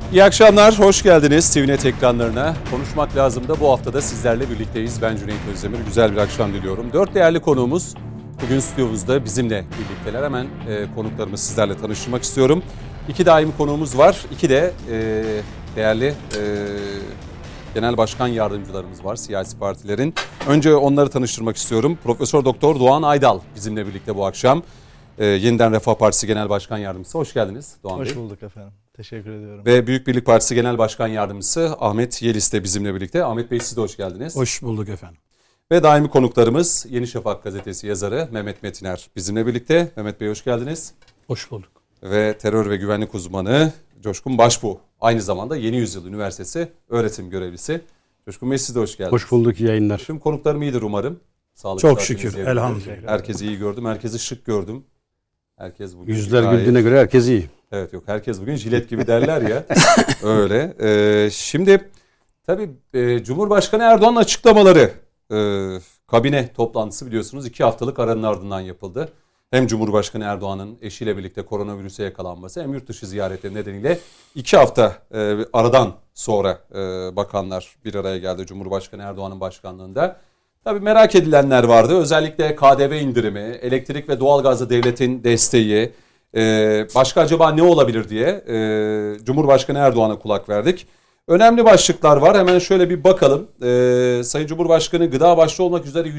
İyi akşamlar, hoş geldiniz TVNet ekranlarına. Konuşmak lazım da bu haftada sizlerle birlikteyiz. Ben Cüneyt Özdemir, güzel bir akşam diliyorum. 4 değerli konuğumuz bugün stüdyomuzda bizimle birlikteler. Hemen konuklarımı sizlerle tanıştırmak istiyorum. 2 daimi konuğumuz var, 2 de değerli genel başkan yardımcılarımız var siyasi partilerin. Önce onları tanıştırmak istiyorum. Profesör Doktor Doğan Aydal bizimle birlikte bu akşam. Yeniden Refah Partisi Genel Başkan Yardımcısı. Hoş geldiniz Doğan Bey. Hoş bulduk efendim. Teşekkür ediyorum. Ve Büyük Birlik Partisi Genel Başkan Yardımcısı Ahmet Yeliz de bizimle birlikte. Ahmet Bey, siz de hoş geldiniz. Hoş bulduk efendim. Ve daimi konuklarımız Yeni Şafak gazetesi yazarı Mehmet Metiner bizimle birlikte. Mehmet Bey, hoş geldiniz. Hoş bulduk. Ve terör ve güvenlik uzmanı Coşkun Başbuğ. Aynı zamanda Yeni Yüzyıl Üniversitesi öğretim görevlisi. Coşkun Bey, siz de hoş geldiniz. Hoş bulduk, yayınlar. Tüm konuklarım iyidir umarım. Sağlık çok şükür, elhamdülillah. Herkesi iyi gördüm, herkesi şık gördüm. Herkes bugün yüzler güldüğüne göre herkes iyi. Evet, yok, herkes bugün jilet gibi derler ya. Öyle. Şimdi tabii Cumhurbaşkanı Erdoğan'ın açıklamaları, kabine toplantısı biliyorsunuz 2 haftalık aranın ardından yapıldı. Hem Cumhurbaşkanı Erdoğan'ın eşiyle birlikte koronavirüse yakalanması hem yurt dışı ziyaretleri nedeniyle 2 hafta aradan sonra bakanlar bir araya geldi Cumhurbaşkanı Erdoğan'ın başkanlığında. Tabii merak edilenler vardı. Özellikle KDV indirimi, elektrik ve doğalgazda devletin desteği, başka acaba ne olabilir diye Cumhurbaşkanı Erdoğan'a kulak verdik. Önemli başlıklar var. Hemen şöyle bir bakalım. Sayın Cumhurbaşkanı gıda başta olmak üzere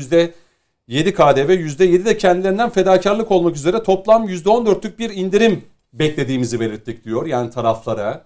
%7 KDV, %7 de kendilerinden fedakarlık olmak üzere toplam %14'lük bir indirim beklediğimizi belirttik diyor. Yani taraflara.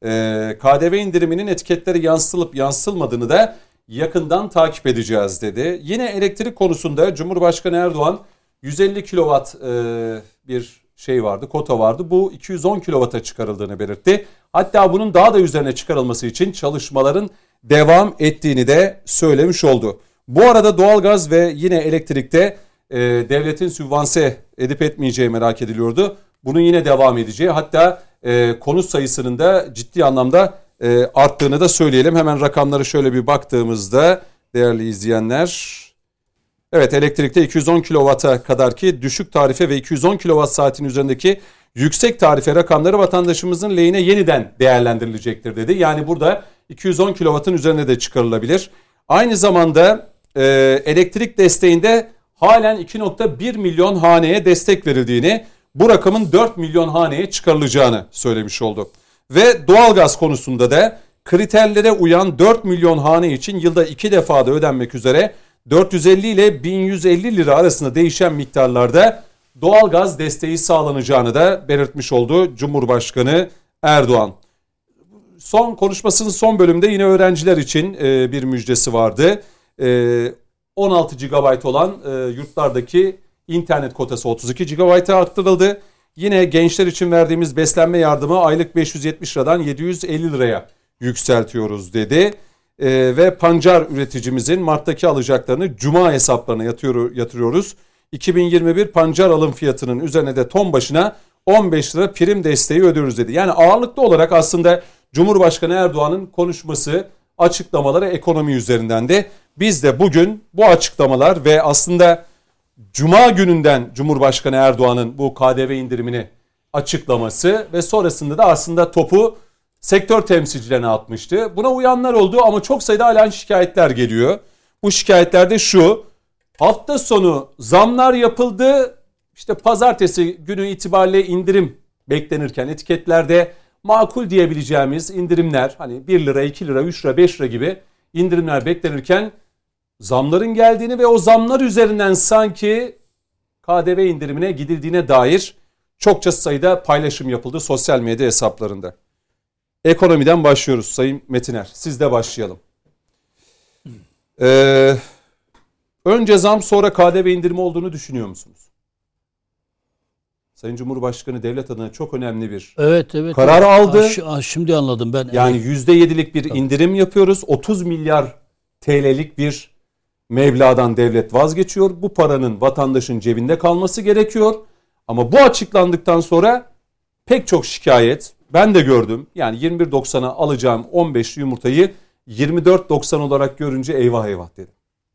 KDV indiriminin etiketleri yansıtılıp yansıtılmadığını da yakından takip edeceğiz dedi. Yine elektrik konusunda Cumhurbaşkanı Erdoğan 150 kilowatt bir şey vardı, kota vardı. Bu 210 kilowata çıkarıldığını belirtti. Hatta bunun daha da üzerine çıkarılması için çalışmaların devam ettiğini de söylemiş oldu. Bu arada doğalgaz ve yine elektrikte devletin sübvanse edip etmeyeceği merak ediliyordu. Bunun yine devam edeceği, hatta konut sayısının da ciddi anlamda arttığını da söyleyelim. Hemen rakamları şöyle bir baktığımızda değerli izleyenler. Evet, elektrikte 210 kW'a kadar ki düşük tarife ve 210 kWh saatin üzerindeki yüksek tarife rakamları vatandaşımızın lehine yeniden değerlendirilecektir dedi. Yani burada 210 kW'ın üzerine de çıkarılabilir. Aynı zamanda elektrik desteğinde halen 2.1 milyon haneye destek verildiğini, bu rakamın 4 milyon haneye çıkarılacağını söylemiş oldu. Ve doğalgaz konusunda da kriterlere uyan 4 milyon hane için yılda 2 defada ödenmek üzere 450 ile 1150 lira arasında değişen miktarlarda doğalgaz desteği sağlanacağını da belirtmiş oldu Cumhurbaşkanı Erdoğan. Son konuşmasının son bölümünde yine öğrenciler için bir müjdesi vardı. 16 GB olan yurtlardaki internet kotası 32 GB'a arttırıldı. Yine gençler için verdiğimiz beslenme yardımı aylık 570 liradan 750 liraya yükseltiyoruz dedi. Ve pancar üreticimizin Mart'taki alacaklarını Cuma hesaplarına yatırıyoruz. 2021 pancar alım fiyatının üzerine de ton başına 15 lira prim desteği ödüyoruz dedi. Yani ağırlıklı olarak aslında Cumhurbaşkanı Erdoğan'ın konuşması, açıklamaları ekonomi üzerinden de biz de bugün bu açıklamalar ve aslında Cuma gününden Cumhurbaşkanı Erdoğan'ın bu KDV indirimini açıklaması ve sonrasında da aslında topu sektör temsilcilerine atmıştı. Buna uyanlar oldu ama çok sayıda halen şikayetler geliyor. Bu şikayetlerde şu: hafta sonu zamlar yapıldı, İşte pazartesi günü itibariyle indirim beklenirken etiketlerde makul diyebileceğimiz indirimler, hani 1 lira, 2 lira, 3 lira, 5 lira gibi indirimler beklenirken zamların geldiğini ve o zamlar üzerinden sanki KDV indirimine gidildiğine dair çokça sayıda paylaşım yapıldı sosyal medya hesaplarında. Ekonomiden başlıyoruz Sayın Metiner. Sizle başlayalım. Önce zam sonra KDV indirimi olduğunu düşünüyor musunuz? Sayın Cumhurbaşkanı devlet adına çok önemli bir karar aldı. Şimdi anladım ben. Yani %7'lik bir indirim yapıyoruz. 30 milyar TL'lik bir meblağdan devlet vazgeçiyor. Bu paranın vatandaşın cebinde kalması gerekiyor. Ama bu açıklandıktan sonra pek çok şikayet ben de gördüm. Yani 21.90'a alacağım 15 yumurtayı 24.90 olarak görünce eyvah eyvah dedim.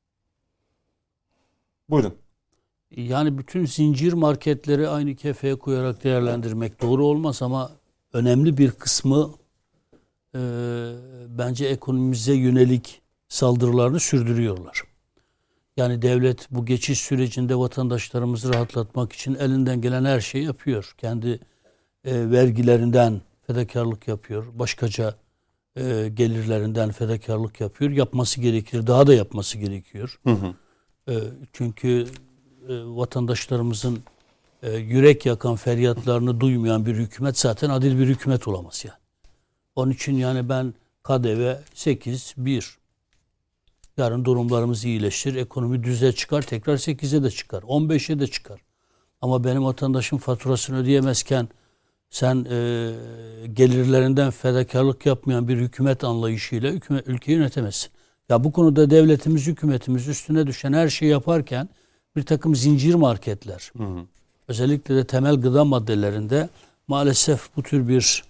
Buyurun. Yani bütün zincir marketleri aynı kefeye koyarak değerlendirmek doğru olmaz ama önemli bir kısmı bence ekonomimize yönelik saldırılarını sürdürüyorlar. Yani devlet bu geçiş sürecinde vatandaşlarımızı rahatlatmak için elinden gelen her şeyi yapıyor. Kendi vergilerinden fedakarlık yapıyor. Başkaca gelirlerinden fedakarlık yapıyor. Yapması gerekir. Daha da yapması gerekiyor. Çünkü vatandaşlarımızın yürek yakan feryatlarını duymayan bir hükümet zaten adil bir hükümet olamaz yani. Onun için yani ben KDV 8-1. Yarın durumlarımız iyileşir. Ekonomi düze çıkar. Tekrar 8'e de çıkar. 15'e de çıkar. Ama benim vatandaşım faturasını ödeyemezken sen gelirlerinden fedakarlık yapmayan bir hükümet anlayışıyla ülkeyi yönetemezsin. Ya bu konuda devletimiz, hükümetimiz üstüne düşen her şeyi yaparken bir takım zincir marketler, özellikle de temel gıda maddelerinde maalesef bu tür bir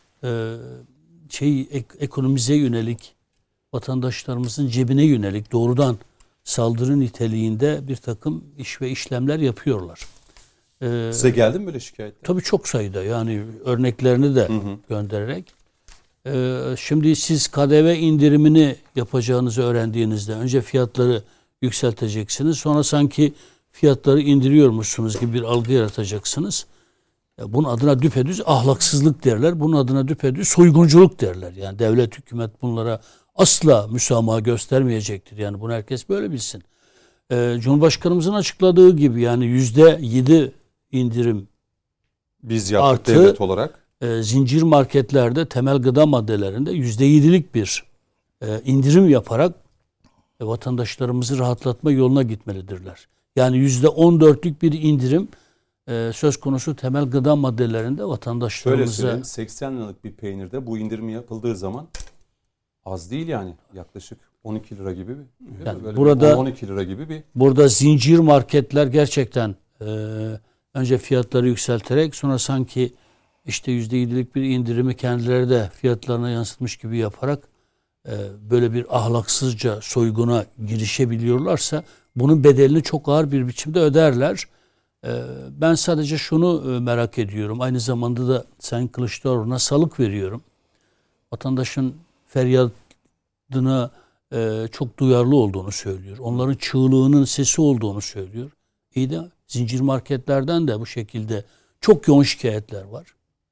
ekonomize yönelik, vatandaşlarımızın cebine yönelik doğrudan saldırı niteliğinde bir takım iş ve işlemler yapıyorlar. Size geldi mi böyle şikayetler? Tabii çok sayıda, yani örneklerini de göndererek. Şimdi siz KDV indirimini yapacağınızı öğrendiğinizde önce fiyatları yükselteceksiniz. Sonra sanki fiyatları indiriyormuşsunuz gibi bir algı yaratacaksınız. Bunun adına düpedüz ahlaksızlık derler. Bunun adına düpedüz soygunculuk derler. Yani devlet, hükümet bunlara asla müsamaha göstermeyecektir. Yani bunu herkes böyle bilsin. Cumhurbaşkanımızın açıkladığı gibi yani %7 indirim biz yaptık artı, devlet olarak. Zincir marketlerde temel gıda maddelerinde %7'lik bir indirim yaparak vatandaşlarımızı rahatlatma yoluna gitmelidirler. Yani %14'lük bir indirim söz konusu temel gıda maddelerinde vatandaşlarımıza... Şöyle söyleyeyim, 80 liralık bir peynirde bu indirim yapıldığı zaman az değil yani, yaklaşık 12 lira gibi bir, yani burada 12 lira gibi bir. Burada zincir marketler gerçekten önce fiyatları yükselterek sonra sanki işte %7'lik bir indirimi kendileri de fiyatlarına yansıtmış gibi yaparak böyle bir ahlaksızca soyguna girişebiliyorlarsa bunun bedelini çok ağır bir biçimde öderler. Ben sadece şunu merak ediyorum. Aynı zamanda da Sayın Kılıçdaroğlu'na salık veriyorum. Vatandaşın feryadına çok duyarlı olduğunu söylüyor. Onların çığlığının sesi olduğunu söylüyor. İyi de zincir marketlerden de bu şekilde çok yoğun şikayetler var.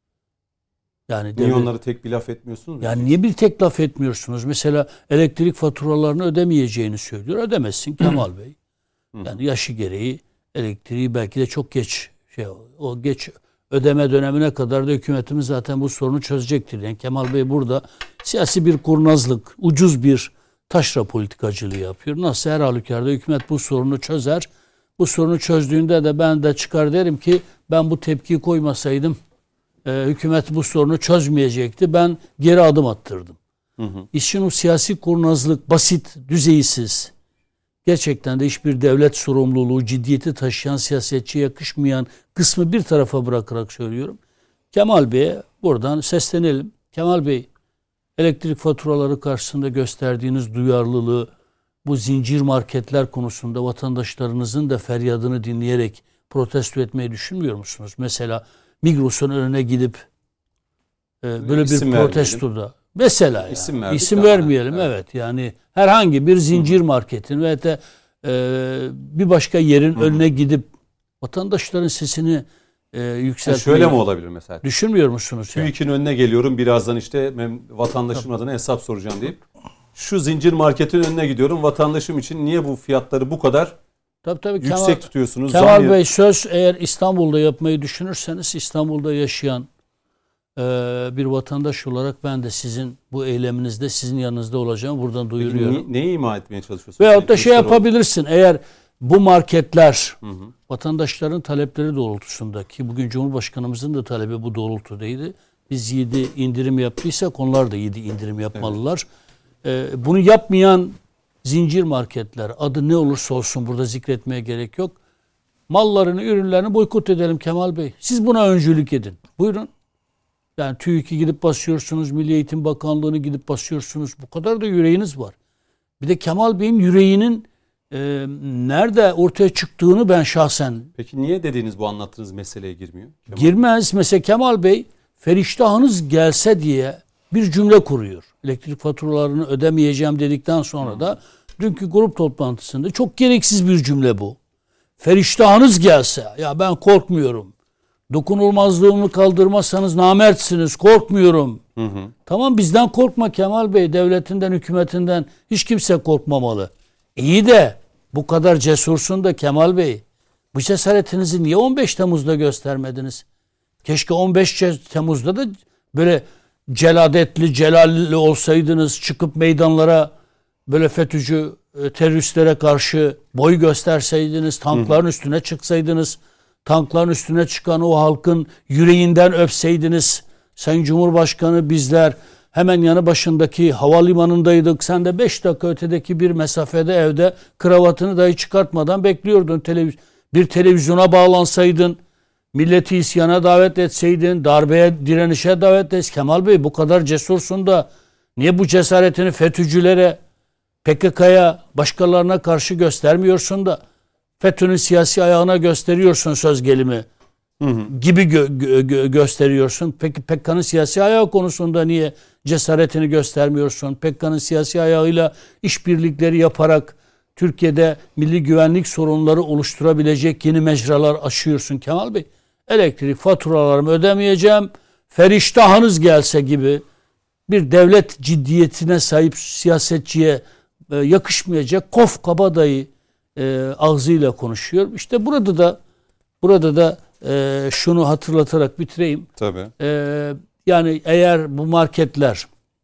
Yani niye onları tek bir laf etmiyorsunuz? Yani niye bir tek laf etmiyorsunuz? Mesela elektrik faturalarını ödemeyeceğini söylüyor. Ödemezsin Kemal Bey. Yani yaşı gereği elektriği belki de çok geç o geç ödeme dönemine kadar da hükümetimiz zaten bu sorunu çözecektir. Yani Kemal Bey burada siyasi bir kurnazlık, ucuz bir taşra politikacılığı yapıyor. Nasıl her halükarda hükümet bu sorunu çözer. Bu sorunu çözdüğünde de ben de çıkar derim ki ben bu tepkiyi koymasaydım hükümet bu sorunu çözmeyecekti. Ben geri adım attırdım. İşin o siyasi kurnazlık, basit, düzeysiz, gerçekten de hiçbir devlet sorumluluğu, ciddiyeti taşıyan siyasetçiye yakışmayan kısmı bir tarafa bırakarak söylüyorum. Kemal Bey'e buradan seslenelim. Kemal Bey, elektrik faturaları karşısında gösterdiğiniz duyarlılığı bu zincir marketler konusunda vatandaşlarınızın da feryadını dinleyerek protesto etmeyi düşünmüyor musunuz? Mesela Migros'un önüne gidip böyle bir protestoda mesela isim vermeyelim evet yani herhangi bir zincir marketin veya da bir başka yerin önüne gidip vatandaşların sesini yükseltmeyi şöyle mi olabilir mesela? Düşünmüyor musunuz? TÜİK'in önüne geliyorum birazdan işte vatandaşım adına hesap soracağım deyip şu zincir marketin önüne gidiyorum vatandaşım için niye bu fiyatları bu kadar tabii, yüksek tutuyorsunuz? Kemal Bey söz eğer İstanbul'da yapmayı düşünürseniz İstanbul'da yaşayan bir vatandaş olarak ben de sizin bu eyleminizde sizin yanınızda olacağım. Buradan duyuruyorum. Neyi ima etmeye çalışıyorsunuz? Veyahut da yapabilirsin. Eğer bu marketler vatandaşların talepleri doğrultusunda ki bugün Cumhurbaşkanımızın da talebi bu doğrultudaydı. Biz 7 indirim yaptıysak onlar da 7 indirim yapmalılar. Evet. Bunu yapmayan zincir marketler adı ne olursa olsun burada zikretmeye gerek yok. Mallarını, ürünlerini boykot edelim Kemal Bey. Siz buna öncülük edin. Buyurun. Yani TÜİK'i gidip basıyorsunuz, Milli Eğitim Bakanlığı'nı gidip basıyorsunuz. Bu kadar da yüreğiniz var. Bir de Kemal Bey'in yüreğinin nerede ortaya çıktığını ben şahsen... Peki niye dediğiniz bu anlattığınız meseleye girmiyor? Girmez. Mesela Kemal Bey, feriştahınız gelse diye bir cümle kuruyor. Elektrik faturalarını ödemeyeceğim dedikten sonra da dünkü grup toplantısında çok gereksiz bir cümle bu. Feriştahınız gelse, ya ben korkmuyorum. Dokunulmazlığımı kaldırmazsanız namertsiniz, korkmuyorum. Tamam, bizden korkma Kemal Bey, devletinden, hükümetinden hiç kimse korkmamalı. İyi de bu kadar cesursun da Kemal Bey, bu cesaretinizi niye 15 Temmuz'da göstermediniz? Keşke 15 Temmuz'da da böyle celadetli, celalli olsaydınız, çıkıp meydanlara böyle FETÖ'cü teröristlere karşı boy gösterseydiniz, tankların üstüne çıksaydınız, tankların üstüne çıkan o halkın yüreğinden öpseydiniz. Sayın Cumhurbaşkanı, bizler hemen yanı başındaki havalimanındaydık. Sen de 5 dakika ötedeki bir mesafede evde kravatını dahi çıkartmadan bekliyordun. Bir televizyona bağlansaydın, milleti isyana davet etseydin, darbeye, direnişe davet etseydin. Kemal Bey, bu kadar cesursun da niye bu cesaretini FETÖ'cülere, PKK'ya, başkalarına karşı göstermiyorsun da FETÖ'nün siyasi ayağına gösteriyorsun söz gelimi gibi gösteriyorsun. Peki PKK'nın siyasi ayağı konusunda niye cesaretini göstermiyorsun? PKK'nın siyasi ayağıyla işbirlikleri yaparak Türkiye'de milli güvenlik sorunları oluşturabilecek yeni mecralar aşıyorsun Kemal Bey. Elektrik faturalarımı ödemeyeceğim, feriştahınız gelse gibi bir devlet ciddiyetine sahip siyasetçiye yakışmayacak kof kabadayı ağzıyla konuşuyor. İşte burada da şunu hatırlatarak bitireyim. Tabii. Yani eğer bu marketler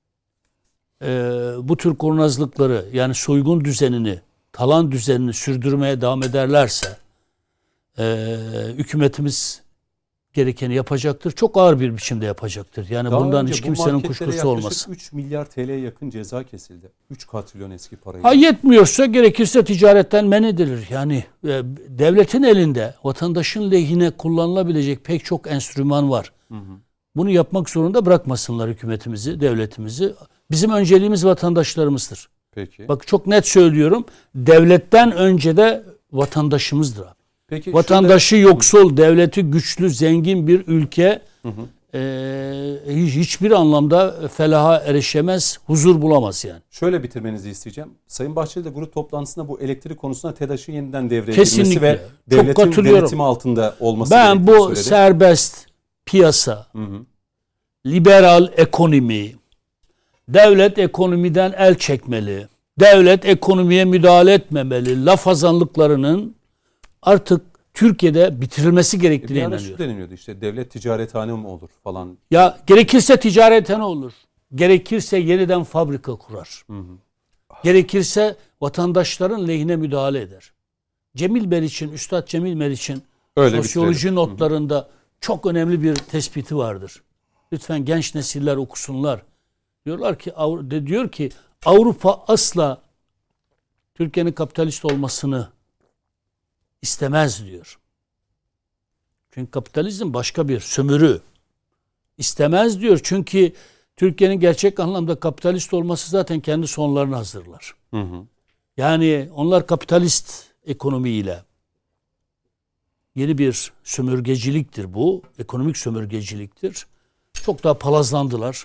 bu tür kurnazlıkları, yani soygun düzenini, talan düzenini sürdürmeye devam ederlerse hükümetimiz gerekeni yapacaktır. Çok ağır bir biçimde yapacaktır. Yani daha bundan önce hiç bu kimsenin kuşkusu olmasın. 3 milyar TL'ye yakın ceza kesildi. 3 katrilyon eski parayı. Ha, yetmiyorsa gerekirse ticaretten men edilir. Yani devletin elinde vatandaşın lehine kullanılabilecek pek çok enstrüman var. Bunu yapmak zorunda bırakmasınlar hükümetimizi, devletimizi. Bizim önceliğimiz vatandaşlarımızdır. Peki. Bak, çok net söylüyorum. Devletten önce de vatandaşımızdır abi. Peki, vatandaşı yoksul, devleti güçlü, zengin bir ülke hiçbir anlamda felaha erişemez, huzur bulamaz yani. Şöyle bitirmenizi isteyeceğim. Sayın Bahçeli de grup toplantısında bu elektrik konusunda TEDAŞ'ın yeniden devreye girmesi ve devletin denetimi altında olması gerektiğini söyledi. Ben bu serbest piyasa, liberal ekonomi, devlet ekonomiden el çekmeli, devlet ekonomiye müdahale etmemeli laf azanlıklarının artık Türkiye'de bitirilmesi gerektiğine inanıyorum. Bir deniliyordu işte, devlet ticarethane mi olur falan. Ya gerekirse ticarethane olur. Gerekirse yeniden fabrika kurar. Gerekirse vatandaşların lehine müdahale eder. Cemil Meriç'in, Üstad Cemil Meriç'in sosyoloji notlarında çok önemli bir tespiti vardır. Lütfen genç nesiller okusunlar. Diyor ki Avrupa asla Türkiye'nin kapitalist olmasını istemez diyor. Çünkü kapitalizm başka bir sömürü. İstemez diyor. Çünkü Türkiye'nin gerçek anlamda kapitalist olması zaten kendi sonlarını hazırlar. Yani onlar kapitalist ekonomiyle, yeni bir sömürgeciliktir bu. Ekonomik sömürgeciliktir. Çok daha palazlandılar.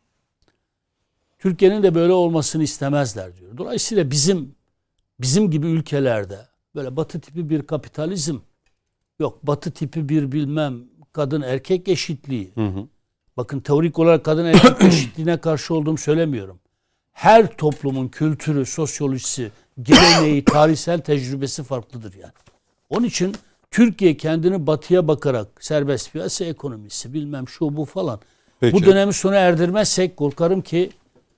Türkiye'nin de böyle olmasını istemezler diyor. Dolayısıyla bizim gibi ülkelerde böyle batı tipi bir kapitalizm yok. Batı tipi bir bilmem kadın erkek eşitliği. Bakın, teorik olarak kadın erkek eşitliğine karşı olduğumu söylemiyorum. Her toplumun kültürü, sosyolojisi, geleneği, tarihsel tecrübesi farklıdır yani. Onun için Türkiye kendini batıya bakarak serbest piyasa ekonomisi bilmem şu bu falan. Peki. Bu dönemi sona erdirmezsek korkarım ki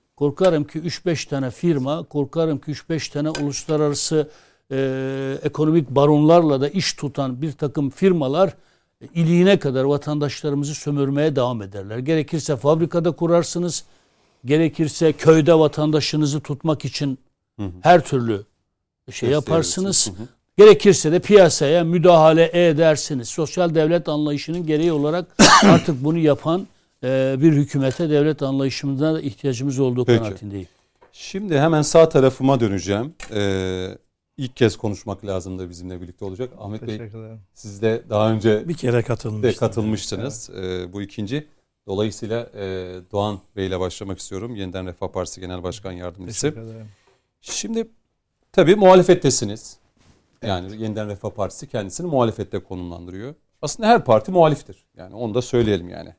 3-5 tane firma, korkarım ki 3-5 tane uluslararası ekonomik baronlarla da iş tutan bir takım firmalar iliğine kadar vatandaşlarımızı sömürmeye devam ederler. Gerekirse fabrikada kurarsınız, gerekirse köyde vatandaşınızı tutmak için her türlü şey yaparsınız. Gerekirse de piyasaya müdahale edersiniz. Sosyal devlet anlayışının gereği olarak artık bunu yapan bir hükümete, devlet anlayışımızda da ihtiyacımız olduğu kanaatindeyim. Şimdi hemen sağ tarafıma döneceğim. İlk kez konuşmak lazım da bizimle birlikte olacak. Ahmet Bey, siz de daha önce bir kere katılmıştınız. Bu ikinci. Dolayısıyla Doğan Bey ile başlamak istiyorum. Yeniden Refah Partisi Genel Başkan Yardımcısı. Teşekkür ederim. Şimdi tabii muhalefettesiniz. Yani Yeniden Refah Partisi kendisini muhalefette konumlandırıyor. Aslında her parti muhaliftir. Yani onu da söyleyelim yani.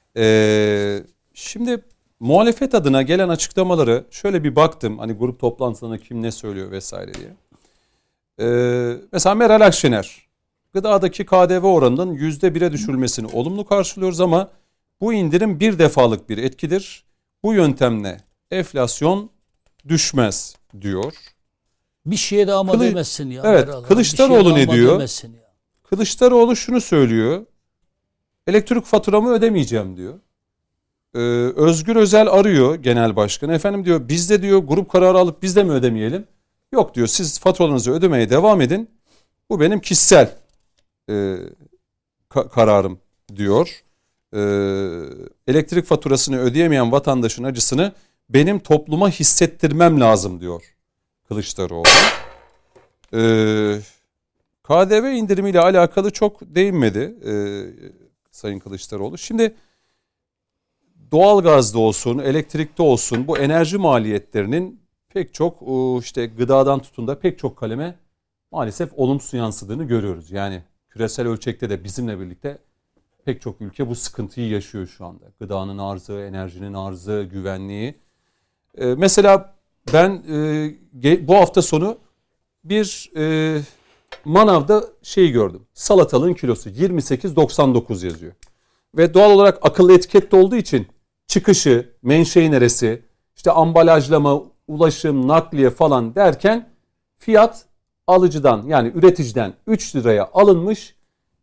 Şimdi muhalefet adına gelen açıklamaları şöyle bir baktım. Hani grup toplantısında kim ne söylüyor vesaire diye. Mesela Meral Akşener, gıdadaki KDV oranının %1'e düşürülmesini olumlu karşılıyoruz ama bu indirim bir defalık bir etkidir. Bu yöntemle enflasyon düşmez diyor. Bir şeye de ama demezsin ya. Evet, Meral, Kılıçdaroğlu ne diyor? Ya. Kılıçdaroğlu şunu söylüyor. Elektrik faturamı ödemeyeceğim diyor. Özgür Özel arıyor genel başkanı. Efendim diyor, biz de diyor grup kararı alıp biz de mi ödemeyelim? Yok diyor, siz faturalarınızı ödemeye devam edin. Bu benim kişisel kararım diyor. Elektrik faturasını ödeyemeyen vatandaşın acısını benim topluma hissettirmem lazım diyor Kılıçdaroğlu. KDV indirimiyle alakalı çok değinmedi Sayın Kılıçdaroğlu. Şimdi doğalgazda olsun, elektrikte olsun bu enerji maliyetlerinin pek çok işte gıdadan tutun da pek çok kaleme maalesef olumsuz yansıdığını görüyoruz. Yani küresel ölçekte de bizimle birlikte pek çok ülke bu sıkıntıyı yaşıyor şu anda. Gıdanın arzı, enerjinin arzı, güvenliği. Mesela ben bu hafta sonu bir manavda gördüm. Salatalığın kilosu 28.99 yazıyor. Ve doğal olarak akıllı etikette olduğu için çıkışı, menşei neresi, işte ambalajlama, ulaşım, nakliye falan derken fiyat alıcıdan yani üreticiden 3 liraya alınmış,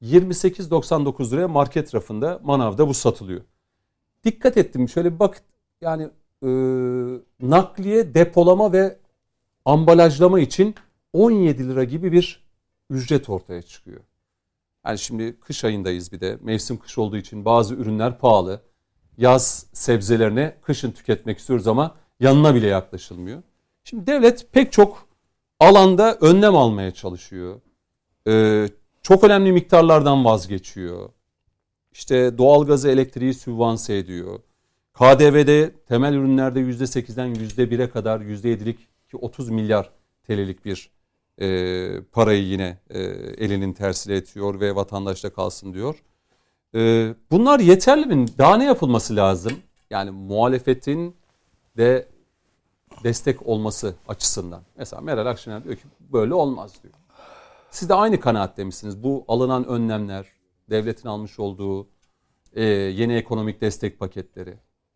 28.99 liraya market rafında, manavda bu satılıyor. Dikkat ettim şöyle bir bak yani nakliye, depolama ve ambalajlama için 17 lira gibi bir ücret ortaya çıkıyor. Yani şimdi kış ayındayız, bir de mevsim kış olduğu için bazı ürünler pahalı. Yaz sebzelerini kışın tüketmek istiyoruz ama yanına bile yaklaşılmıyor. Şimdi devlet pek çok alanda önlem almaya çalışıyor. Çok önemli miktarlardan vazgeçiyor. İşte doğalgazı, elektriği sübvanse ediyor. KDV'de temel ürünlerde %8'den %1'e kadar %7'lik ki 30 milyar TL'lik bir parayı yine elinin tersiyle etiyor ve vatandaşta kalsın diyor. Bunlar yeterli mi? Daha ne yapılması lazım? Yani muhalefetin de destek olması açısından. Mesela Meral Akşener diyor ki böyle olmaz diyor. Siz de aynı kanaatte misiniz? Bu alınan önlemler, devletin almış olduğu yeni ekonomik destek paketleri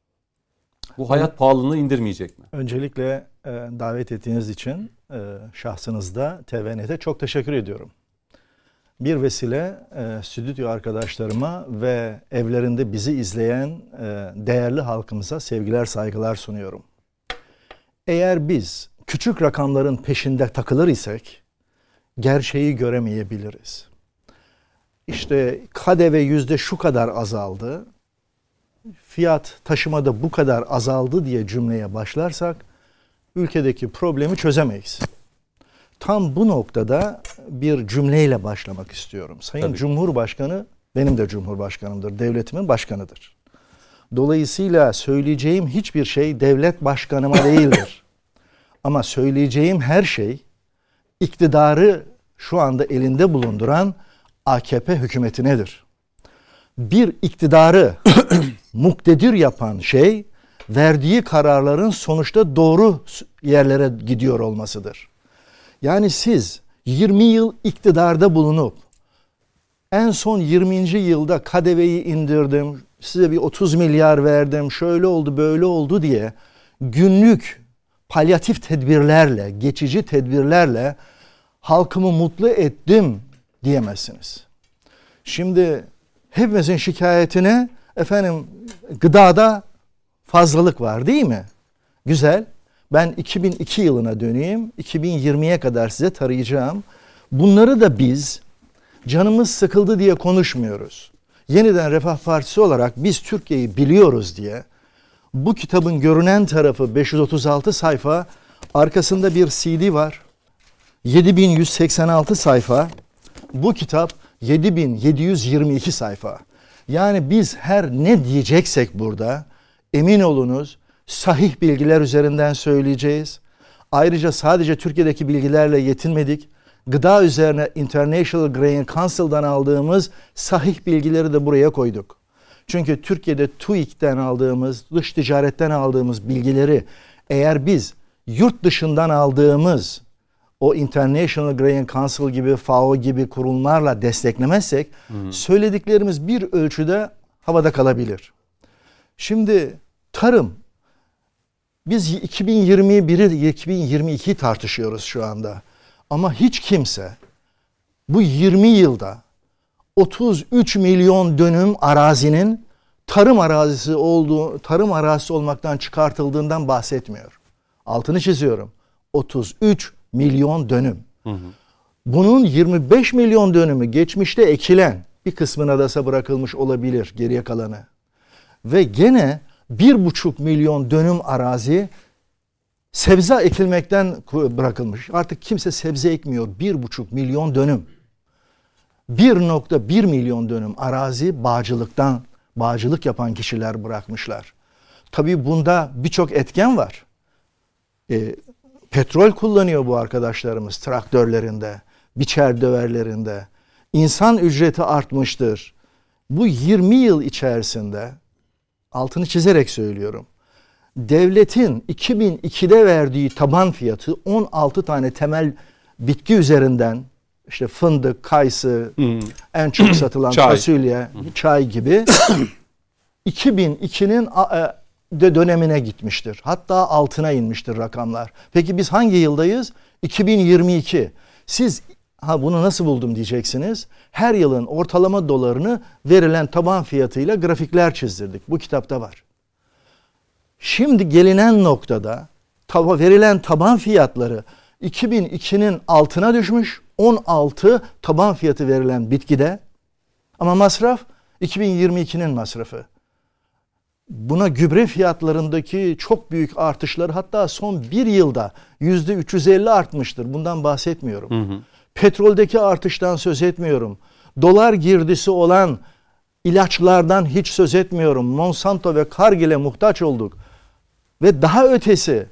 bu hayat pahalılığını indirmeyecek mi? Öncelikle davet ettiğiniz için şahsınızda TVNet'e çok teşekkür ediyorum. Bir vesile stüdyo arkadaşlarıma ve evlerinde bizi izleyen değerli halkımıza sevgiler, saygılar sunuyorum. Eğer biz küçük rakamların peşinde takılır isek gerçeği göremeyebiliriz. İşte KDV yüzde şu kadar azaldı, fiyat taşımada bu kadar azaldı diye cümleye başlarsak ülkedeki problemi çözemeyiz. Tam bu noktada bir cümleyle başlamak istiyorum. Sayın Tabii. Cumhurbaşkanı benim de Cumhurbaşkanımdır, devletimin başkanıdır. Dolayısıyla söyleyeceğim hiçbir şey devlet başkanıma değildir. Ama söyleyeceğim her şey iktidarı şu anda elinde bulunduran AKP hükümetinedir. Bir iktidarı muktedir yapan şey verdiği kararların sonuçta doğru yerlere gidiyor olmasıdır. Yani siz 20 yıl iktidarda bulunup en son 20. yılda KDV'yi indirdim, size bir 30 milyar verdim, şöyle oldu böyle oldu diye günlük palyatif tedbirlerle, geçici tedbirlerle halkımı mutlu ettim diyemezsiniz. Şimdi hepimizin şikayetine efendim gıdada fazlalık var değil mi? Güzel. Ben 2002 yılına döneyim. 2020'ye kadar size tarayacağım. Bunları da biz canımız sıkıldı diye konuşmuyoruz. Yeniden Refah Partisi olarak biz Türkiye'yi biliyoruz diye bu kitabın görünen tarafı 536 sayfa, arkasında bir CD var. 7186 sayfa. Bu kitap 7722 sayfa. Yani biz her ne diyeceksek burada emin olunuz sahih bilgiler üzerinden söyleyeceğiz. Ayrıca sadece Türkiye'deki bilgilerle yetinmedik. Gıda üzerine International Grain Council'dan aldığımız sahih bilgileri de buraya koyduk. Çünkü Türkiye'de TÜİK'ten aldığımız, dış ticaretten aldığımız bilgileri eğer biz yurt dışından aldığımız o International Grain Council gibi, FAO gibi kurumlarla desteklemezsek söylediklerimiz bir ölçüde havada kalabilir. Şimdi tarım, biz 2021'i 2022'yi tartışıyoruz şu anda. Ama hiç kimse bu 20 yılda 33 milyon dönüm arazinin tarım arazisi olmaktan çıkartıldığından bahsetmiyor. Altını çiziyorum. 33 milyon dönüm. Bunun 25 milyon dönümü geçmişte ekilen, bir kısmına da bırakılmış olabilir geriye kalanı. Ve gene 1,5 milyon dönüm arazi sebze ekilmekten bırakılmış. Artık kimse sebze ekmiyor. 1,5 milyon dönüm. 1,1 milyon dönüm arazi bağcılık yapan kişiler bırakmışlar. Tabii bunda birçok etken var. Petrol kullanıyor bu arkadaşlarımız traktörlerinde, biçer döverlerinde. İnsan ücreti artmıştır. Bu 20 yıl içerisinde, altını çizerek söylüyorum, devletin 2002'de verdiği taban fiyatı 16 tane temel bitki üzerinden, işte fındık, kayısı, en çok satılan fasulye, çay gibi 2002'nin dönemine gitmiştir. Hatta altına inmiştir rakamlar. Peki biz hangi yıldayız? 2022. Siz bunu nasıl buldum diyeceksiniz. Her yılın ortalama dolarını verilen taban fiyatıyla grafikler çizdirdik. Bu kitapta var. Şimdi gelinen noktada verilen taban fiyatları 2002'nin altına düşmüş. 16 taban fiyatı verilen bitkide. Ama masraf 2022'nin masrafı. Buna gübre fiyatlarındaki çok büyük artışlar, hatta son bir yılda %350 artmıştır. Bundan bahsetmiyorum. Petroldeki artıştan söz etmiyorum. Dolar girdisi olan ilaçlardan hiç söz etmiyorum. Monsanto ve Cargill'e muhtaç olduk. Ve daha ötesi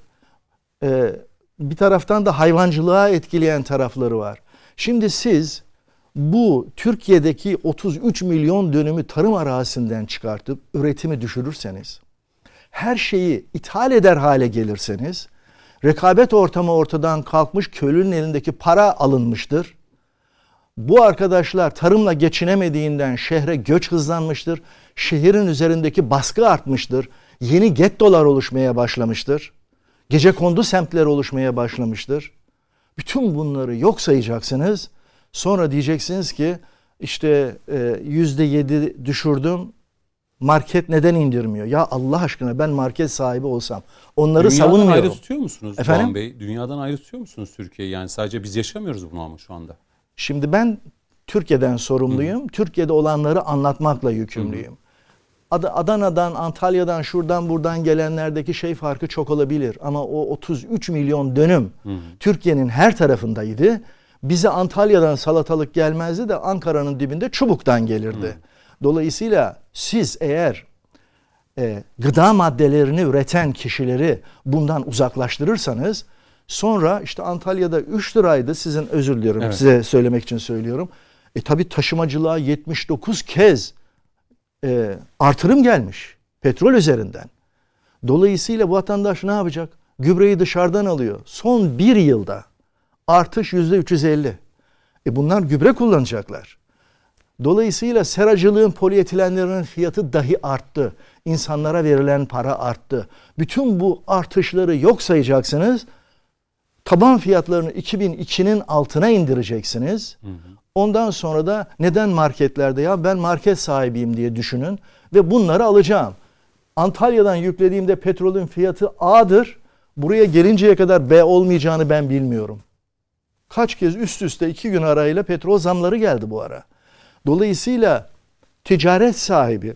bir taraftan da hayvancılığa etkileyen tarafları var. Şimdi siz bu Türkiye'deki 33 milyon dönümü tarım arazisinden çıkartıp üretimi düşürürseniz, her şeyi ithal eder hale gelirseniz, rekabet ortamı ortadan kalkmış, köylünün elindeki para alınmıştır. Bu arkadaşlar tarımla geçinemediğinden şehre göç hızlanmıştır. Şehrin üzerindeki baskı artmıştır. Yeni gettolar oluşmaya başlamıştır. Gecekondu semtleri oluşmaya başlamıştır. Bütün bunları yok sayacaksınız. Sonra diyeceksiniz ki işte %7 düşürdüm. Market neden indirmiyor? Ya Allah aşkına ben market sahibi olsam onları savunmuyorum. Dünyadan ayrı tutuyor musunuz efendim? Doğan Bey? Dünyadan ayrı tutuyor musunuz Türkiye'yi? Yani sadece biz yaşamıyoruz bunu ama şu anda. Şimdi ben Türkiye'den sorumluyum. Türkiye'de olanları anlatmakla yükümlüyüm. Adana'dan, Antalya'dan, şuradan buradan gelenlerdeki farkı çok olabilir. Ama o 33 milyon dönüm Türkiye'nin her tarafındaydı. Bize Antalya'dan salatalık gelmezdi de Ankara'nın dibinde çubuktan gelirdi. Dolayısıyla siz eğer gıda maddelerini üreten kişileri bundan uzaklaştırırsanız, sonra işte Antalya'da 3 liraydı, sizin özür diliyorum size söylemek için söylüyorum. Tabii taşımacılığa 79 kez artırım gelmiş petrol üzerinden. Dolayısıyla bu vatandaş ne yapacak? Gübreyi dışarıdan alıyor. Son bir yılda artış %350. Bunlar gübre kullanacaklar. Dolayısıyla seracılığın polietilenlerinin fiyatı dahi arttı. İnsanlara verilen para arttı. Bütün bu artışları yok sayacaksınız. Taban fiyatlarını 2002'nin altına indireceksiniz. Ondan sonra da neden marketlerde, ya ben market sahibiyim diye düşünün ve bunları alacağım. Antalya'dan yüklediğimde petrolün fiyatı A'dır. Buraya gelinceye kadar B olmayacağını ben bilmiyorum. Kaç kez üst üste 2 gün arayla petrol zamları geldi bu ara. Dolayısıyla ticaret sahibi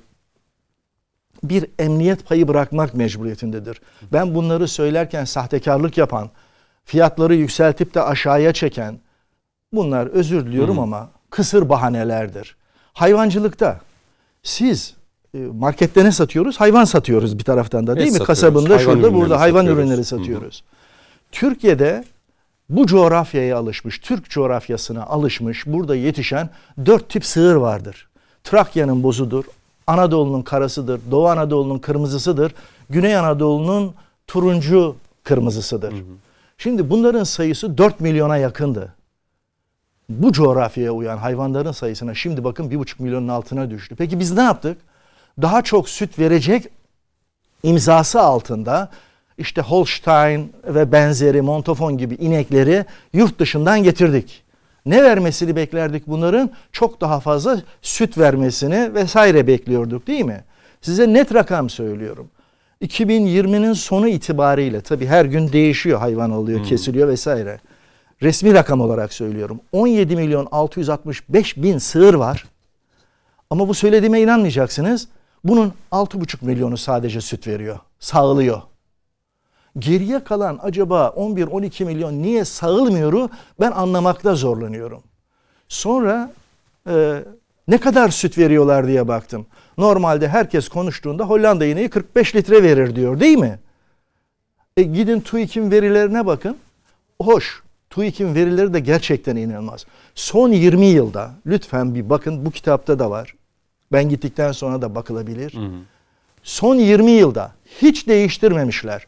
bir emniyet payı bırakmak mecburiyetindedir. Ben bunları söylerken sahtekarlık yapan, fiyatları yükseltip de aşağıya çeken, bunlar özür diliyorum ama kısır bahanelerdir. Hayvancılıkta Siz markette ne satıyoruz? Hayvan satıyoruz bir taraftan da değil mi? Satıyoruz. Kasabında Hayvan şurada burada hayvan satıyoruz. ürünleri satıyoruz. Türkiye'de bu coğrafyaya alışmış, Türk coğrafyasına alışmış, burada yetişen 4 tip sığır vardır. Trakya'nın bozudur, Anadolu'nun karasıdır, Doğu Anadolu'nun kırmızısıdır, Güney Anadolu'nun turuncu kırmızısıdır. Şimdi bunların sayısı 4 milyona yakındı. Bu coğrafyaya uyan hayvanların sayısına şimdi bakın 1,5 milyonun altına düştü. Peki biz ne yaptık? Daha çok süt verecek imzası altında işte Holstein ve benzeri Montafon gibi inekleri yurt dışından getirdik. Ne vermesini beklerdik bunların? Çok daha fazla süt vermesini vesaire bekliyorduk değil mi? Size net rakam söylüyorum. 2020'nin sonu itibariyle tabii her gün değişiyor, hayvan oluyor, kesiliyor vesaire. Resmi rakam olarak söylüyorum. 17 milyon 665 bin sığır var. Ama bu söylediğime inanmayacaksınız. Bunun 6,5 milyonu sadece süt veriyor, sağılıyor. Geriye kalan acaba 11-12 milyon niye sağılmıyoru ben anlamakta zorlanıyorum. Sonra ne kadar süt veriyorlar diye baktım. Normalde herkes konuştuğunda Hollanda ineği 45 litre verir diyor değil mi? Gidin TÜİK'in verilerine bakın. Hoş, TÜİK'in verileri de gerçekten inanılmaz. Son 20 yılda lütfen bir bakın, bu kitapta da var. Ben gittikten sonra da bakılabilir. Son 20 yılda hiç değiştirmemişler.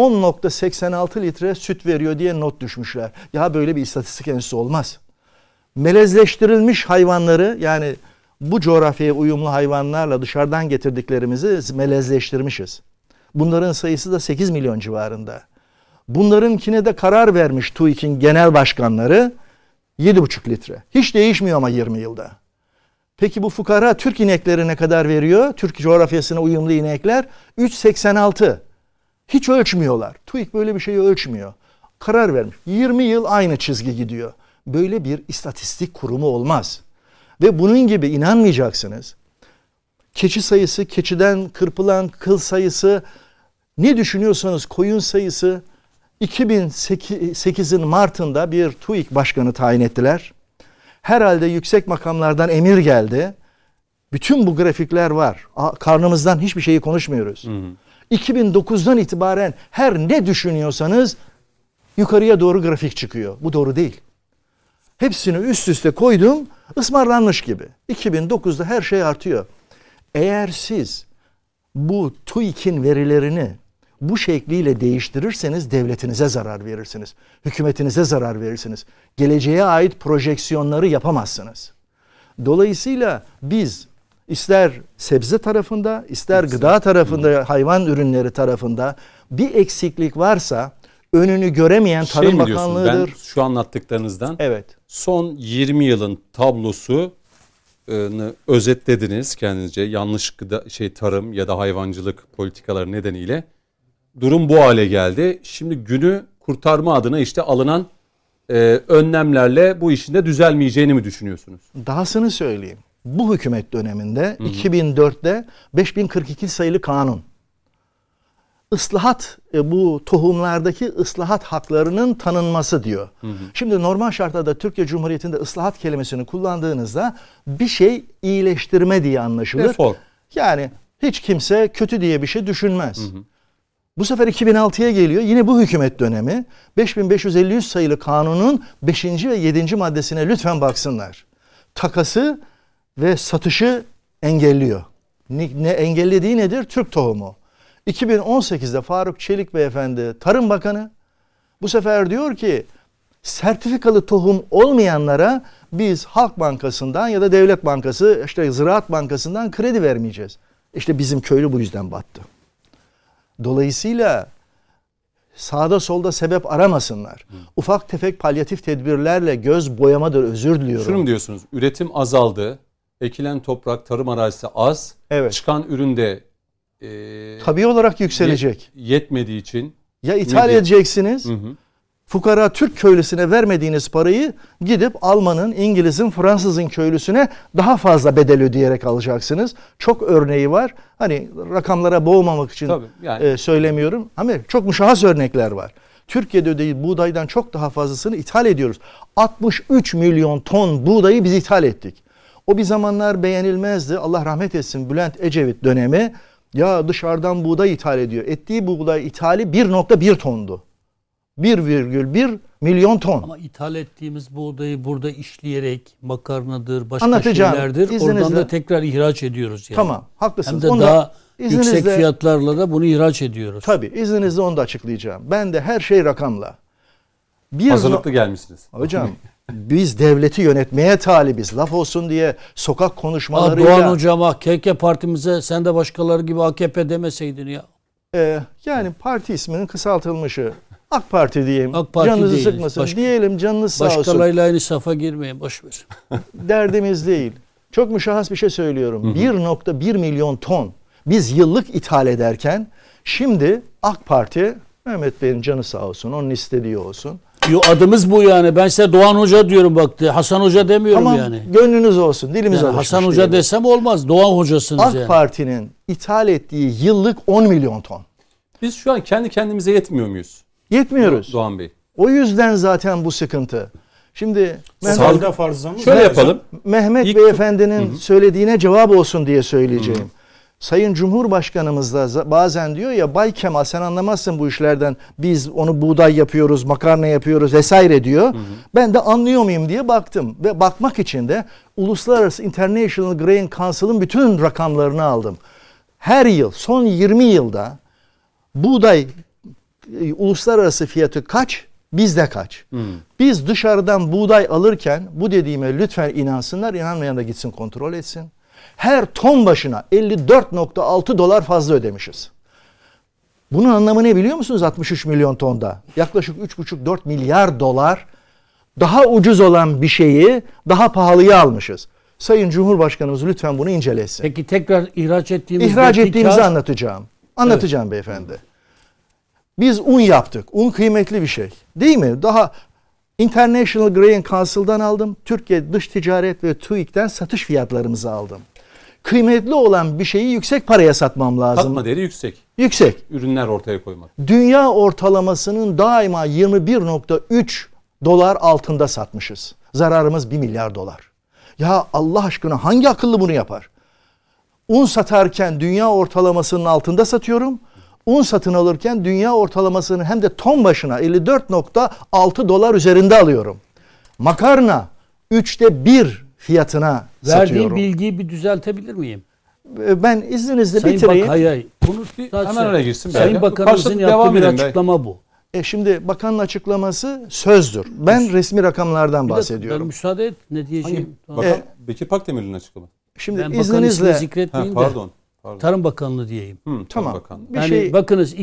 10,86 litre süt veriyor diye not düşmüşler. Ya böyle bir istatistik enstitüsü olmaz. Melezleştirilmiş hayvanları, yani bu coğrafyaya uyumlu hayvanlarla dışarıdan getirdiklerimizi melezleştirmişiz. Bunların sayısı da 8 milyon civarında. Bunlarınkine de karar vermiş TÜİK'in genel başkanları 7,5 litre. Hiç değişmiyor ama 20 yılda. Peki bu fukara Türk inekleri ne kadar veriyor? Türk coğrafyasına uyumlu inekler 3,86. Hiç ölçmüyorlar. TÜİK böyle bir şeyi ölçmüyor. Karar vermiş. 20 yıl aynı çizgi gidiyor. Böyle bir istatistik kurumu olmaz. Ve bunun gibi inanmayacaksınız. Keçi sayısı, keçiden kırpılan kıl sayısı, ne düşünüyorsanız koyun sayısı, 2008'in Mart'ında bir TÜİK başkanı tayin ettiler. Herhalde yüksek makamlardan emir geldi. Bütün bu grafikler var. Karnımızdan hiçbir şeyi konuşmuyoruz. 2009'dan itibaren her ne düşünüyorsanız yukarıya doğru grafik çıkıyor. Bu doğru değil. Hepsini üst üste koydum, ısmarlanmış gibi. 2009'da her şey artıyor. Eğer siz bu TÜİK'in verilerini bu şekliyle değiştirirseniz devletinize zarar verirsiniz. Hükümetinize zarar verirsiniz. Geleceğe ait projeksiyonları yapamazsınız. Dolayısıyla biz ister sebze tarafında, ister gıda tarafında, hayvan ürünleri tarafında bir eksiklik varsa önünü göremeyen Tarım Bakanlığı'dır. Ben şu anlattıklarınızdan evet, son 20 yılın tablosunu özetlediniz kendinizce. Yanlış tarım ya da hayvancılık politikaları nedeniyle durum bu hale geldi. Şimdi günü kurtarma adına işte alınan önlemlerle bu işin de düzelmeyeceğini mi düşünüyorsunuz? Dahasını söyleyeyim. Bu hükümet döneminde 2004'te 5042 sayılı kanun, ıslahat, bu tohumlardaki ıslahat haklarının tanınması diyor. Şimdi normal şartlarda Türkiye Cumhuriyeti'nde ıslahat kelimesini kullandığınızda bir şey iyileştirme diye anlaşılır. Reform. Yani hiç kimse kötü diye bir şey düşünmez. Bu sefer 2006'ya geliyor. Yine bu hükümet dönemi 5553 sayılı kanunun 5. ve 7. maddesine lütfen baksınlar. Takası ve satışı engelliyor. Ne engellediği nedir? Türk tohumu. 2018'de Faruk Çelik Beyefendi Tarım Bakanı bu sefer diyor ki sertifikalı tohum olmayanlara biz Halk Bankası'ndan ya da Devlet Bankası, işte Ziraat Bankası'ndan kredi vermeyeceğiz. İşte bizim köylü bu yüzden battı. Dolayısıyla sağda solda sebep aramasınlar. Ufak tefek palyatif tedbirlerle göz boyamadır, özür diliyorum. Şunu mu diyorsunuz? Üretim azaldı. Ekilen toprak, tarım arazisi az. Evet. Çıkan ürün de tabii olarak yükselecek. Yetmediği için. Ya ithal edeceksiniz. Fukara Türk köylüsüne vermediğiniz parayı gidip Alman'ın, İngiliz'in, Fransız'ın köylüsüne daha fazla bedel ödeyerek alacaksınız. Çok örneği var. Hani rakamlara boğmamak için söylemiyorum. Ama çok müşahhas örnekler var. Türkiye'de değil, buğdaydan çok daha fazlasını ithal ediyoruz. 63 milyon ton buğdayı biz ithal ettik. O bir zamanlar beğenilmezdi. Allah rahmet etsin, Bülent Ecevit dönemi, ya dışarıdan buğday ithal ediyor. Ettiği buğday ithali 1,1 tondu. 1,1 milyon ton. Ama ithal ettiğimiz buğdayı burada işleyerek makarnadır, başka şeylerdir. İzninizle. Oradan da tekrar ihraç ediyoruz yani. Tamam, haklısınız. Hem de daha yüksek fiyatlarla da bunu ihraç ediyoruz. Tabii, izninizle onu da açıklayacağım. Ben de her şey rakamla. Hazırlıklı gelmişsiniz. Hocam biz devleti yönetmeye talibiz. Laf olsun diye sokak konuşmalarıyla. Doğan Hocam AKP partimize sen de başkaları gibi AKP demeseydin ya. Yani parti isminin kısaltılmışı. AK Parti diyeyim. AK Parti canınızı değiliz. sıkmasın. Diyelim canınız sağ olsun. Başkalarıyla aynı safa girmeyin. Boş ver. Derdimiz değil. Çok müşahhas bir şey söylüyorum. 1,1 milyon ton biz yıllık ithal ederken şimdi AK Parti, Mehmet Bey'in canı sağ olsun, onun istediği olsun. Yo, adımız bu yani. Ben size Doğan Hoca diyorum bak. Hasan Hoca demiyorum tamam, yani. Gönlünüz olsun. Dilimiz yani Hasan Hoca diyelim. desem olmaz. Doğan Hocasınız AK yani. Parti'nin ithal ettiği yıllık 10 milyon ton. Biz şu an kendi kendimize yetmiyor muyuz? Yetmiyoruz. Doğan Bey. O yüzden zaten bu sıkıntı. Şimdi şöyle yapalım. Mehmet Beyefendinin söylediğine cevap olsun diye söyleyeceğim. Sayın Cumhurbaşkanımız da bazen diyor ya, Bay Kemal sen anlamazsın bu işlerden, biz onu buğday yapıyoruz, makarna yapıyoruz vesaire diyor. Ben de anlıyor muyum diye baktım ve bakmak için de Uluslararası International Grain Council'ın bütün rakamlarını aldım. Her yıl, son 20 yılda buğday uluslararası fiyatı kaç, bizde kaç? Biz dışarıdan buğday alırken bu dediğime lütfen inansınlar, inanmayan da gitsin kontrol etsin. Her ton başına 54,6 dolar fazla ödemişiz. Bunun anlamı ne biliyor musunuz 63 milyon tonda? Yaklaşık 3,5-4 milyar dolar daha ucuz olan bir şeyi daha pahalıya almışız. Sayın Cumhurbaşkanımız lütfen bunu incelesin. Peki tekrar ihraç ettiğimizi anlatacağım. Anlatacağım beyefendi. Biz un yaptık. Un kıymetli bir şey. Değil mi? Daha International Grain Council'dan aldım. Türkiye Dış Ticaret ve TÜİK'ten satış fiyatlarımızı aldım. Kıymetli olan bir şeyi yüksek paraya satmam lazım. Katma değeri yüksek. Yüksek. Ürünler ortaya koymak. Dünya ortalamasının daima 21,3 dolar altında satmışız. Zararımız 1 milyar dolar. Ya Allah aşkına hangi akıllı bunu yapar? Un satarken dünya ortalamasının altında satıyorum. Un satın alırken dünya ortalamasını hem de ton başına 54,6 dolar üzerinde alıyorum. Makarna 1/3 fiyatına satıyorum. Verdiğim bilgiyi bir düzeltebilir miyim? Ben izninizle Sayın bitireyim. Hayır. Bunu hemen araya girsin. Sayın Bakanımızın yaptığı bir açıklama bu. Şimdi bakanın açıklaması sözdür. Ben resmi rakamlardan bahsediyorum. Ben müsaade et. Ne diyeceğim? Bekir Pakdemirli'nin açıklaması. Şimdi ben izninizle zikretmeyeyim pardon. Tarım Bakanlığı diyeyim. Tamam. Bakanlığı. Yani bakınız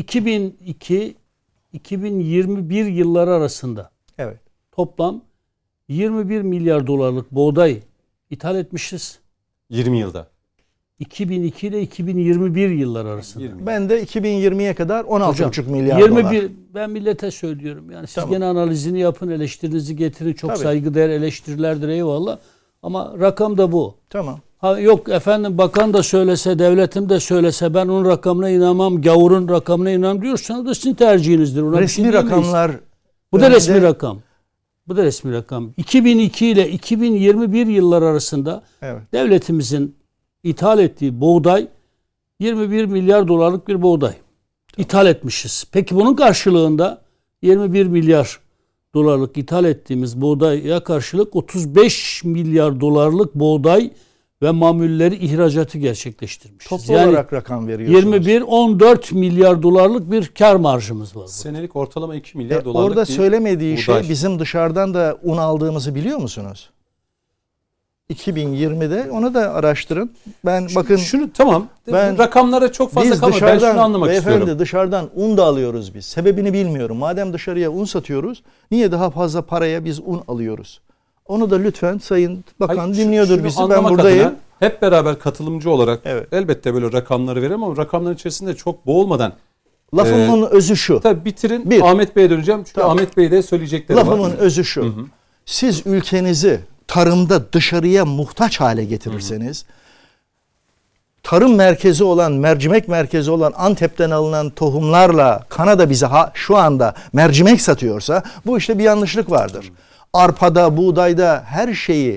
2002-2021 yılları arasında toplam 21 milyar dolarlık buğday ithal etmişiz. 20 yılda. 2002 ile 2021 yıllar arasında. Ben de 2020'ye kadar 16,5 milyar dolar. Ben millete söylüyorum. Yani siz gene analizini yapın, eleştirinizi getirin. Çok saygıdeğer eleştirilerdir, eyvallah. Ama rakam da bu. Tamam. Yok efendim bakan da söylese, devletim de söylese ben onun rakamına inanmam, gavurun rakamına inanmam diyorsanız da sizin tercihinizdir. Ona resmi rakamlar. Bu da resmi rakam. Bu da resmi rakam. 2002 ile 2021 yıllar arasında devletimizin ithal ettiği buğday 21 milyar dolarlık bir buğday. İthal etmişiz. Peki bunun karşılığında 21 milyar dolarlık ithal ettiğimiz buğdaya karşılık 35 milyar dolarlık buğday ve mamulleri ihracatı gerçekleştirmişiz. Toplu olarak rakam veriyorsunuz. 21-14 milyar dolarlık bir kar marjımız var. Senelik ortalama 2 milyar dolarlık orada söylemediği buğday. şey bizim dışarıdan da un aldığımızı biliyor musunuz? 2020'de onu da araştırın. Şunu tamam. Ben rakamlara çok fazla kalmadım. Ben şunu anlamak istiyorum. Beyefendi dışarıdan un da alıyoruz biz. Sebebini bilmiyorum. Madem dışarıya un satıyoruz, niye daha fazla paraya biz un alıyoruz? Onu da lütfen Sayın Bakan dinliyordur bizi. Ben buradayım. Hep beraber katılımcı olarak elbette böyle rakamları verelim ama rakamların içerisinde çok boğulmadan. Lafımın özü şu. Tabii bitirin. Ahmet Bey'e döneceğim. Çünkü Ahmet Bey de söyleyecekleri var. Lafımın özü şu. Siz ülkenizi tarımda dışarıya muhtaç hale getirirseniz, tarım merkezi olan, mercimek merkezi olan Antep'ten alınan tohumlarla Kanada bize şu anda mercimek satıyorsa bu işte bir yanlışlık vardır. Arpada, buğdayda her şeyi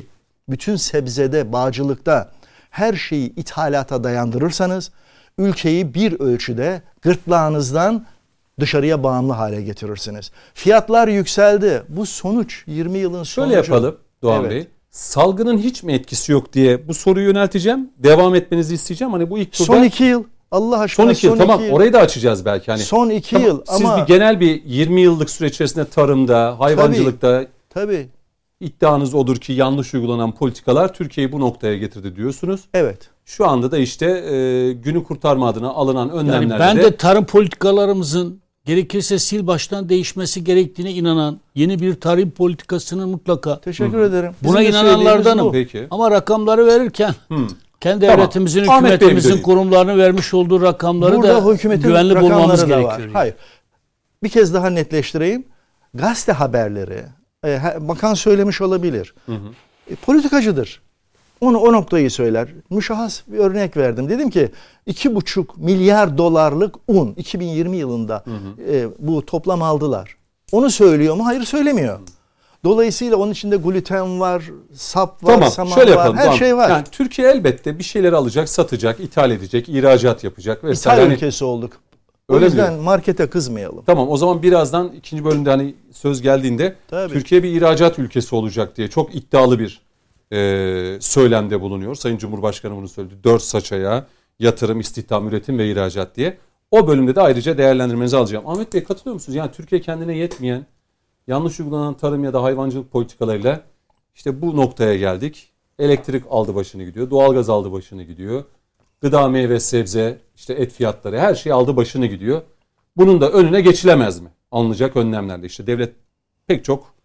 bütün sebzede, bağcılıkta her şeyi ithalata dayandırırsanız ülkeyi bir ölçüde gırtlağınızdan dışarıya bağımlı hale getirirsiniz. Fiyatlar yükseldi. Bu sonuç 20 yılın sonucu. Şöyle yapalım Doğan Bey. Salgının hiç mi etkisi yok diye bu soruyu yönelteceğim. Devam etmenizi isteyeceğim. Hani bu ilk turda... Son 2 yıl. Allah aşkına son 2 yıl. Tamam, orayı da açacağız belki. Hani, son 2 tamam, yıl ama... Siz bir genel bir 20 yıllık süreç içerisinde tarımda, hayvancılıkta... Tabii. İddianız odur ki yanlış uygulanan politikalar Türkiye'yi bu noktaya getirdi diyorsunuz. Evet. Şu anda da işte günü kurtarma adına alınan önlemlerle... Yani ben de tarım politikalarımızın gerekirse sil baştan değişmesi gerektiğine inanan yeni bir tarım politikasının mutlaka... Teşekkür ederim. Buna inananlardanım. Peki. Ama rakamları verirken kendi Tamam. devletimizin, Ahmet Bey hükümetimizin kurumlarının vermiş olduğu rakamları burada da güvenli bulmamız gerekiyor. Hayır. Bir kez daha netleştireyim. Gazete haberleri, bakan söylemiş olabilir. Politikacıdır. O noktayı söyler. Müşahhas bir örnek verdim. Dedim ki 2,5 milyar dolarlık un 2020 yılında bu toplam aldılar. Onu söylüyor mu? Hayır, söylemiyor. Dolayısıyla onun içinde gluten var, sap var, saman şöyle var, yapalım, her şey var. Yani Türkiye elbette bir şeyleri alacak, satacak, ithal edecek, ihracat yapacak vesaire. İthal hani, ülkesi olduk. O öyle yüzden diyor. markete kızmayalım. Tamam, o zaman birazdan ikinci bölümde hani söz geldiğinde Tabii. Türkiye bir ihracat ülkesi olacak diye çok iddialı bir söylemde bulunuyor. Sayın Cumhurbaşkanı bunu söyledi. 4 saç ayağı, yatırım, istihdam, üretim ve ihracat diye. O bölümde de ayrıca değerlendirmenizi alacağım. Ahmet Bey, katılıyor musunuz? Yani Türkiye kendine yetmeyen, yanlış uygulanan tarım ya da hayvancılık politikalarıyla işte bu noktaya geldik. Elektrik aldı başını gidiyor, doğalgaz aldı başını gidiyor. Gıda, meyve, sebze, işte et fiyatları, her şey aldı başını gidiyor. Bunun da önüne geçilemez mi? Alınacak önlemlerle işte devlet pek çok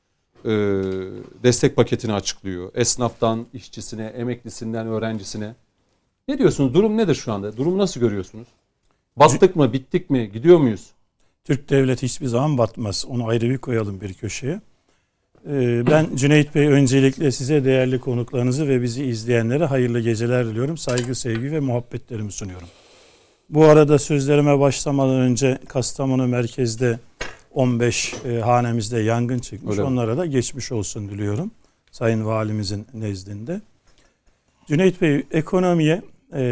destek paketini açıklıyor. Esnaftan işçisine, emeklisinden öğrencisine. Ne diyorsunuz? Durum nedir şu anda? Durumu nasıl görüyorsunuz? Battık mı, bittik mi, gidiyor muyuz? Türk devleti hiçbir zaman batmaz. Onu ayrı bir koyalım bir köşeye. Ben Cüneyt Bey, öncelikle size, değerli konuklarınızı ve bizi izleyenlere hayırlı geceler diliyorum. Saygı, sevgi ve muhabbetlerimi sunuyorum. Bu arada sözlerime başlamadan önce Kastamonu merkezde 15 hanemizde yangın çıkmış. Öyle Onlara da geçmiş olsun diliyorum. Sayın Valimizin nezdinde. Cüneyt Bey, ekonomiye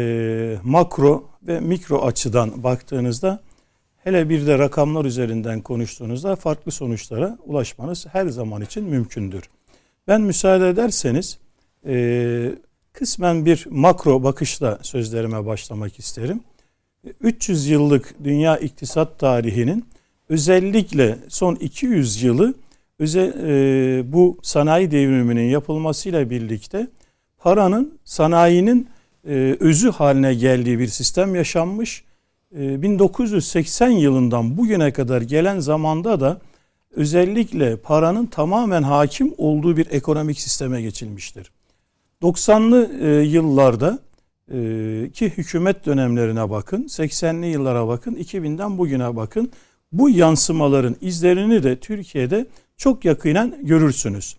makro ve mikro açıdan baktığınızda, hele bir de rakamlar üzerinden konuştuğunuzda farklı sonuçlara ulaşmanız her zaman için mümkündür. Ben müsaade ederseniz kısmen bir makro bakışla sözlerime başlamak isterim. 300 yıllık dünya iktisat tarihinin özellikle son 200 yılı bu sanayi devriminin yapılmasıyla birlikte paranın, sanayinin özü haline geldiği bir sistem yaşanmış. 1980 yılından bugüne kadar gelen zamanda da özellikle paranın tamamen hakim olduğu bir ekonomik sisteme geçilmiştir. 90'lı yıllarda ki hükümet dönemlerine bakın, 80'li yıllara bakın, 2000'den bugüne bakın. Bu yansımaların izlerini de Türkiye'de çok yakinen görürsünüz.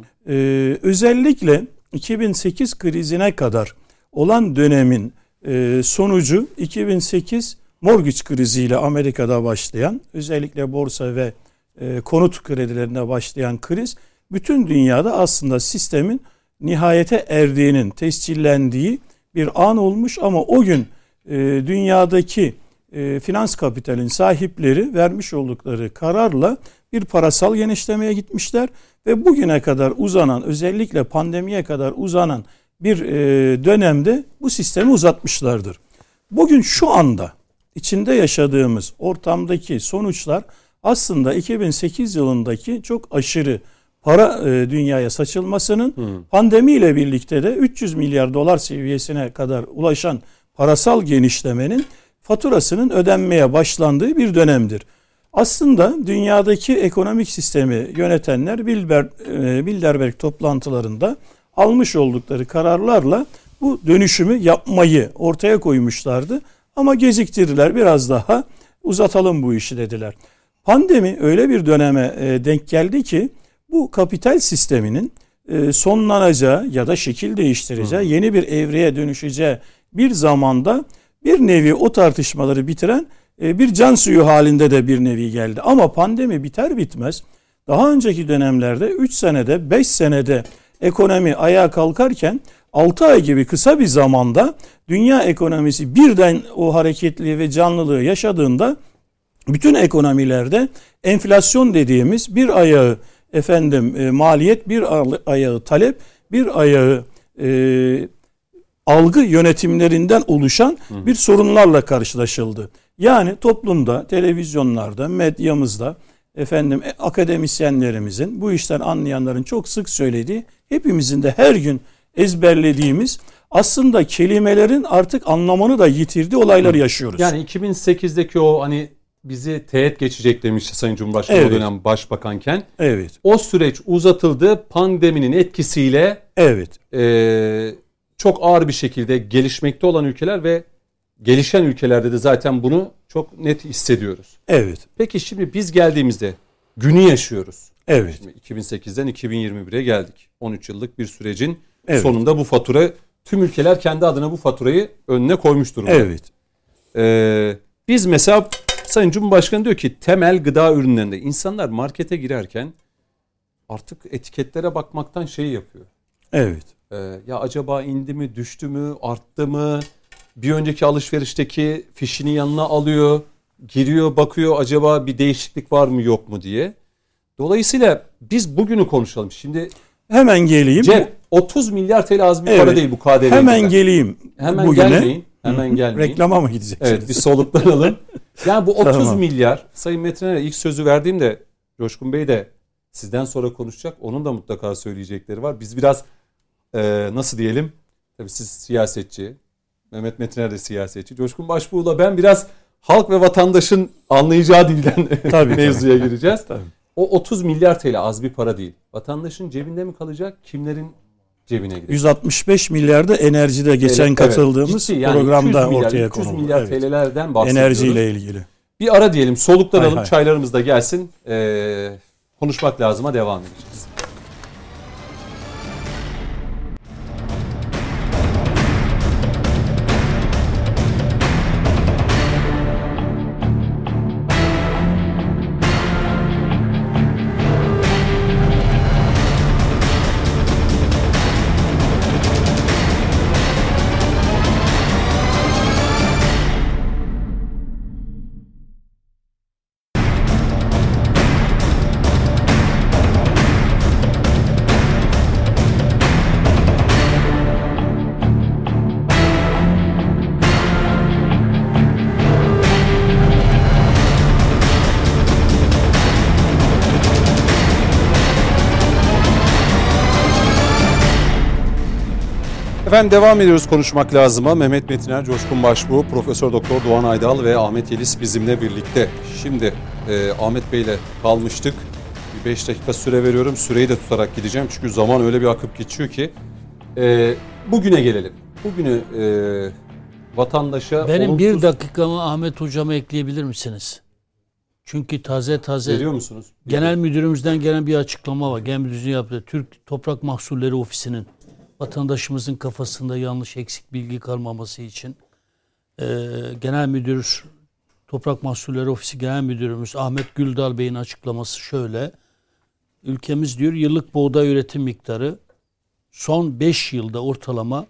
Özellikle 2008 krizine kadar olan dönemin sonucu 2008 mortgage kriziyle Amerika'da başlayan, özellikle borsa ve konut kredilerine başlayan kriz, bütün dünyada aslında sistemin nihayete erdiğinin tescillendiği bir an olmuş. Ama o gün dünyadaki finans kapitalin sahipleri vermiş oldukları kararla bir parasal genişlemeye gitmişler ve bugüne kadar uzanan, özellikle pandemiye kadar uzanan bir dönemde bu sistemi uzatmışlardır. Bugün şu anda içinde yaşadığımız ortamdaki sonuçlar aslında 2008 yılındaki çok aşırı para dünyaya saçılmasının pandemiyle birlikte de 300 milyar dolar seviyesine kadar ulaşan parasal genişlemenin faturasının ödenmeye başlandığı bir dönemdir. Aslında dünyadaki ekonomik sistemi yönetenler Bilderberg toplantılarında almış oldukları kararlarla bu dönüşümü yapmayı ortaya koymuşlardı. Ama geciktirdiler, biraz daha uzatalım bu işi dediler. Pandemi öyle bir döneme denk geldi ki bu kapital sisteminin sonlanacağı ya da şekil değiştireceği, yeni bir evreye dönüşeceği bir zamanda bir nevi o tartışmaları bitiren bir can suyu halinde de bir nevi geldi. Ama pandemi biter bitmez daha önceki dönemlerde 3 senede 5 senede ekonomi ayağa kalkarken 6 ay gibi kısa bir zamanda dünya ekonomisi birden o hareketliği ve canlılığı yaşadığında bütün ekonomilerde enflasyon dediğimiz bir ayağı maliyet, bir ayağı talep, bir ayağı algı yönetimlerinden oluşan bir sorunlarla karşılaşıldı. Yani toplumda, televizyonlarda, medyamızda akademisyenlerimizin, bu işten anlayanların çok sık söylediği, hepimizin de her gün ezberlediğimiz, aslında kelimelerin artık anlamını da yitirdiği olaylar yaşıyoruz. Yani 2008'deki o hani bizi teğet geçecek demişti Sayın Cumhurbaşkanı o dönem başbakanken. Evet. O süreç uzatıldı. Pandeminin etkisiyle çok ağır bir şekilde gelişmekte olan ülkeler ve gelişen ülkelerde de zaten bunu çok net hissediyoruz. Evet. Peki şimdi biz geldiğimizde günü yaşıyoruz. Evet. Şimdi 2008'den 2021'e geldik. 13 yıllık bir sürecin sonunda bu fatura, tüm ülkeler kendi adına bu faturayı önüne koymuş durumda. Evet. Biz mesela Sayın Cumhurbaşkanı diyor ki temel gıda ürünlerinde insanlar markete girerken artık etiketlere bakmaktan şey yapıyor. Evet. Ya acaba indi mi, düştü mü, arttı mı? Bir önceki alışverişteki fişini yanına alıyor, giriyor, bakıyor acaba bir değişiklik var mı yok mu diye. Dolayısıyla biz bugünü konuşalım. Şimdi hemen geleyim. 30 milyar TL az bir para değil bu KDV. Hemen geleyim. Hemen bugüne. gelmeyin. Hemen gelmeyin. Reklama mı gideceksiniz? Evet, bir soluklanalım. Yani bu 30 milyar, Sayın Metrener'e ilk sözü verdiğimde Coşkun Bey de sizden sonra konuşacak. Onun da mutlaka söyleyecekleri var. Biz biraz nasıl diyelim? Tabii siz siyasetçi, Mehmet Metrener de siyasetçi. Coşkun Başbuğ'la ben biraz halk ve vatandaşın anlayacağı dilden mevzuya gireceğiz. Tabii. O 30 milyar TL az bir para değil. Vatandaşın cebinde mi kalacak? Kimlerin cebine gidecek? 165 milyarda enerjide geçen katıldığımız ciddi, yani programda 200 milyar, ortaya 300 konuldu. milyar TL'lerden bahsediyoruz. Enerjiyle ilgili. Bir ara diyelim, soluklanalım, hay. çaylarımız da gelsin. Konuşmak lazıma devam edeceğiz. Efendim devam ediyoruz konuşmak lazıma. Mehmet Metiner, Coşkun Başbuğ, Profesör Doktor Doğan Aydal ve Ahmet Yeliz bizimle birlikte. Şimdi Ahmet Bey'le kalmıştık. Bir 5 dakika süre veriyorum. Süreyi de tutarak gideceğim. Çünkü zaman öyle bir akıp geçiyor ki. Bugüne gelelim. Bugünü vatandaşa... Benim bir dakikamı Ahmet Hocam'a ekleyebilir misiniz? Çünkü taze veriyor musunuz? Genel Müdürümüzden gelen bir açıklama var. Genel Müdürümüzün yaptığı Türk Toprak Mahsulleri Ofisi'nin vatandaşımızın kafasında yanlış eksik bilgi kalmaması için Genel Müdür Toprak Mahsulleri Ofisi Genel Müdürümüz Ahmet Güldal Bey'in açıklaması şöyle. Ülkemiz diyor yıllık buğday üretim miktarı son 5 yılda ortalama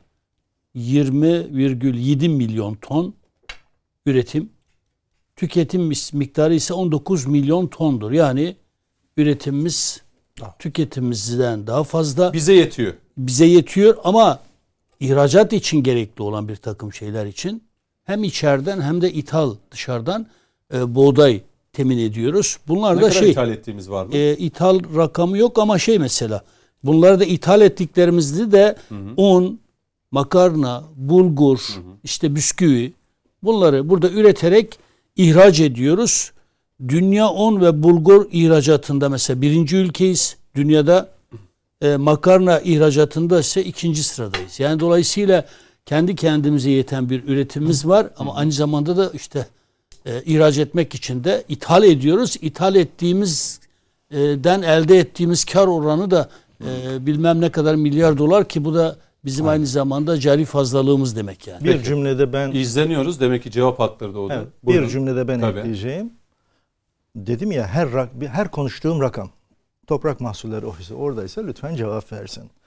20,7 milyon ton üretim. Tüketim miktarı ise 19 milyon tondur. Yani üretimimiz tüketimimizden daha fazla. Bize yetiyor ama ihracat için gerekli olan bir takım şeyler için hem içeriden hem de dışarıdan buğday temin ediyoruz. Bunlar ne da kadar ithal ettiğimiz var mı? İthal rakamı yok ama mesela bunları da ithal ettiklerimizde de un, makarna, bulgur, işte bisküvi bunları burada üreterek ihraç ediyoruz. Dünya un ve bulgur ihracatında mesela 1. ülkeyiz. Dünyada makarna ihracatında ise 2. sıradayız. Yani dolayısıyla kendi kendimize yeten bir üretimimiz var ama aynı zamanda da işte ihraç etmek için de ithal ediyoruz. İthal ettiğimizden elde ettiğimiz kar oranı da bilmem ne kadar milyar dolar ki bu da bizim aynı zamanda cari fazlalığımız demek yani. Bir cümlede ben... İzleniyoruz demek ki cevap hakları doğdu. Evet, bir cümlede ben ekleyeceğim. Dedim ya her konuştuğum rakam Toprak Mahsulleri Ofisi oradaysa lütfen cevap versin.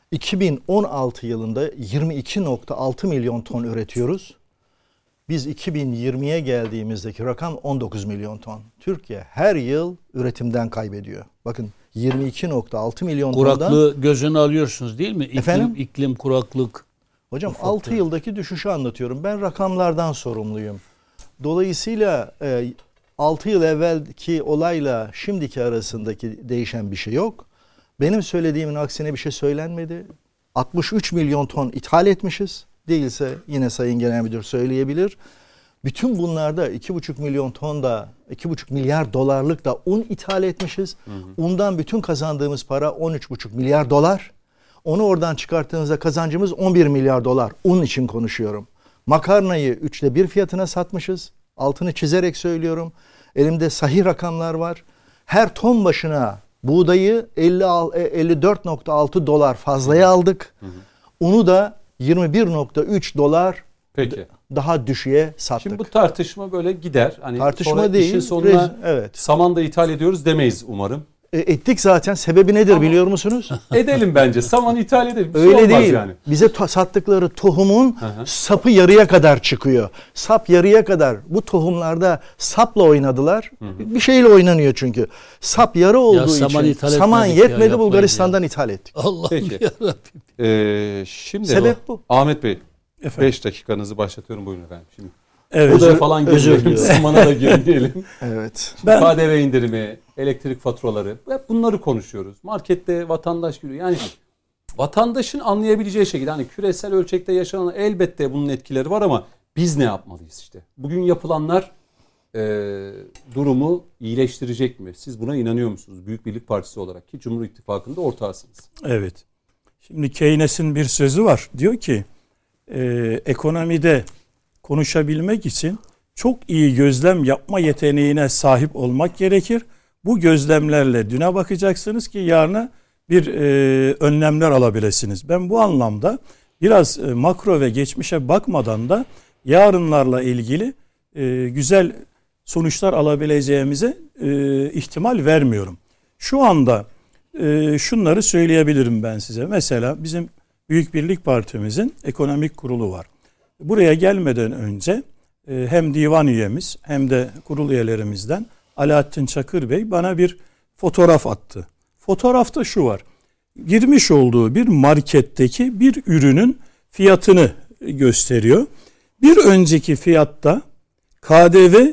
2016 yılında 22.6 milyon ton üretiyoruz. Biz 2020'ye geldiğimizdeki rakam 19 milyon ton. Türkiye her yıl üretimden kaybediyor. Bakın 22.6 milyon tondan. Kuraklığı gözüne alıyorsunuz değil mi? Efendim? İklim kuraklık. Hocam 6 yıldaki düşüşü anlatıyorum. Ben rakamlardan sorumluyum. Dolayısıyla 6 yıl evvelki olayla şimdiki arasındaki değişen bir şey yok. Benim söylediğimin aksine bir şey söylenmedi. 63 milyon ton ithal etmişiz. Değilse yine Sayın Genel Müdür söyleyebilir. Bütün bunlarda 2,5 milyon ton da 2,5 milyar dolarlık da un ithal etmişiz. Undan bütün kazandığımız para 13,5 milyar dolar. Onu oradan çıkarttığınızda kazancımız 11 milyar dolar. Un için konuşuyorum. Makarnayı 1/3 fiyatına satmışız. Altını çizerek söylüyorum. Elimde sahih rakamlar var. Her ton başına buğdayı 54.6 dolar fazlaya aldık. Unu da 21.3 dolar Peki. daha düşüğe sattık. Şimdi bu tartışma böyle gider. Hani tartışma sonra değil. işin sonuna Evet. saman da ithal ediyoruz demeyiz umarım. Ettik zaten. Sebebi nedir biliyor musunuz? Edelim bence. Saman ithal edelim. Bir şey Öyle olmaz değil. yani. Bize sattıkları tohumun sapı yarıya kadar çıkıyor. Sap yarıya kadar. Bu tohumlarda sapla oynadılar. Bir şeyle oynanıyor çünkü. Sap yarı olduğu için saman yetmedi, ya, Bulgaristan'dan ithal ettik. Allah'ım Peki. yarabbim. Şimdi Sebep bu. Ahmet Bey, Efendim? 5 dakikanızı başlatıyorum. Buyurun efendim. Şimdi Evet. odaya falan özür girmeyelim. diliyorum. Samana da girmeyelim. Evet. Ben- KDV indirimi, elektrik faturaları, hep bunları konuşuyoruz. Markette vatandaş görüyor. Yani vatandaşın anlayabileceği şekilde, hani küresel ölçekte yaşanan elbette bunun etkileri var ama biz ne yapmalıyız işte? Bugün yapılanlar durumu iyileştirecek mi? Siz buna inanıyor musunuz? Büyük Birlik Partisi olarak ki Cumhur İttifakı'nda ortağısınız. Evet. Şimdi Keynes'in bir sözü var. Diyor ki ekonomide konuşabilmek için çok iyi gözlem yapma yeteneğine sahip olmak gerekir. Bu gözlemlerle düne bakacaksınız ki yarına bir önlemler alabilirsiniz. Ben bu anlamda biraz makro ve geçmişe bakmadan da yarınlarla ilgili güzel sonuçlar alabileceğimize ihtimal vermiyorum. Şu anda şunları söyleyebilirim ben size. Mesela bizim Büyük Birlik Partimizin ekonomik kurulu var. Buraya gelmeden önce hem divan üyemiz hem de kurul üyelerimizden Alaaddin Çakır Bey bana bir fotoğraf attı. Fotoğrafta şu var. Girmiş olduğu bir marketteki bir ürünün fiyatını gösteriyor. Bir önceki fiyatta KDV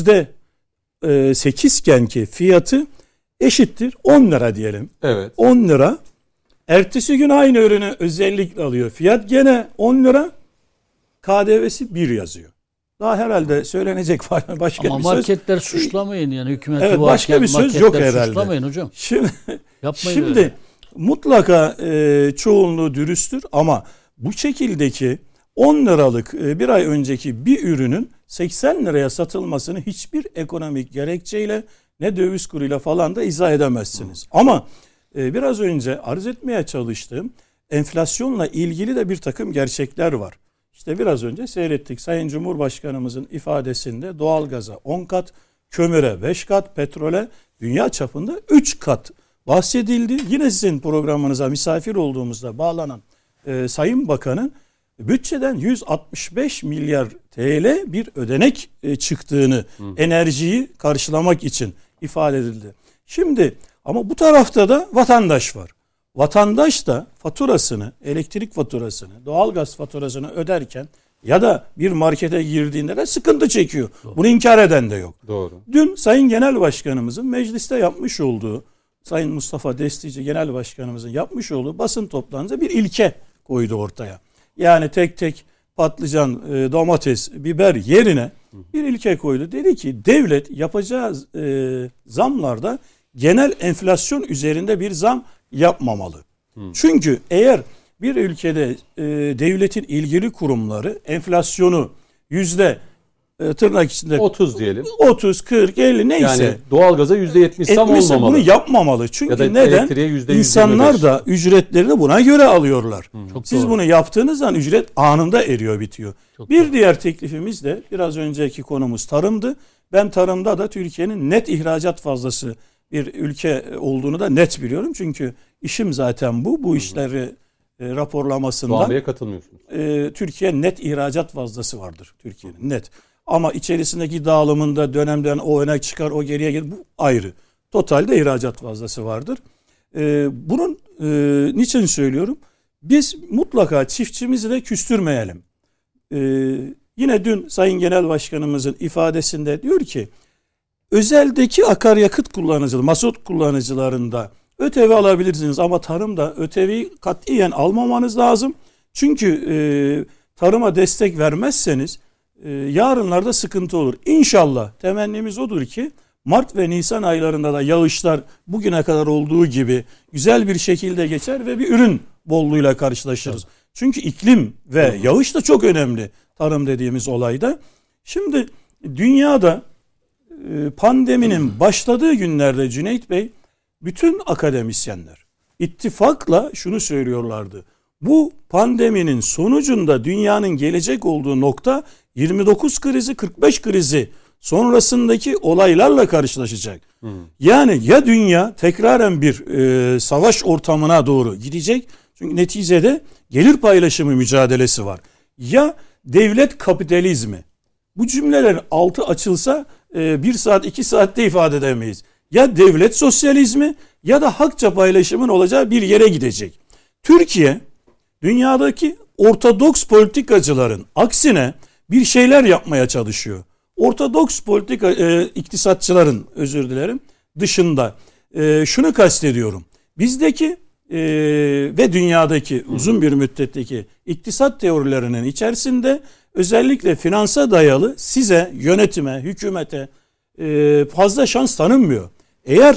%8 iken ki fiyatı eşittir 10 lira diyelim. Evet. 10 lira. Ertesi gün aynı ürünü özellikle alıyor. Fiyat gene 10 lira. KDV'si 1 yazıyor. Daha herhalde söylenecek başka Ama bir söz. marketler suçlamayın yani hükümeti Evet, başka bir söz yok herhalde. Suçlamayın hocam. Yapmayın öyle. Mutlaka çoğunluğu dürüsttür ama bu şekildeki 10 liralık bir ay önceki bir ürünün 80 liraya satılmasını hiçbir ekonomik gerekçeyle ne döviz kuruyla falan da izah edemezsiniz. Ama biraz önce arz etmeye çalıştığım enflasyonla ilgili de bir takım gerçekler var. İşte biraz önce seyrettik. Sayın Cumhurbaşkanımızın ifadesinde doğalgaza 10 kat, kömüre 5 kat, petrole dünya çapında 3 kat bahsedildi. Yine sizin programınıza misafir olduğumuzda bağlanan Sayın Bakan'ın bütçeden 165 milyar TL bir ödenek çıktığını enerjiyi karşılamak için ifade edildi. Şimdi ama bu tarafta da vatandaş var. Vatandaş da faturasını, elektrik faturasını, doğalgaz faturasını öderken ya da bir markete girdiğinde de sıkıntı çekiyor. Doğru. Bunu inkar eden de yok. Doğru. Dün Sayın Genel Başkanımızın mecliste yapmış olduğu, Sayın Mustafa Destici Genel Başkanımızın yapmış olduğu basın toplantısında bir ilke koydu ortaya. Yani tek tek patlıcan, domates, biber yerine bir ilke koydu. Dedi ki devlet yapacağı zamlarda genel enflasyon üzerinde bir zam yapmamalı. Çünkü eğer bir ülkede devletin ilgili kurumları enflasyonu tırnak içinde 30 diyelim. 30, 40, 50 neyse. Yani doğalgaza %70 zam olmamalı. Bunu yapmamalı. Çünkü neden? İnsanlar da ücretlerini buna göre alıyorlar. Siz bunu yaptığınız zaman ücret anında eriyor, bitiyor. Bir diğer teklifimiz de biraz önceki konumuz tarımdı. Ben tarımda da Türkiye'nin net ihracat fazlası bir ülke olduğunu da net biliyorum. Çünkü işim zaten bu. Bu işleri raporlamasından Doğan Bey'e katılmıyorsunuz. Türkiye net ihracat fazlası vardır. Türkiye'nin net. Ama içerisindeki dağılımında dönemden o öne çıkar, o geriye gelir. Bu ayrı. Totalde ihracat fazlası vardır. Bunun niçin söylüyorum? Biz mutlaka çiftçimizi de küstürmeyelim. Yine dün Sayın Genel Başkanımızın ifadesinde diyor ki özeldeki akaryakıt kullanıcıları, mazot kullanıcılarında ÖTV alabilirsiniz ama tarımda ÖTV'yi katiyen almamanız lazım. Çünkü tarıma destek vermezseniz yarınlarda sıkıntı olur. İnşallah temennimiz odur ki Mart ve Nisan aylarında da yağışlar bugüne kadar olduğu gibi güzel bir şekilde geçer ve bir ürün bolluğuyla karşılaşırız. Evet. Çünkü iklim ve yağış da çok önemli tarım dediğimiz olayda. Şimdi dünyada pandeminin başladığı günlerde Cüneyt Bey bütün akademisyenler ittifakla şunu söylüyorlardı. Bu pandeminin sonucunda dünyanın gelecek olduğu nokta 29 krizi, 45 krizi sonrasındaki olaylarla karşılaşacak. Yani ya dünya tekraren bir savaş ortamına doğru gidecek. Çünkü neticede gelir paylaşımı mücadelesi var. Ya devlet kapitalizmi. Bu cümlelerin altı açılsa 1 saat 2 saatte ifade edemeyiz. Ya devlet sosyalizmi ya da hakça paylaşımın olacağı bir yere gidecek. Türkiye dünyadaki ortodoks politikacıların aksine bir şeyler yapmaya çalışıyor. Ortodoks iktisatçıların dışında şunu kastediyorum. Bizdeki ve dünyadaki uzun bir müddetteki iktisat teorilerinin içerisinde özellikle finansa dayalı size, yönetime, hükümete fazla şans tanınmıyor. Eğer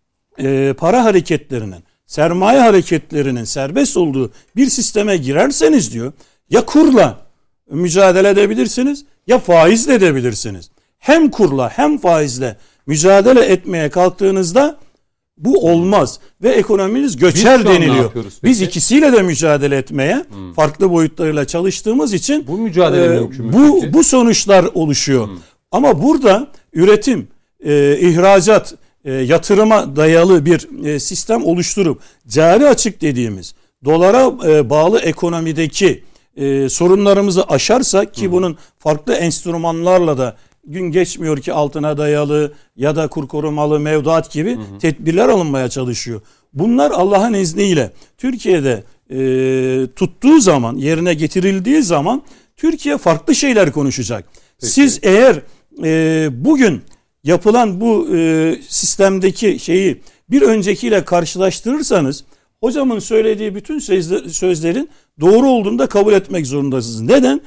para hareketlerinin, sermaye hareketlerinin serbest olduğu bir sisteme girerseniz diyor, ya kurla mücadele edebilirsiniz ya faizle edebilirsiniz. Hem kurla hem faizle mücadele etmeye kalktığınızda bu olmaz ve ekonominiz göçer deniliyor. Biz ikisiyle de mücadele etmeye farklı boyutlarıyla çalıştığımız için bu mücadele mümkün mü? Bu sonuçlar oluşuyor. Ama burada üretim, ihracat, yatırıma dayalı bir sistem oluşturup cari açık dediğimiz dolara bağlı ekonomideki sorunlarımızı aşarsak ki bunun farklı enstrümanlarla da gün geçmiyor ki altına dayalı ya da kur korumalı mevduat gibi tedbirler alınmaya çalışıyor. Bunlar Allah'ın izniyle Türkiye'de tuttuğu zaman, yerine getirildiği zaman Türkiye farklı şeyler konuşacak. Peki. Siz eğer bugün yapılan bu sistemdeki şeyi bir öncekiyle karşılaştırırsanız hocamın söylediği bütün sözlerin doğru olduğunu da kabul etmek zorundasınız. Neden?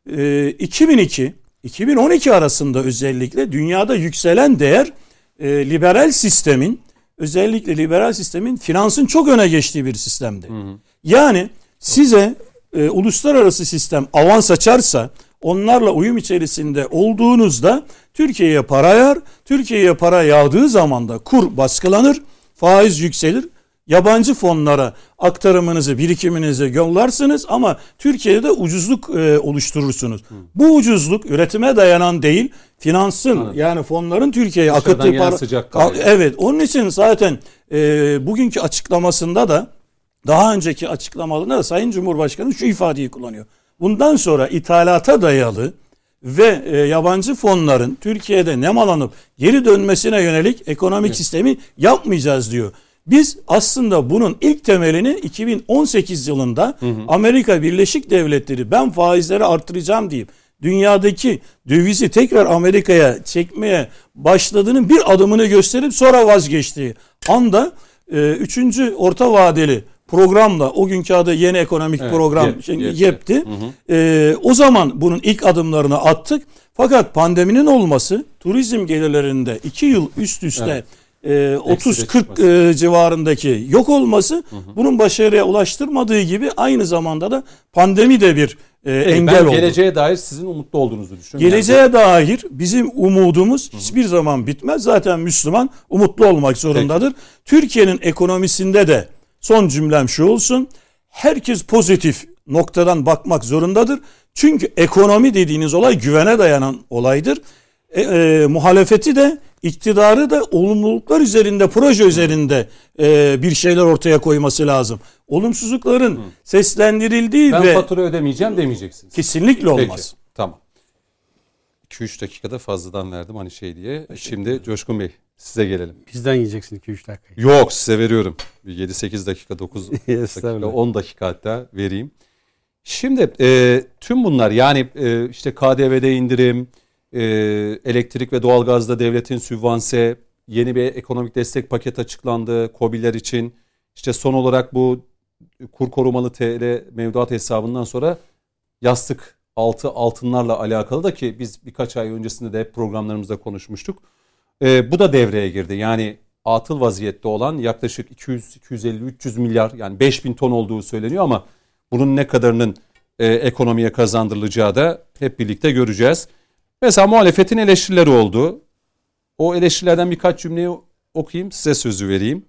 2002-2012 arasında özellikle dünyada yükselen değer liberal sistemin, özellikle liberal sistemin finansın çok öne geçtiği bir sistemdi. Yani size uluslararası sistem avans açarsa, onlarla uyum içerisinde olduğunuzda Türkiye'ye para yağar. Türkiye'ye para yağdığı zaman da kur baskılanır, faiz yükselir. Yabancı fonlara aktarımınızı, birikiminizi yollarsınız ama Türkiye'de ucuzluk oluşturursunuz. Bu ucuzluk üretime dayanan değil, finansın yani fonların Türkiye'ye akıttığı para. Evet, onun için zaten bugünkü açıklamasında da daha önceki açıklamalarında da Sayın Cumhurbaşkanı şu ifadeyi kullanıyor. Bundan sonra ithalata dayalı ve yabancı fonların Türkiye'de nemalanıp geri dönmesine yönelik ekonomik sistemi yapmayacağız diyor. Biz aslında bunun ilk temelini 2018 yılında Amerika Birleşik Devletleri ben faizleri artıracağım deyip dünyadaki dövizi tekrar Amerika'ya çekmeye başladığının bir adımını gösterip sonra vazgeçtiği anda 3. orta vadeli programla, o günkü adı yeni ekonomik program YEP'ti. O zaman bunun ilk adımlarını attık. Fakat pandeminin olması turizm gelirlerinde 2 yıl üst üste 30-40 civarındaki yok olması bunun başarıya ulaştırmadığı gibi aynı zamanda da pandemi de bir engel oldu. Geleceğe dair sizin umutlu olduğunuzu düşünüyorum. Geleceğe dair bizim umudumuz hiçbir zaman bitmez. Zaten Müslüman umutlu olmak zorundadır. Peki. Türkiye'nin ekonomisinde de son cümlem şu olsun. Herkes pozitif noktadan bakmak zorundadır. Çünkü ekonomi dediğiniz olay güvene dayanan olaydır. Muhalefeti de iktidarı da olumluluklar üzerinde, proje üzerinde bir şeyler ortaya koyması lazım. Olumsuzlukların seslendirildiği Ben ve fatura ödemeyeceğim demeyeceksiniz. kesinlikle olmaz. Peki, tamam. 2-3 dakikada fazladan verdim hani şey diye. Şimdi Coşkun Bey size gelelim. Bizden yiyeceksin 2-3 dakika. Yok, size veriyorum. Bir 7-8 dakika, 9 dakika, Estağfurullah. 10 dakika hatta vereyim. Şimdi tüm bunlar yani işte KDV'de indirim, elektrik ve doğalgazda devletin sübvanse, yeni bir ekonomik destek paketi açıklandı KOBİ'ler için. İşte son olarak bu kur korumalı TL mevduat hesabından sonra yastık altınlarla alakalı da ki biz birkaç ay öncesinde de hep programlarımızda konuşmuştuk. Bu da devreye girdi. Yani atıl vaziyette olan yaklaşık 200, 250, 300 milyar yani 5000 ton olduğu söyleniyor ama bunun ne kadarının ekonomiye kazandırılacağı da hep birlikte göreceğiz. Mesela muhalefetin eleştirileri oldu. O eleştirilerden birkaç cümleyi okuyayım, size sözü vereyim.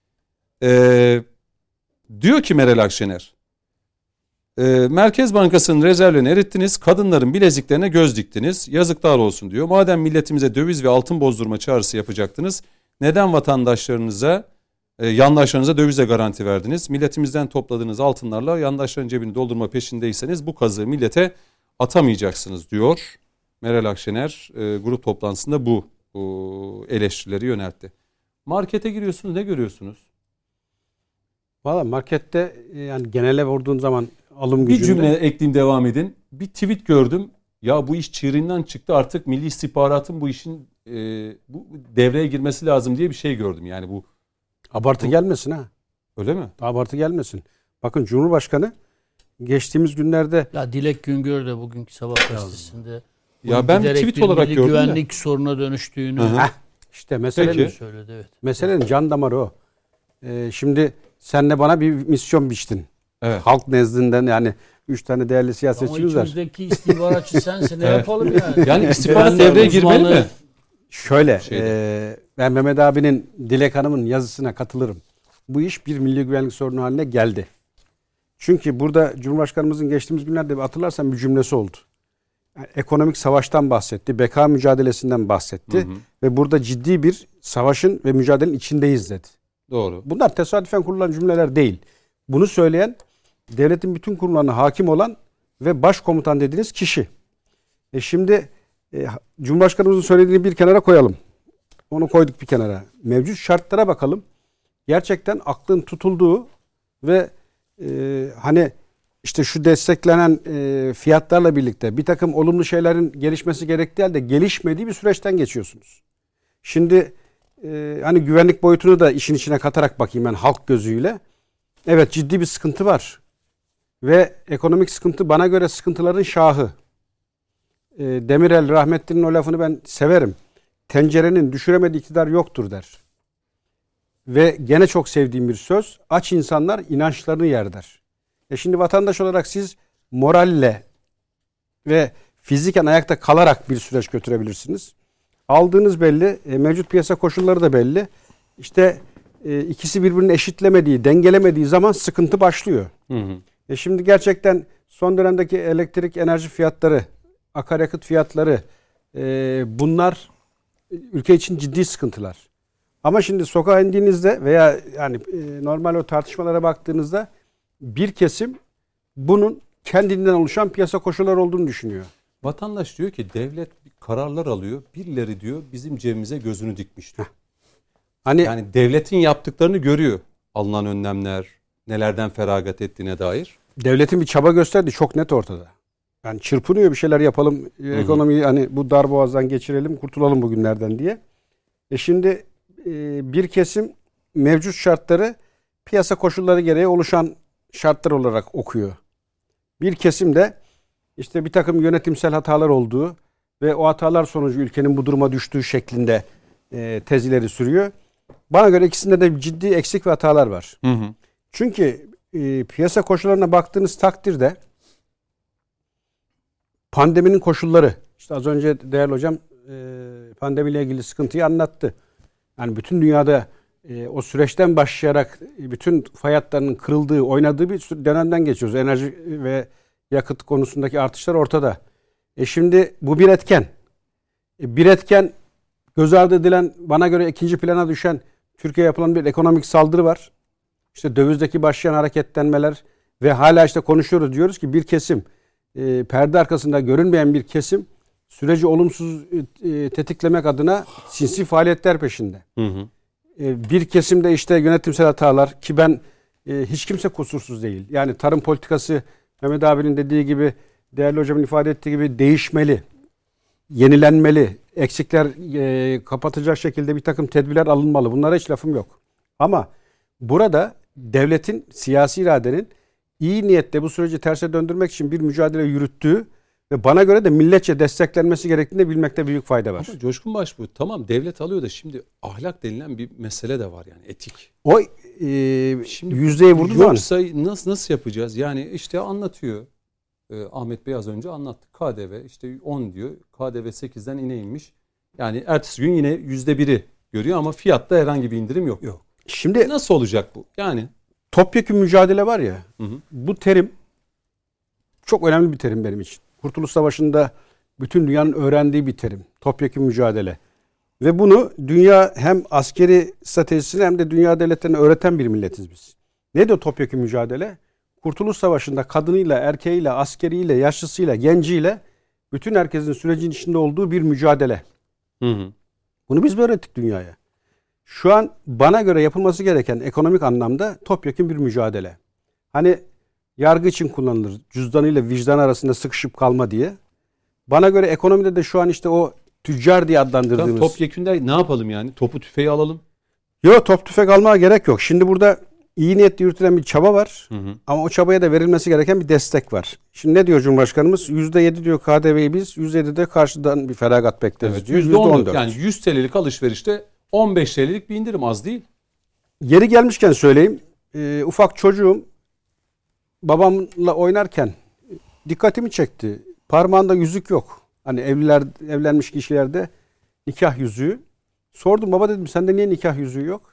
Diyor ki Meral Akşener, Merkez Bankası'nın rezervlerini erittiniz, kadınların bileziklerine göz diktiniz, yazıklar olsun diyor. Madem milletimize döviz ve altın bozdurma çağrısı yapacaktınız, neden yandaşlarınıza dövize garanti verdiniz? Milletimizden topladığınız altınlarla yandaşların cebini doldurma peşindeyseniz bu kazığı millete atamayacaksınız diyor. Meral Akşener grup toplantısında bu eleştirileri yöneltti. Markete giriyorsunuz, ne görüyorsunuz? Valla markette yani genele vurduğun zaman alım gücünde... Bir cümle ekleyeyim, devam edin. Bir tweet gördüm. Ya bu iş çığırından çıktı, artık Milli İstihbarat'ın bu işin bu devreye girmesi lazım diye bir şey gördüm. Yani bu Abartı gelmesin ha. öyle mi? Abartı gelmesin. Bakın Cumhurbaşkanı geçtiğimiz günlerde... Ya Dilek Güngör de bugünkü Sabah gazetesinde Ya ben giderek tweet bir olarak milli gördüm de. güvenlik sorununa dönüştüğünü işte meselenin, Peki. söyledi. Evet. meselenin can damarı o. Şimdi senle bana bir misyon biçtin. Evet. Halk nezdinden yani 3 tane değerli Ama siyasetçimiz var. içimizdeki istihbaratçı sensin. Ne yapalım yani? Yani istihbarat Ben devreye uzmanlığı- girmeli mi? Şöyle, Şeyde. ben Mehmet abinin, Dilek Hanım'ın yazısına katılırım. Bu iş bir milli güvenlik sorunu haline geldi. Çünkü burada Cumhurbaşkanımızın geçtiğimiz günlerde hatırlarsan bir cümlesi oldu. Yani ekonomik savaştan bahsetti, beka mücadelesinden bahsetti ve burada ciddi bir savaşın ve mücadelenin içindeyiz dedi. Doğru. Bunlar tesadüfen kurulan cümleler değil. Bunu söyleyen devletin bütün kurumlarına hakim olan ve başkomutan dediğiniz kişi. Şimdi Cumhurbaşkanımızın söylediğini bir kenara koyalım. Onu koyduk bir kenara. Mevcut şartlara bakalım. Gerçekten aklın tutulduğu ve hani işte şu desteklenen fiyatlarla birlikte bir takım olumlu şeylerin gelişmesi gerektiği halde gelişmediği bir süreçten geçiyorsunuz. Şimdi hani güvenlik boyutunu da işin içine katarak bakayım ben halk gözüyle. Evet, ciddi bir sıkıntı var. Ve ekonomik sıkıntı bana göre sıkıntıların şahı. Demirel rahmetlinin o lafını ben severim. Tencerenin düşüremediği iktidar yoktur der. Ve gene çok sevdiğim bir söz. Aç insanlar inançlarını yer der. Şimdi vatandaş olarak siz moralle ve fiziken ayakta kalarak bir süreç götürebilirsiniz. Aldığınız belli, mevcut piyasa koşulları da belli. İşte ikisi birbirini eşitlemediği, dengelemediği zaman sıkıntı başlıyor. Şimdi gerçekten son dönemdeki elektrik enerji fiyatları, akaryakıt fiyatları bunlar ülke için ciddi sıkıntılar. Ama şimdi sokağa indiğinizde veya yani normal o tartışmalara baktığınızda bir kesim bunun kendinden oluşan piyasa koşulları olduğunu düşünüyor. Vatandaş diyor ki devlet kararlar alıyor. Birileri diyor bizim cebimize gözünü dikmiş diyor. Hani Yani devletin yaptıklarını görüyor. Alınan önlemler, nelerden feragat ettiğine dair. devletin bir çaba gösterdiği çok net ortada. Yani çırpınıyor, bir şeyler yapalım, ekonomiyi hani bu darboğazdan geçirelim, kurtulalım bugünlerden diye. Şimdi bir kesim mevcut şartları piyasa koşulları gereği oluşan şartlar olarak okuyor. Bir kesim de işte bir takım yönetimsel hatalar olduğu ve o hatalar sonucu ülkenin bu duruma düştüğü şeklinde tez ileri sürüyor. Bana göre ikisinde de ciddi eksik ve hatalar var. Çünkü piyasa koşullarına baktığınız takdirde pandeminin koşulları, işte az önce değerli hocam pandemiyle ilgili sıkıntıyı anlattı. Yani bütün dünyada o süreçten başlayarak bütün fay hatlarının kırıldığı, oynadığı bir dönemden geçiyoruz. Enerji ve yakıt konusundaki artışlar ortada. Şimdi bu bir etken. Bir etken göz ardı edilen, bana göre ikinci plana düşen Türkiye'ye yapılan bir ekonomik saldırı var. İşte dövizdeki başlayan hareketlenmeler ve hala işte konuşuyoruz, diyoruz ki bir kesim, perde arkasında görünmeyen bir kesim süreci olumsuz tetiklemek adına sinsi faaliyetler peşinde. Hı hı. Bir kesimde işte yönetimsel hatalar, ki ben hiç kimse kusursuz değil. Yani tarım politikası Mehmet abinin dediği gibi, değerli hocamın ifade ettiği gibi değişmeli, yenilenmeli, eksikler kapatacak şekilde bir takım tedbirler alınmalı. Bunlara hiç lafım yok. Ama burada devletin, siyasi iradenin iyi niyetle bu süreci terse döndürmek için bir mücadele yürüttüğü ve bana göre de milletçe desteklenmesi gerektiğini de bilmekte büyük fayda var. Ama Coşkun Başbuğ, tamam devlet alıyor da şimdi ahlak denilen bir mesele de var, yani etik. O şimdi yüzdeye vurdu zaman. Yoksa nasıl yapacağız? Yani işte anlatıyor. Ahmet Bey az önce anlattı. KDV işte 10 diyor. KDV 8'den inmiş. Yani ertesi gün yine %1'i görüyor ama fiyatta herhangi bir indirim yok. Şimdi nasıl olacak bu? Yani topyekün mücadele var ya. Hı. Bu terim çok önemli bir terim benim için. Kurtuluş Savaşı'nda bütün dünyanın öğrendiği bir terim. Topyekün mücadele. Ve bunu dünya hem askeri stratejisini hem de dünya devletlerine öğreten bir milletiz biz. Ne diyor topyekün mücadele? Kurtuluş Savaşı'nda kadınıyla, erkeğiyle, askeriyle, yaşlısıyla, genciyle bütün herkesin sürecin içinde olduğu bir mücadele. Hı. Bunu biz öğrettik dünyaya. Şu an bana göre yapılması gereken ekonomik anlamda topyekün bir mücadele. Hani yargı için kullanılır, cüzdanıyla vicdan arasında sıkışıp kalma diye. Bana göre ekonomide de şu an işte o tüccar diye adlandırdığımız. Topyekünde ne yapalım yani? Topu tüfeği alalım. Yok, top tüfek almaya gerek yok. Şimdi burada iyi niyetle yürütülen bir çaba var. Hı. Ama o çabaya da verilmesi gereken bir destek var. Şimdi ne diyor Cumhurbaşkanımız? %7 diyor KDV'yi biz, %7'de karşıdan bir feragat bekleriz, evet, diyor. %14. Yani 100 TL'lik alışverişte 15 TL'lik bir indirim, az değil. Yeri gelmişken söyleyeyim. Ufak çocuğum babamla oynarken dikkatimi çekti. Parmağında yüzük yok. Hani evlenmiş kişilerde nikah yüzüğü. Sordum, baba dedim, sende niye nikah yüzüğü yok?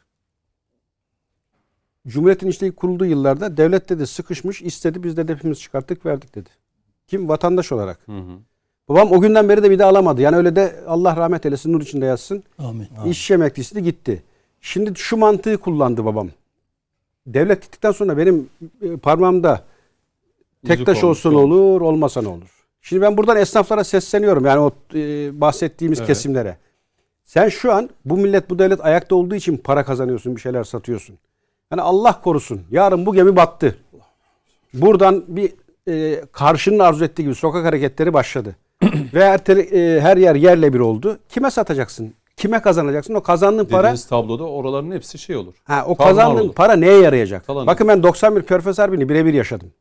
Cumhuriyetin işte ilk kurulduğu yıllarda devlet dedi sıkışmış, istedi, biz de hepimiz çıkarttık verdik dedi. Kim? Vatandaş olarak. Hı. Babam o günden beri de bir de alamadı. Yani öyle de Allah rahmet eylesin, nur içinde yatsın. Amin. İş emeklisiydi, gitti. Şimdi şu mantığı kullandı babam. Devlet gittikten sonra benim parmağımda tek taş olsun olur, olmasa ne olur? Şimdi ben buradan esnaflara sesleniyorum. Yani o bahsettiğimiz kesimlere. Sen şu an bu millet, bu devlet ayakta olduğu için para kazanıyorsun, bir şeyler satıyorsun. Yani Allah korusun, yarın bu gemi battı. Buradan bir karşının arzu ettiği gibi sokak hareketleri başladı. Ve her yer yerle bir oldu. Kime satacaksın? Kime kazanacaksın? O kazandığın para... Dediğiniz tabloda oraların hepsi şey olur. O kazandığın para neye yarayacak? Bakın ben 91 Körfez Harbi'ni birebir yaşadım.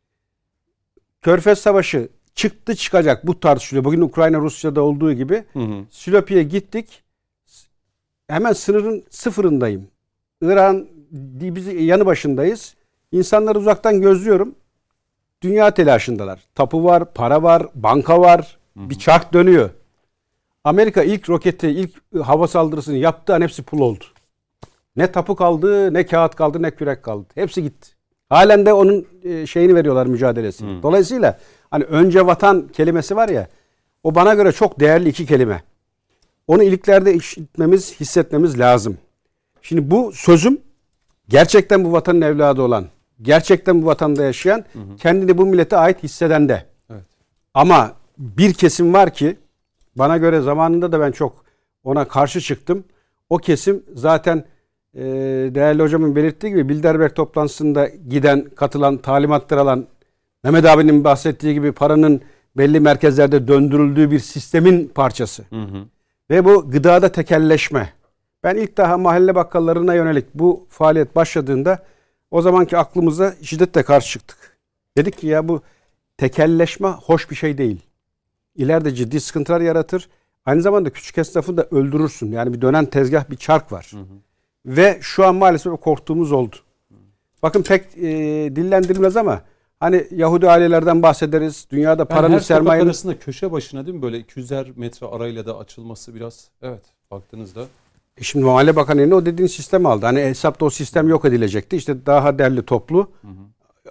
Körfez Savaşı çıktı çıkacak, bu tartışılıyor. Bugün Ukrayna Rusya'da olduğu gibi. Silopi'ye gittik. Hemen sınırın sıfırındayım. İran yanı başındayız. İnsanları uzaktan gözlüyorum. Dünya telaşındalar. Tapu var, para var, banka var. Bir çark dönüyor. Amerika ilk roketi, ilk hava saldırısını yaptığı an hepsi pul oldu. Ne tapu kaldı, ne kağıt kaldı, ne kürek kaldı. Hepsi gitti. Halen de onun şeyini veriyorlar, mücadelesini. Dolayısıyla hani önce vatan kelimesi var ya, o bana göre çok değerli iki kelime. Onu iliklerde işitmemiz, hissetmemiz lazım. Şimdi bu sözüm gerçekten bu vatanın evladı olan, gerçekten bu vatanda yaşayan, kendini bu millete ait hisseden de. Evet. Ama bir kesim var ki bana göre zamanında da ben çok ona karşı çıktım. O kesim zaten değerli hocamın belirttiği gibi Bilderberg toplantısında giden, katılan, talimatlar alan, Mehmet abinin bahsettiği gibi paranın belli merkezlerde döndürüldüğü bir sistemin parçası. Ve bu gıdada tekelleşme. Ben ilk daha mahalle bakkallarına yönelik bu faaliyet başladığında o zamanki aklımıza şiddetle karşı çıktık. Dedik ki ya bu tekelleşme hoş bir şey değil. İleride ciddi sıkıntılar yaratır. Aynı zamanda küçük esnafı da öldürürsün. Yani bir dönen tezgah, bir çark var. Ve şu an maalesef korktuğumuz oldu. Bakın pek dillendirilmez ama hani Yahudi ailelerden bahsederiz. Dünyada paranın, her sermayenin... Her arasında köşe başına değil mi böyle 200'er metre arayla da açılması biraz, evet, baktığınızda. Şimdi Mahalle Bakanı o dediğin sistem aldı. Hani hesapta o sistem yok edilecekti. İşte daha derli toplu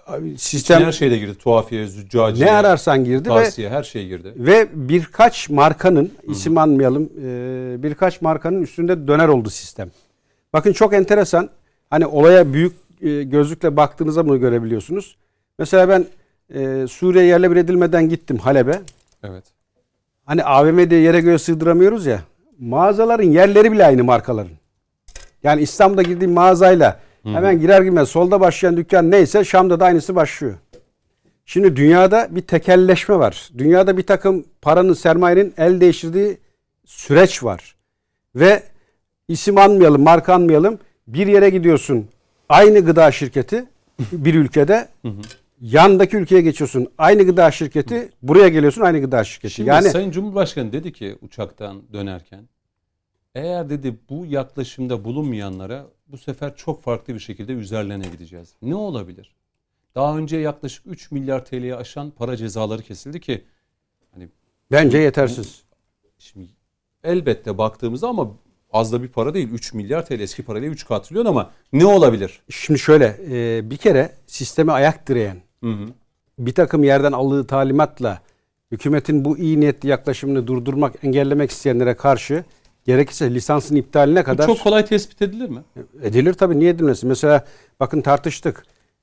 sistem her şeyde girdi. Tuhafiye, züccaciye, ne ararsan girdi tavsiye, her şey girdi. ve birkaç markanın isim anmayalım birkaç markanın üstünde döner oldu sistem. Bakın çok enteresan. Hani olaya büyük gözlükle baktığınızda bunu görebiliyorsunuz. Mesela ben Suriye yerle bir edilmeden gittim Halep'e. Evet. Hani AVM'de yere göğe sığdıramıyoruz ya. Mağazaların yerleri bile aynı markaların. Yani İstanbul'da girdiğim mağazayla hemen girer girmez solda başlayan dükkan neyse Şam'da da aynısı başlıyor. Şimdi dünyada bir tekelleşme var. Dünyada bir takım paranın, sermayenin el değiştirdiği süreç var. Ve isim anmayalım, marka anmayalım. Bir yere gidiyorsun. Aynı gıda şirketi bir ülkede. Yandaki ülkeye geçiyorsun. Aynı gıda şirketi. Buraya geliyorsun aynı gıda şirketi. Şimdi yani Sayın Cumhurbaşkanı dedi ki uçaktan dönerken, eğer dedi bu yaklaşımda bulunmayanlara bu sefer çok farklı bir şekilde üzerlerine gideceğiz. Ne olabilir? Daha önce yaklaşık 3 milyar TL'ye aşan para cezaları kesildi ki hani bence yetersiz. şimdi elbette baktığımızda ama az da bir para değil. 3 milyar TL eski parayla 3 katrilyon ama ne olabilir? Şimdi şöyle bir kere sisteme ayak direyen bir takım yerden aldığı talimatla hükümetin bu iyi niyetli yaklaşımını durdurmak, engellemek isteyenlere karşı gerekirse lisansın iptaline kadar... Bu çok kolay tespit edilir mi? Edilir tabii. Niye edilmesin? Mesela bakın tartıştık.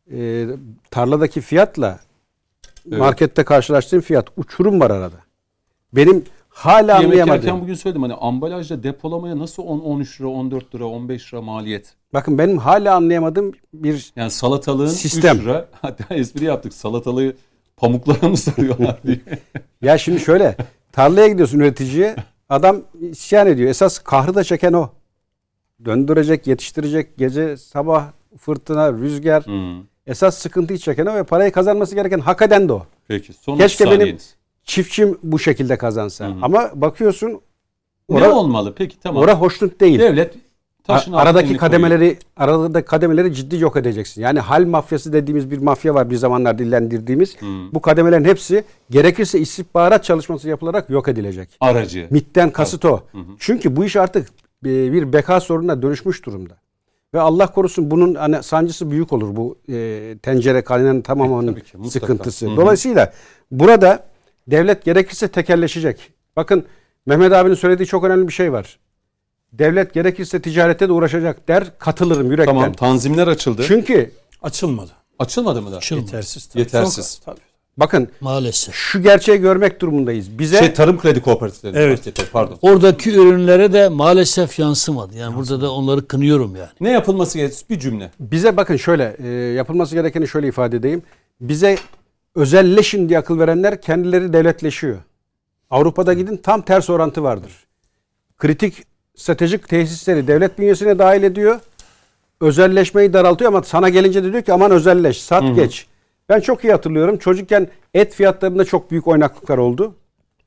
Tarladaki fiyatla markette karşılaştığım fiyat uçurum var arada. Benim hala Yemek yerken anlayamadım. bugün söyledim hani ambalajla depolamaya nasıl 13 lira, 14 lira, 15 lira maliyet? Bakın benim hala anlayamadığım bir Yani salatalığın sistem. 3 lira. Hatta espri yaptık. Salatalığı pamuklara mı sarıyorlar diye. Ya şimdi şöyle tarlaya gidiyorsun üreticiye, adam isyan ediyor. Esas kahrı da çeken o. Döndürecek, yetiştirecek, gece sabah fırtına, rüzgar. Esas sıkıntıyı çeken o ve parayı kazanması gereken hak eden de o. Peki son Keşke benim saniyeniz. çiftçim bu şekilde kazansa. Ama bakıyorsun Ne olmalı? Peki tamam. Ora hoşnut değil. Devlet taşın Aradaki kademeleri ciddi yok edeceksin. Yani hal mafyası dediğimiz bir mafya var bir zamanlar dillendirdiğimiz. Bu kademelerin hepsi gerekirse istihbarat çalışması yapılarak yok edilecek. Aracı. MİT'ten kasıt o. Çünkü bu iş artık bir beka sorununa dönüşmüş durumda. Ve Allah korusun bunun hani sancısı büyük olur bu tencere kaynanan tamamının sıkıntısı. Dolayısıyla burada devlet gerekirse tekelleşecek. Bakın Mehmet abinin söylediği çok önemli bir şey var. Devlet gerekirse ticarete de uğraşacak der, katılırım yürekten. Tamam, tanzimler açıldı. Çünkü Açılmadı. Açılmadı mı da? Yetersiz. Tabii. Yetersiz. Tabii. bakın Maalesef. şu gerçeği görmek durumundayız. Bize Tarım kredi kooperatifleri. Evet. Pardon. Oradaki ürünlere de maalesef yansımadı. Yani burada da onları kınıyorum yani. Ne yapılması gerekiyor? Bir cümle. bize bakın şöyle yapılması gerekeni şöyle ifade edeyim. Bize özelleşin diye akıl verenler kendileri devletleşiyor. Avrupa'da gidin tam ters orantı vardır. Kritik stratejik tesisleri devlet bünyesine dahil ediyor. Özelleşmeyi daraltıyor ama sana gelince de diyor ki aman özelleş, sat geç. Ben çok iyi hatırlıyorum. Çocukken et fiyatlarında çok büyük oynaklıklar oldu.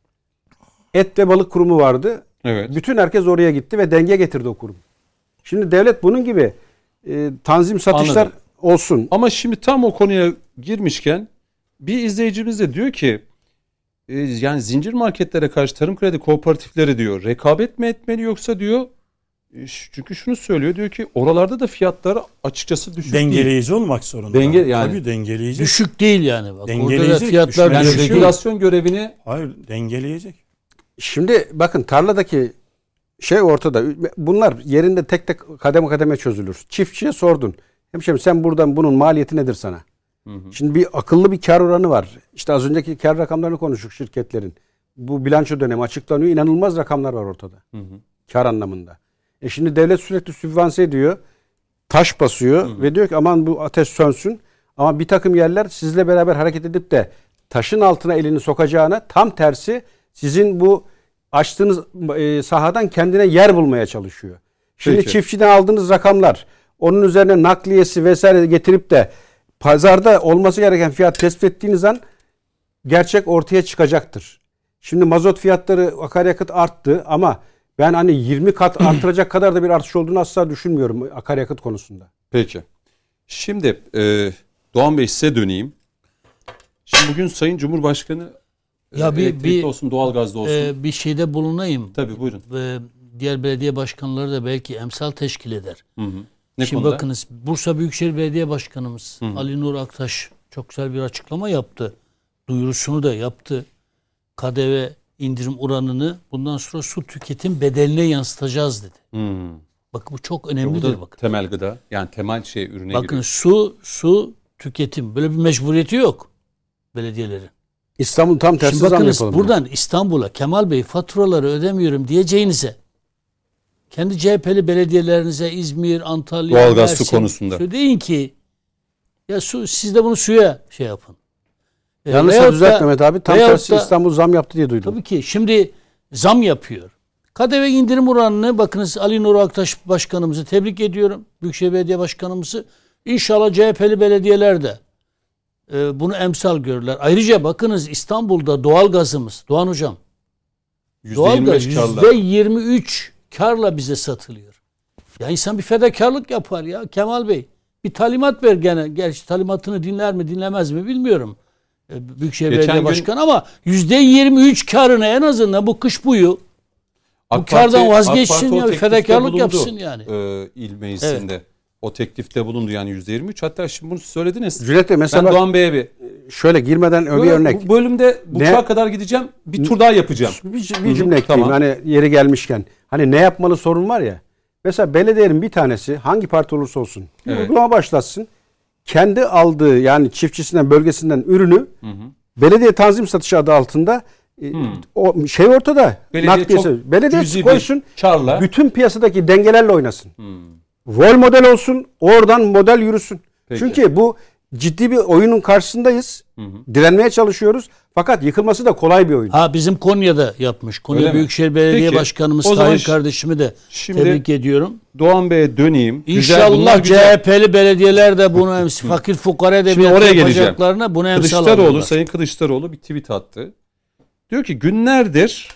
Et ve balık kurumu vardı. Evet. Bütün herkes oraya gitti ve denge getirdi o kurum. Şimdi devlet bunun gibi tanzim satışlar Anladım. olsun. Ama şimdi tam o konuya girmişken bir izleyicimiz de diyor ki yani zincir marketlere karşı tarım kredi kooperatifleri diyor rekabet mi etmeli yoksa diyor çünkü şunu söylüyor diyor ki oralarda da fiyatlar açıkçası düşük değil. Dengeleyici olmak zorunda. Yani. Tabii dengeleyici. Düşük değil yani. Bak, orada da Dengeleyecek, fiyatlar Yani düşük. regülasyon görevini Hayır, dengeleyecek. Şimdi bakın tarladaki şey ortada. Bunlar yerinde tek tek kademe kademe çözülür. Çiftçiye sordun. Hemşerim sen buradan bunun maliyeti nedir sana? Şimdi bir akıllı bir kar oranı var. İşte az önceki kar rakamlarını konuştuk şirketlerin. Bu bilanço dönemi açıklanıyor. İnanılmaz rakamlar var ortada. Kar anlamında. Şimdi devlet sürekli sübvanse ediyor. Taş basıyor ve diyor ki aman bu ateş sönsün. Ama bir takım yerler sizle beraber hareket edip de taşın altına elini sokacağına tam tersi sizin bu açtığınız sahadan kendine yer bulmaya çalışıyor. Şimdi Peki. çiftçiden aldığınız rakamlar, onun üzerine nakliyesi vesaire getirip de pazarda olması gereken fiyat tespit ettiğiniz an gerçek ortaya çıkacaktır. Şimdi mazot fiyatları akaryakıt arttı ama ben hani 20 kat artıracak kadar da bir artış olduğunu asla düşünmüyorum akaryakıt konusunda. Peki. Şimdi Doğan Bey size döneyim. Şimdi bugün Sayın Cumhurbaşkanı Ya elektrikli olsun, doğalgazda olsun. Bir şeyde bulunayım. Tabii buyurun. Diğer belediye başkanları da belki emsal teşkil eder. Ne Şimdi konuda? bakınız Bursa Büyükşehir Belediye Başkanımız Ali Nur Aktaş çok güzel bir açıklama yaptı. Duyurusunu da yaptı. KDV indirim oranını bundan sonra su tüketim bedeline yansıtacağız dedi. Bakın bu çok önemlidir. Bu da temel gıda. Yani temel ürüne bakın giriyor. su tüketim. Böyle bir mecburiyeti yok belediyelerin. İstanbul tam tersi Şimdi zam bakınız yapalım. buradan İstanbul'a Kemal Bey faturaları ödemiyorum diyeceğinize kendi CHP'li belediyelerinize İzmir, Antalya, Doğalgaz Mersin, su konusunda. Deyin ki ya siz de bunu suya yapın. Yanlış düzelt Mehmet abi. Tam tersi İstanbul zam yaptı diye duydum. Tabii ki şimdi zam yapıyor. KDV indirim oranını bakınız Ali Nur Aktaş Başkanımızı tebrik ediyorum. Büyükşehir Belediye Başkanımızı. İnşallah CHP'li belediyeler de bunu emsal görürler. Ayrıca bakınız İstanbul'da doğalgazımız, Doğan Hocam, doğalgaz %23 karla bize satılıyor. Ya insan bir fedakarlık yapar ya Kemal Bey. Bir talimat ver gene. Gerçi talimatını dinler mi dinlemez mi bilmiyorum. Büyükşehir Belediye Başkanı ama %23 karını en azından bu kış buyu bu kardan vazgeçsin ya, fedakarlık yapsın yani. İl meclisinde. Evet. O teklifte bulundu yani %23. Hatta şimdi bunu söylediniz. Cüneyt Bey mesela ben Doğan Bey'e bir şöyle girmeden bir örnek. Bu bölümde buçuğa kadar gideceğim. Bir tur daha yapacağım. Bir cümle ekleyeyim. Tamam. Hani yeri gelmişken. Hani ne yapmalı sorun var ya. Mesela belediyenin bir tanesi hangi parti olursa olsun bir uygulama başlatsın. Kendi aldığı yani çiftçisinden bölgesinden ürünü belediye tanzim satışı adı altında o ortada. Belediye koysun. Karla. Bütün piyasadaki dengelerle oynasın. Rol model olsun. Oradan model yürüsün. Peki. Çünkü bu ciddi bir oyunun karşısındayız. Direnmeye çalışıyoruz. Fakat yıkılması da kolay bir oyun. Bizim Konya'da yapmış. Konya Büyükşehir Belediye Başkanımız Tahir kardeşimi de tebrik ediyorum. Doğan Bey'e döneyim. İnşallah CHP'li belediyeler de bunu fakir fukara edebiyat yapacaklarına bunu emsal alıyorlar. Sayın Kılıçdaroğlu bir tweet attı. Diyor ki günlerdir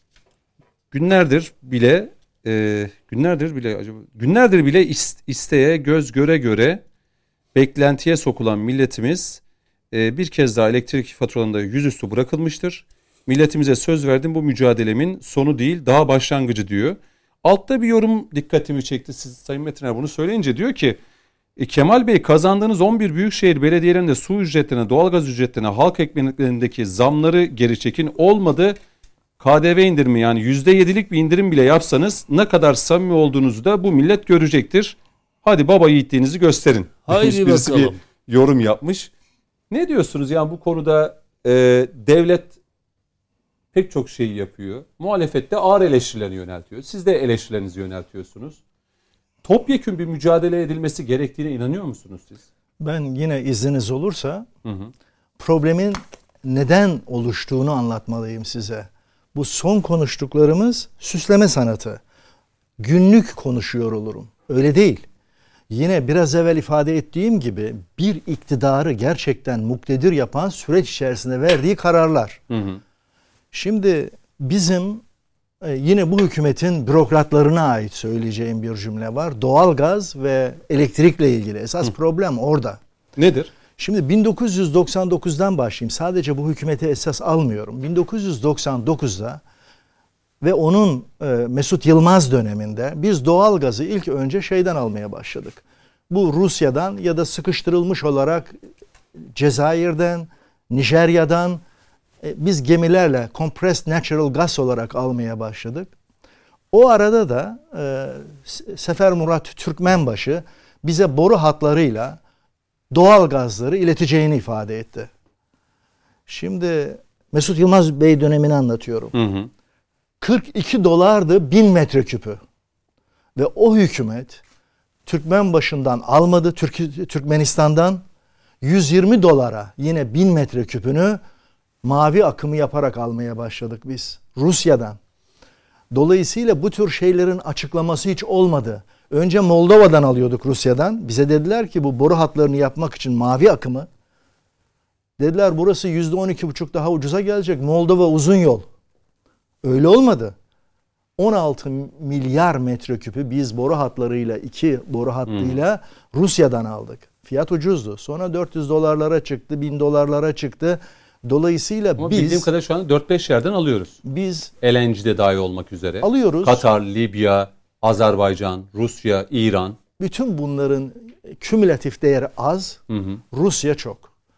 bile isteğe göz göre beklentiye sokulan milletimiz bir kez daha elektrik faturalarında yüzüstü bırakılmıştır. Milletimize söz verdim, bu mücadelemin sonu değil daha başlangıcı diyor. Altta bir yorum dikkatimi çekti. Siz Sayın Metiner bunu söyleyince diyor ki Kemal Bey kazandığınız 11 büyükşehir belediyelerinde su ücretlerine, doğalgaz ücretlerine, halk ekmeklerindeki zamları geri çekin, olmadı. KDV indirimi yani %7'lik bir indirim bile yapsanız ne kadar samimi olduğunuzu da bu millet görecektir. Hadi baba yiğitliğinizi gösterin. Haydi bakalım. Bir yorum yapmış. Ne diyorsunuz yani bu konuda devlet pek çok şeyi yapıyor. Muhalefette ağır eleştirilerini yöneltiyor. Siz de eleştirilerinizi yöneltiyorsunuz. Topyekün bir mücadele edilmesi gerektiğine inanıyor musunuz siz? Ben yine izniniz olursa problemin neden oluştuğunu anlatmalıyım size. Bu son konuştuklarımız süsleme sanatı. Günlük konuşuyor olurum. Öyle değil. Yine biraz evvel ifade ettiğim gibi bir iktidarı gerçekten muktedir yapan süreç içerisinde verdiği kararlar. Şimdi bizim yine bu hükümetin bürokratlarına ait söyleyeceğim bir cümle var. Doğalgaz ve elektrikle ilgili esas problem orada. Nedir? Şimdi 1999'dan başlayayım. Sadece bu hükümeti esas almıyorum. 1999'da ve onun Mesut Yılmaz döneminde biz doğalgazı ilk önce şeyden almaya başladık. Bu Rusya'dan ya da sıkıştırılmış olarak Cezayir'den, Nijerya'dan biz gemilerle compressed natural gas olarak almaya başladık. O arada da Sefer Murat Türkmenbaşı bize boru hatlarıyla doğal gazları ileteceğini ifade etti. Şimdi Mesut Yılmaz Bey dönemini anlatıyorum. 42 dolardı 1000 metreküpü. Ve o hükümet Türkmenbaşı'ndan almadı, Türkmenistan'dan 120 dolara yine 1000 metreküpünü mavi akımı yaparak almaya başladık biz. Rusya'dan. Dolayısıyla bu tür şeylerin açıklaması hiç olmadı. Önce Moldova'dan alıyorduk, Rusya'dan. Bize dediler ki bu boru hatlarını yapmak için mavi akımı. Dediler burası %12,5 daha ucuza gelecek. Moldova uzun yol. Öyle olmadı. 16 milyar metreküpü biz boru hatlarıyla, 2 boru hattıyla Rusya'dan aldık. Fiyat ucuzdu. Sonra 400 dolarlara çıktı, 1000 dolarlara çıktı. Dolayısıyla ama biz... bildiğim kadarıyla şu anda 4-5 yerden alıyoruz. Biz... LNG'de dahil olmak üzere. Alıyoruz. Katar, Libya, Azerbaycan, Rusya, İran. Bütün bunların kümülatif değeri az. Rusya çok.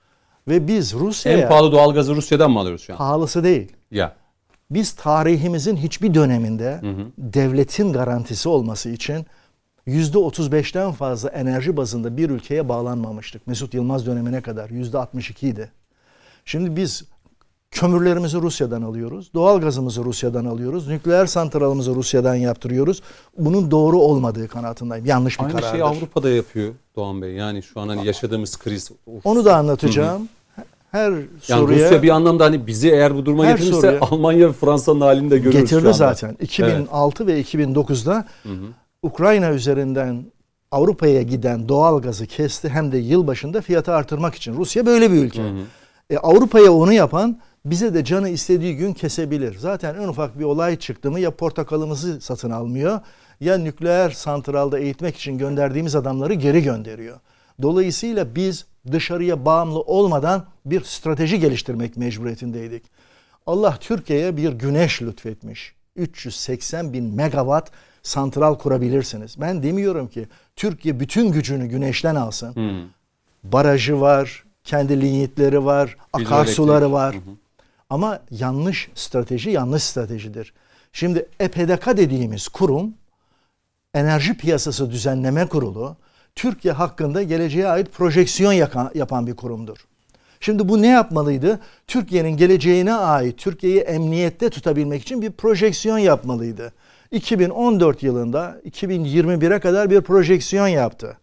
Ve biz Rusya'ya... En pahalı doğalgazı Rusya'dan mı alıyoruz şu an? Pahalısı değil. Ya. Biz tarihimizin hiçbir döneminde devletin garantisi olması için %35'ten fazla enerji bazında bir ülkeye bağlanmamıştık. Mesut Yılmaz dönemine kadar %62 idi. Şimdi biz kömürlerimizi Rusya'dan alıyoruz, doğalgazımızı Rusya'dan alıyoruz, nükleer santralımızı Rusya'dan yaptırıyoruz. Bunun doğru olmadığı kanaatindeyim. Yanlış bir Aynı karardır. şeyi Avrupa'da yapıyor Doğan Bey. Yani şu an hani yaşadığımız kriz. Onu da anlatacağım. Her Yani soruya Rusya bir anlamda hani bizi eğer bu duruma Her getirirse soruya- Almanya ve Fransa'nın halini de görürüz şu getirdi anda. zaten. 2006 ve 2009'da Ukrayna üzerinden Avrupa'ya giden doğal gazı kesti, hem de yıl başında fiyatı artırmak için. Rusya böyle bir ülke. Avrupa'ya onu yapan bize de canı istediği gün kesebilir. Zaten en ufak bir olay çıktı mı ya portakalımızı satın almıyor ya nükleer santralda eğitmek için gönderdiğimiz adamları geri gönderiyor. Dolayısıyla biz dışarıya bağımlı olmadan bir strateji geliştirmek mecburiyetindeydik. Allah Türkiye'ye bir güneş lütfetmiş. 380 bin megawatt santral kurabilirsiniz. Ben demiyorum ki Türkiye bütün gücünü güneşten alsın. Barajı var, kendi linyitleri var, akarsuları var. Ama yanlış strateji yanlış stratejidir. Şimdi EPDK dediğimiz kurum, Enerji Piyasası Düzenleme Kurulu, Türkiye hakkında geleceğe ait projeksiyon yapan bir kurumdur. Şimdi bu ne yapmalıydı? Türkiye'nin geleceğine ait, Türkiye'yi emniyette tutabilmek için bir projeksiyon yapmalıydı. 2014 yılında 2021'e kadar bir projeksiyon yaptı.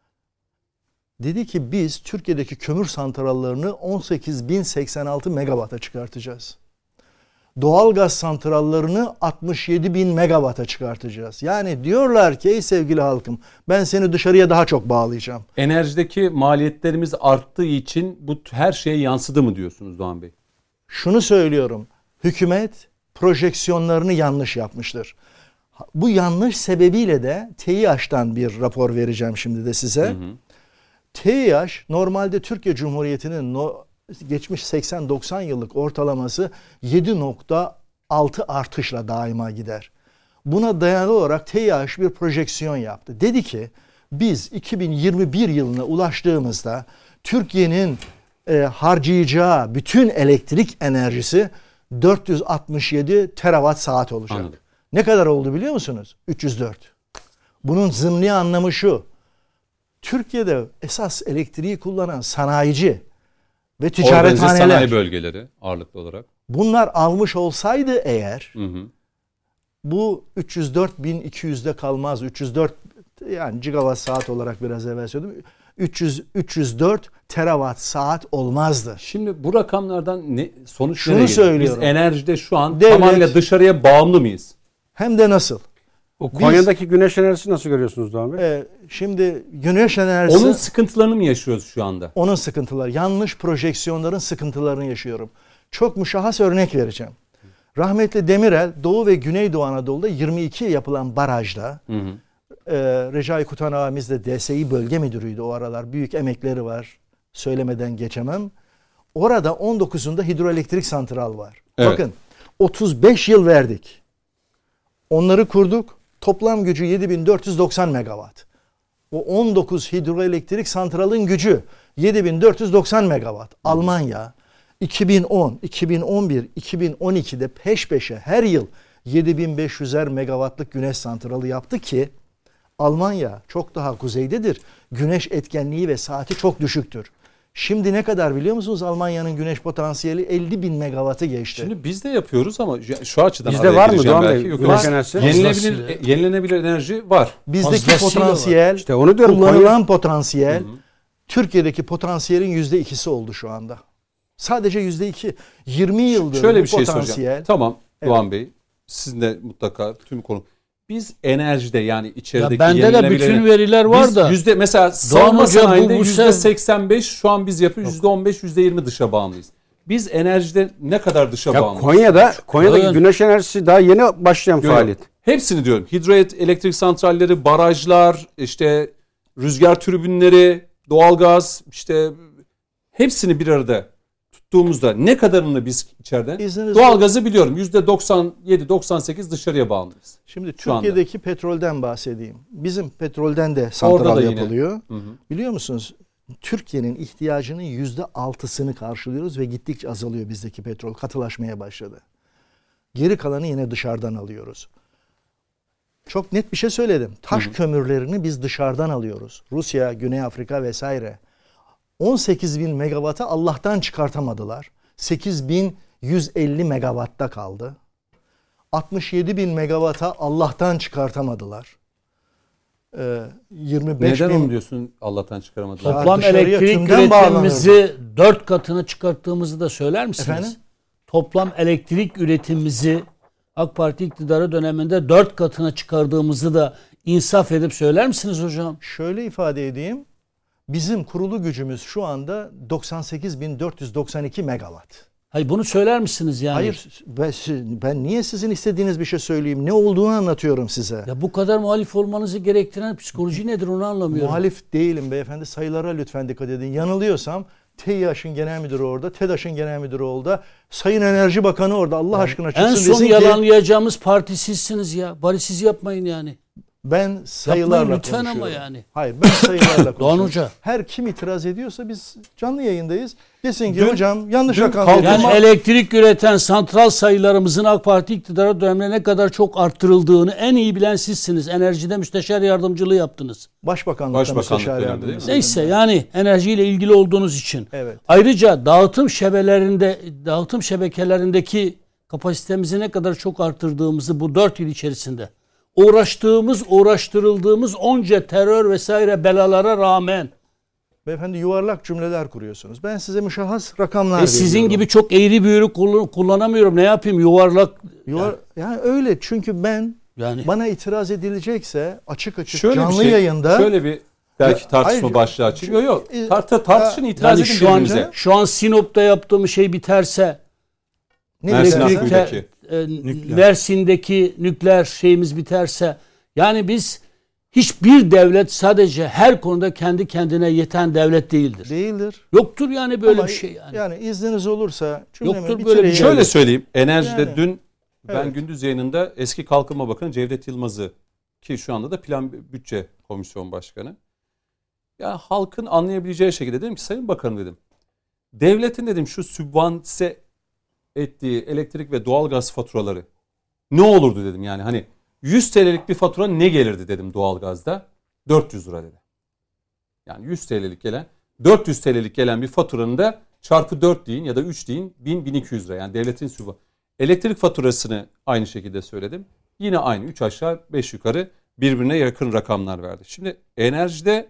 Dedi ki biz Türkiye'deki kömür santrallerini 18.086 megawatt'a çıkartacağız. Doğalgaz santrallerini 67.000 megawatt'a çıkartacağız. Yani diyorlar ki ey sevgili halkım ben seni dışarıya daha çok bağlayacağım. Enerjideki maliyetlerimiz arttığı için bu her şeye yansıdı mı diyorsunuz Doğan Bey? Şunu söylüyorum. Hükümet projeksiyonlarını yanlış yapmıştır. Bu yanlış sebebiyle de TİH'tan bir rapor vereceğim şimdi de size. TİH normalde Türkiye Cumhuriyeti'nin geçmiş 80-90 yıllık ortalaması 7.6 artışla daima gider. Buna dayalı olarak TİH bir projeksiyon yaptı. Dedi ki biz 2021 yılına ulaştığımızda Türkiye'nin harcayacağı bütün elektrik enerjisi 467 terawatt saat olacak. Anladım. Ne kadar oldu biliyor musunuz? 304. Bunun zımni anlamı şu. Türkiye'de esas elektriği kullanan sanayici ve ticarethaneler, sanayi bölgeleri ağırlıklı olarak. bunlar almış olsaydı eğer bu 304.200'de kalmaz. 304 yani gigawatt saat olarak biraz evvel söyledim. 304 terawatt saat olmazdı. Şimdi bu rakamlardan ne sonuç Şunu nereye geliyor? söylüyorum. Biz enerjide şu an Devlet- tamamıyla dışarıya bağımlı mıyız? Hem de nasıl? O Konya'daki güneş enerjisi nasıl görüyorsunuz Doğan Bey? Şimdi güneş enerjisi Onun sıkıntılarını mı yaşıyoruz şu anda? onun sıkıntıları. Yanlış projeksiyonların sıkıntılarını yaşıyorum. Çok müşahhas örnek vereceğim. Rahmetli Demirel Doğu ve Güneydoğu Anadolu'da 22 yapılan barajda Recai Kutan abimiz de DSİ bölge müdürüydü o aralar. Büyük emekleri var. Söylemeden geçemem. Orada 19'unda hidroelektrik santral var. Evet. Bakın 35 yıl verdik. Onları kurduk. Toplam gücü 7490 megawatt. O 19 hidroelektrik santralın gücü 7490 megawatt. Almanya 2010, 2011, 2012'de peş peşe her yıl 7500'er megawattlık güneş santralı yaptı ki Almanya çok daha kuzeydedir. Güneş etkenliği ve saati çok düşüktür. Şimdi ne kadar biliyor musunuz? Almanya'nın güneş potansiyeli 50.000 megawattı geçti. Şimdi biz de yapıyoruz ama şu açıdan Bizde araya var mı gireceğim Doğan Bey? belki. Yok, Güneş var. enerjisi? Yenilenebilir enerji var. Bizdeki Fazlasıyla potansiyel, İşte onu diyorum, kullanılan potansiyel, Türkiye'deki potansiyelin %2'si oldu şu anda. Sadece %2. 20 yıldır Şöyle bu bir şey potansiyel. soracağım. Tamam Doğan Bey. Sizin de mutlaka tüm konu. Biz enerjide yani içerideki Ya bende de yenilenebilir bütün veriler var biz da. yüzde mesela Doğan savunma Hoca sanayinde bu %85 şu an biz yapıyoruz. %15 %20 dışa bağımlıyız. Biz enerjide ne kadar dışa Ya bağımlıyız? Konya'daki Evet. güneş enerjisi daha yeni başlayan Görüyorum. faaliyet. Hepsini diyorum. Hidroelektrik santralleri, barajlar, işte rüzgar türbinleri, doğalgaz, işte hepsini bir arada tuttuğumuzda ne kadarını biz içeriden? İzninizle- Doğalgazı biliyorum. %97-98 dışarıya bağımlıyız. Şimdi Şu anda. Türkiye'deki petrolden bahsedeyim. Bizim petrolden de Orada santral da yine. yapılıyor. Biliyor musunuz? Türkiye'nin ihtiyacının %6'sını karşılıyoruz ve gittikçe azalıyor bizdeki petrol. Katılaşmaya başladı. Geri kalanı yine dışarıdan alıyoruz. Çok net bir şey söyledim. Taş kömürlerini biz dışarıdan alıyoruz. Rusya, Güney Afrika vesaire. 18.000 megawattı Allah'tan çıkartamadılar. 8.150 megawatta kaldı. 67.000 megawatta Allah'tan çıkartamadılar. 25 Neden bin... onu diyorsun Allah'tan çıkaramadılar? Toplam dışarıya elektrik tümden üretimimizi 4 katını çıkarttığımızı da söyler misiniz? Efendim? Toplam elektrik üretimimizi AK Parti iktidarı döneminde 4 katına çıkardığımızı da insaf edip söyler misiniz hocam? Şöyle ifade edeyim. Bizim kurulu gücümüz şu anda 98.492 megawatt. Hayır, bunu söyler misiniz yani? Hayır, ben niye sizin istediğiniz bir şey söyleyeyim? Ne olduğunu anlatıyorum size. Ya bu kadar muhalif olmanızı gerektiren psikoloji nedir onu anlamıyorum. Muhalif değilim beyefendi. Sayılara lütfen dikkat edin. Yanılıyorsam TİAŞ'ın genel müdürü orada, TEDAŞ'ın genel müdürü orada, Sayın Enerji Bakanı orada. Allah aşkına çıksın en son desin ki yalanlayacağımız parti sizsiniz ya. Bari siz yapmayın yani. ben sayılarla Yapmayın lütfen konuşuyorum. ama yani. Hayır, ben sayılarla konuşuyorum. Doğan Hoca. Her kim itiraz ediyorsa biz canlı yayındayız. Desin ki hocam yanlış rakam kalkınma- Yani veriyorsun. elektrik üreten santral sayılarımızın AK Parti iktidarı döneminde ne kadar çok arttırıldığını en iyi bilen sizsiniz. Enerjide müsteşar yardımcılığı yaptınız. Başbakanlıkta müsteşar döneminde yardımcısı. değil mi? Neyse yani enerjiyle ilgili olduğunuz için. Evet. Ayrıca dağıtım şebekelerindeki kapasitemizi ne kadar çok arttırdığımızı bu 4 yıl içerisinde uğraştırıldığımız onca terör vesaire belalara rağmen Beyefendi yuvarlak cümleler kuruyorsunuz. Ben size müşahhas rakamlar veriyorum. sizin gibi çok eğri büğrü kullanamıyorum. Ne yapayım yuvarlak Yani öyle çünkü ben yani bana itiraz edilecekse açık Şöyle canlı bir şey, yayında şöyle bir belki tartışma Hayır, başlığı açıyor. Yok, tartışın, itiraz yani edin şu an birbirinize. şu an Sinop'ta yaptığımız şey biterse ne Mersin diyeceğim? Akkuyu'daki. Mersin'deki nükleer şeyimiz biterse yani biz hiçbir devlet sadece her konuda kendi kendine yeten devlet değildir. Değildir. Yoktur yani böyle Ama bir şey yani. Yani izniniz olursa cümlemi Yoktur böyle bitireyim. bir şey. Şöyle söyleyeyim. Enerjide Yani. dün ben Evet. gündüz yayınında eski Kalkınma Bakanı Cevdet Yılmaz'ı, ki şu anda da Plan Bütçe Komisyon Başkanı, ya halkın anlayabileceği şekilde dedim ki Sayın Bakanım dedim. Devletin dedim şu sübvanse ettiği elektrik ve doğalgaz faturaları ne olurdu dedim. Yani hani 100 TL'lik bir fatura ne gelirdi dedim doğalgazda? 400 lira dedi. Yani 100 TL'lik gelen 400 TL'lik gelen bir faturanın da çarpı 4 deyin ya da 3 deyin 1000-1200 lira. Yani devletin sübvanse. Elektrik faturasını aynı şekilde söyledim. Yine aynı 3 aşağı 5 yukarı birbirine yakın rakamlar verdi. Şimdi enerjide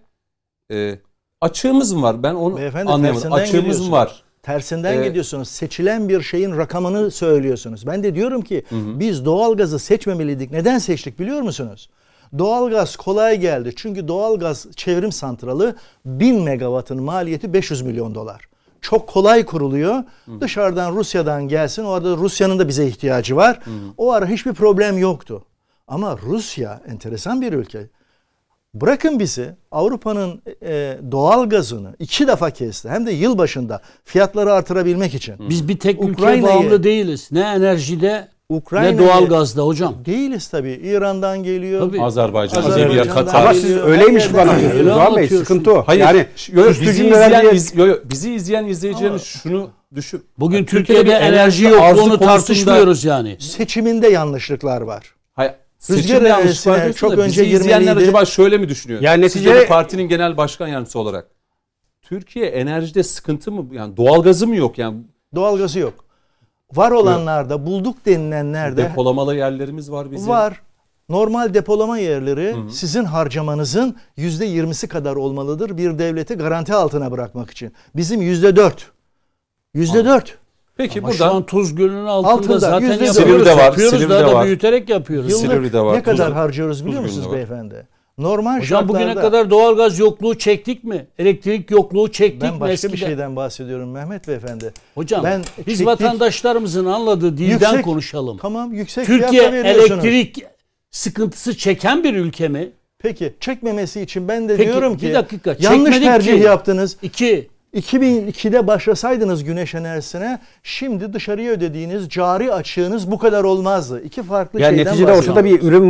açığımız mı var? Ben onu Beyefendi, anlayamadım. tersinden Açığımız mı gidiyorsun. var? Tersinden gidiyorsunuz. Seçilen bir şeyin rakamını söylüyorsunuz. Ben de diyorum ki biz doğalgazı seçmemeliydik. Neden seçtik biliyor musunuz? Doğalgaz kolay geldi. Çünkü doğalgaz çevrim santralı 1000 megawattın maliyeti 500 milyon dolar. Çok kolay kuruluyor. Dışarıdan Rusya'dan gelsin. O arada Rusya'nın da bize ihtiyacı var. O ara hiçbir problem yoktu. Ama Rusya enteresan bir ülke. Bırakın bizi Avrupa'nın doğal gazını 2 defa kesti. Hem de yıl başında fiyatları artırabilmek için. Biz bir tek ülkeye Ukrayna'yı- bağımlı değiliz. Ne enerjide Ukrayna'yı- ne doğalgazda hocam. Değiliz tabii. İran'dan geliyor. Tabii. Azerbaycan, Azerbaycan'dan Libya, geliyor. Katar. Ama siz Geliyor. öyleymiş Her bana yerden diyorsunuz. geliyor. Doğan Bey, Anlatıyorsun. sıkıntı o. Hayır, Yani süslü bizi cümleler izleyen, diye... bizi izleyen izleyicilerimiz şunu düşün. Bugün Yani Türkiye'de enerji enerji yokluğunu arzı konusunda- tartışmıyoruz yani. Seçiminde yanlışlıklar var. Hayır, Rüzgar seçimde yanlış enerjisine var diyorsun çok da önce bizi izleyenler girmeliydi. acaba şöyle mi düşünüyor? Yani Siz de netice- bir partinin genel başkan yardımcısı olarak Türkiye enerjide sıkıntı mı? Yani doğalgazı mı yok? Yani Doğalgazı yok. Var olanlarda, bulduk denilenlerde depolamalı yerlerimiz var bizim. var. Normal depolama yerleri sizin harcamanızın %20'si kadar olmalıdır bir devleti garanti altına bırakmak için. Bizim %4. %4. Peki Ama şu buradan an Tuz Gölü'nün altında, Altında, zaten %4. yapıyoruz. Silivri'de var, Yapıyoruz, Silivri'de daha da var. büyüterek yapıyoruz. Yıllık Silivri'de var, ne kadar Tuz- harcıyoruz biliyor Tuz musunuz Gölü'nde var. beyefendi? Normal Hocam bugüne şartlarda kadar doğalgaz yokluğu çektik mi? Elektrik yokluğu çektik ben mi başka eskiden? bir şeyden bahsediyorum Mehmet beyefendi. Hocam Ben biz çektik- vatandaşlarımızın anladığı dilden Yüksek- konuşalım. Tamam, yüksek Türkiye fiyata veriyorsunuz. elektrik sıkıntısı çeken bir ülke mi? Peki çekmemesi için ben de Peki, diyorum bir ki dakika, yanlış çekmedik tercih ki. yaptınız. 2. 2002'de başlasaydınız güneş enerjisine şimdi dışarıya ödediğiniz cari açığınız bu kadar olmazdı. İki farklı Yani şeyden neticede bahsediyorum. ortada bir ürün var.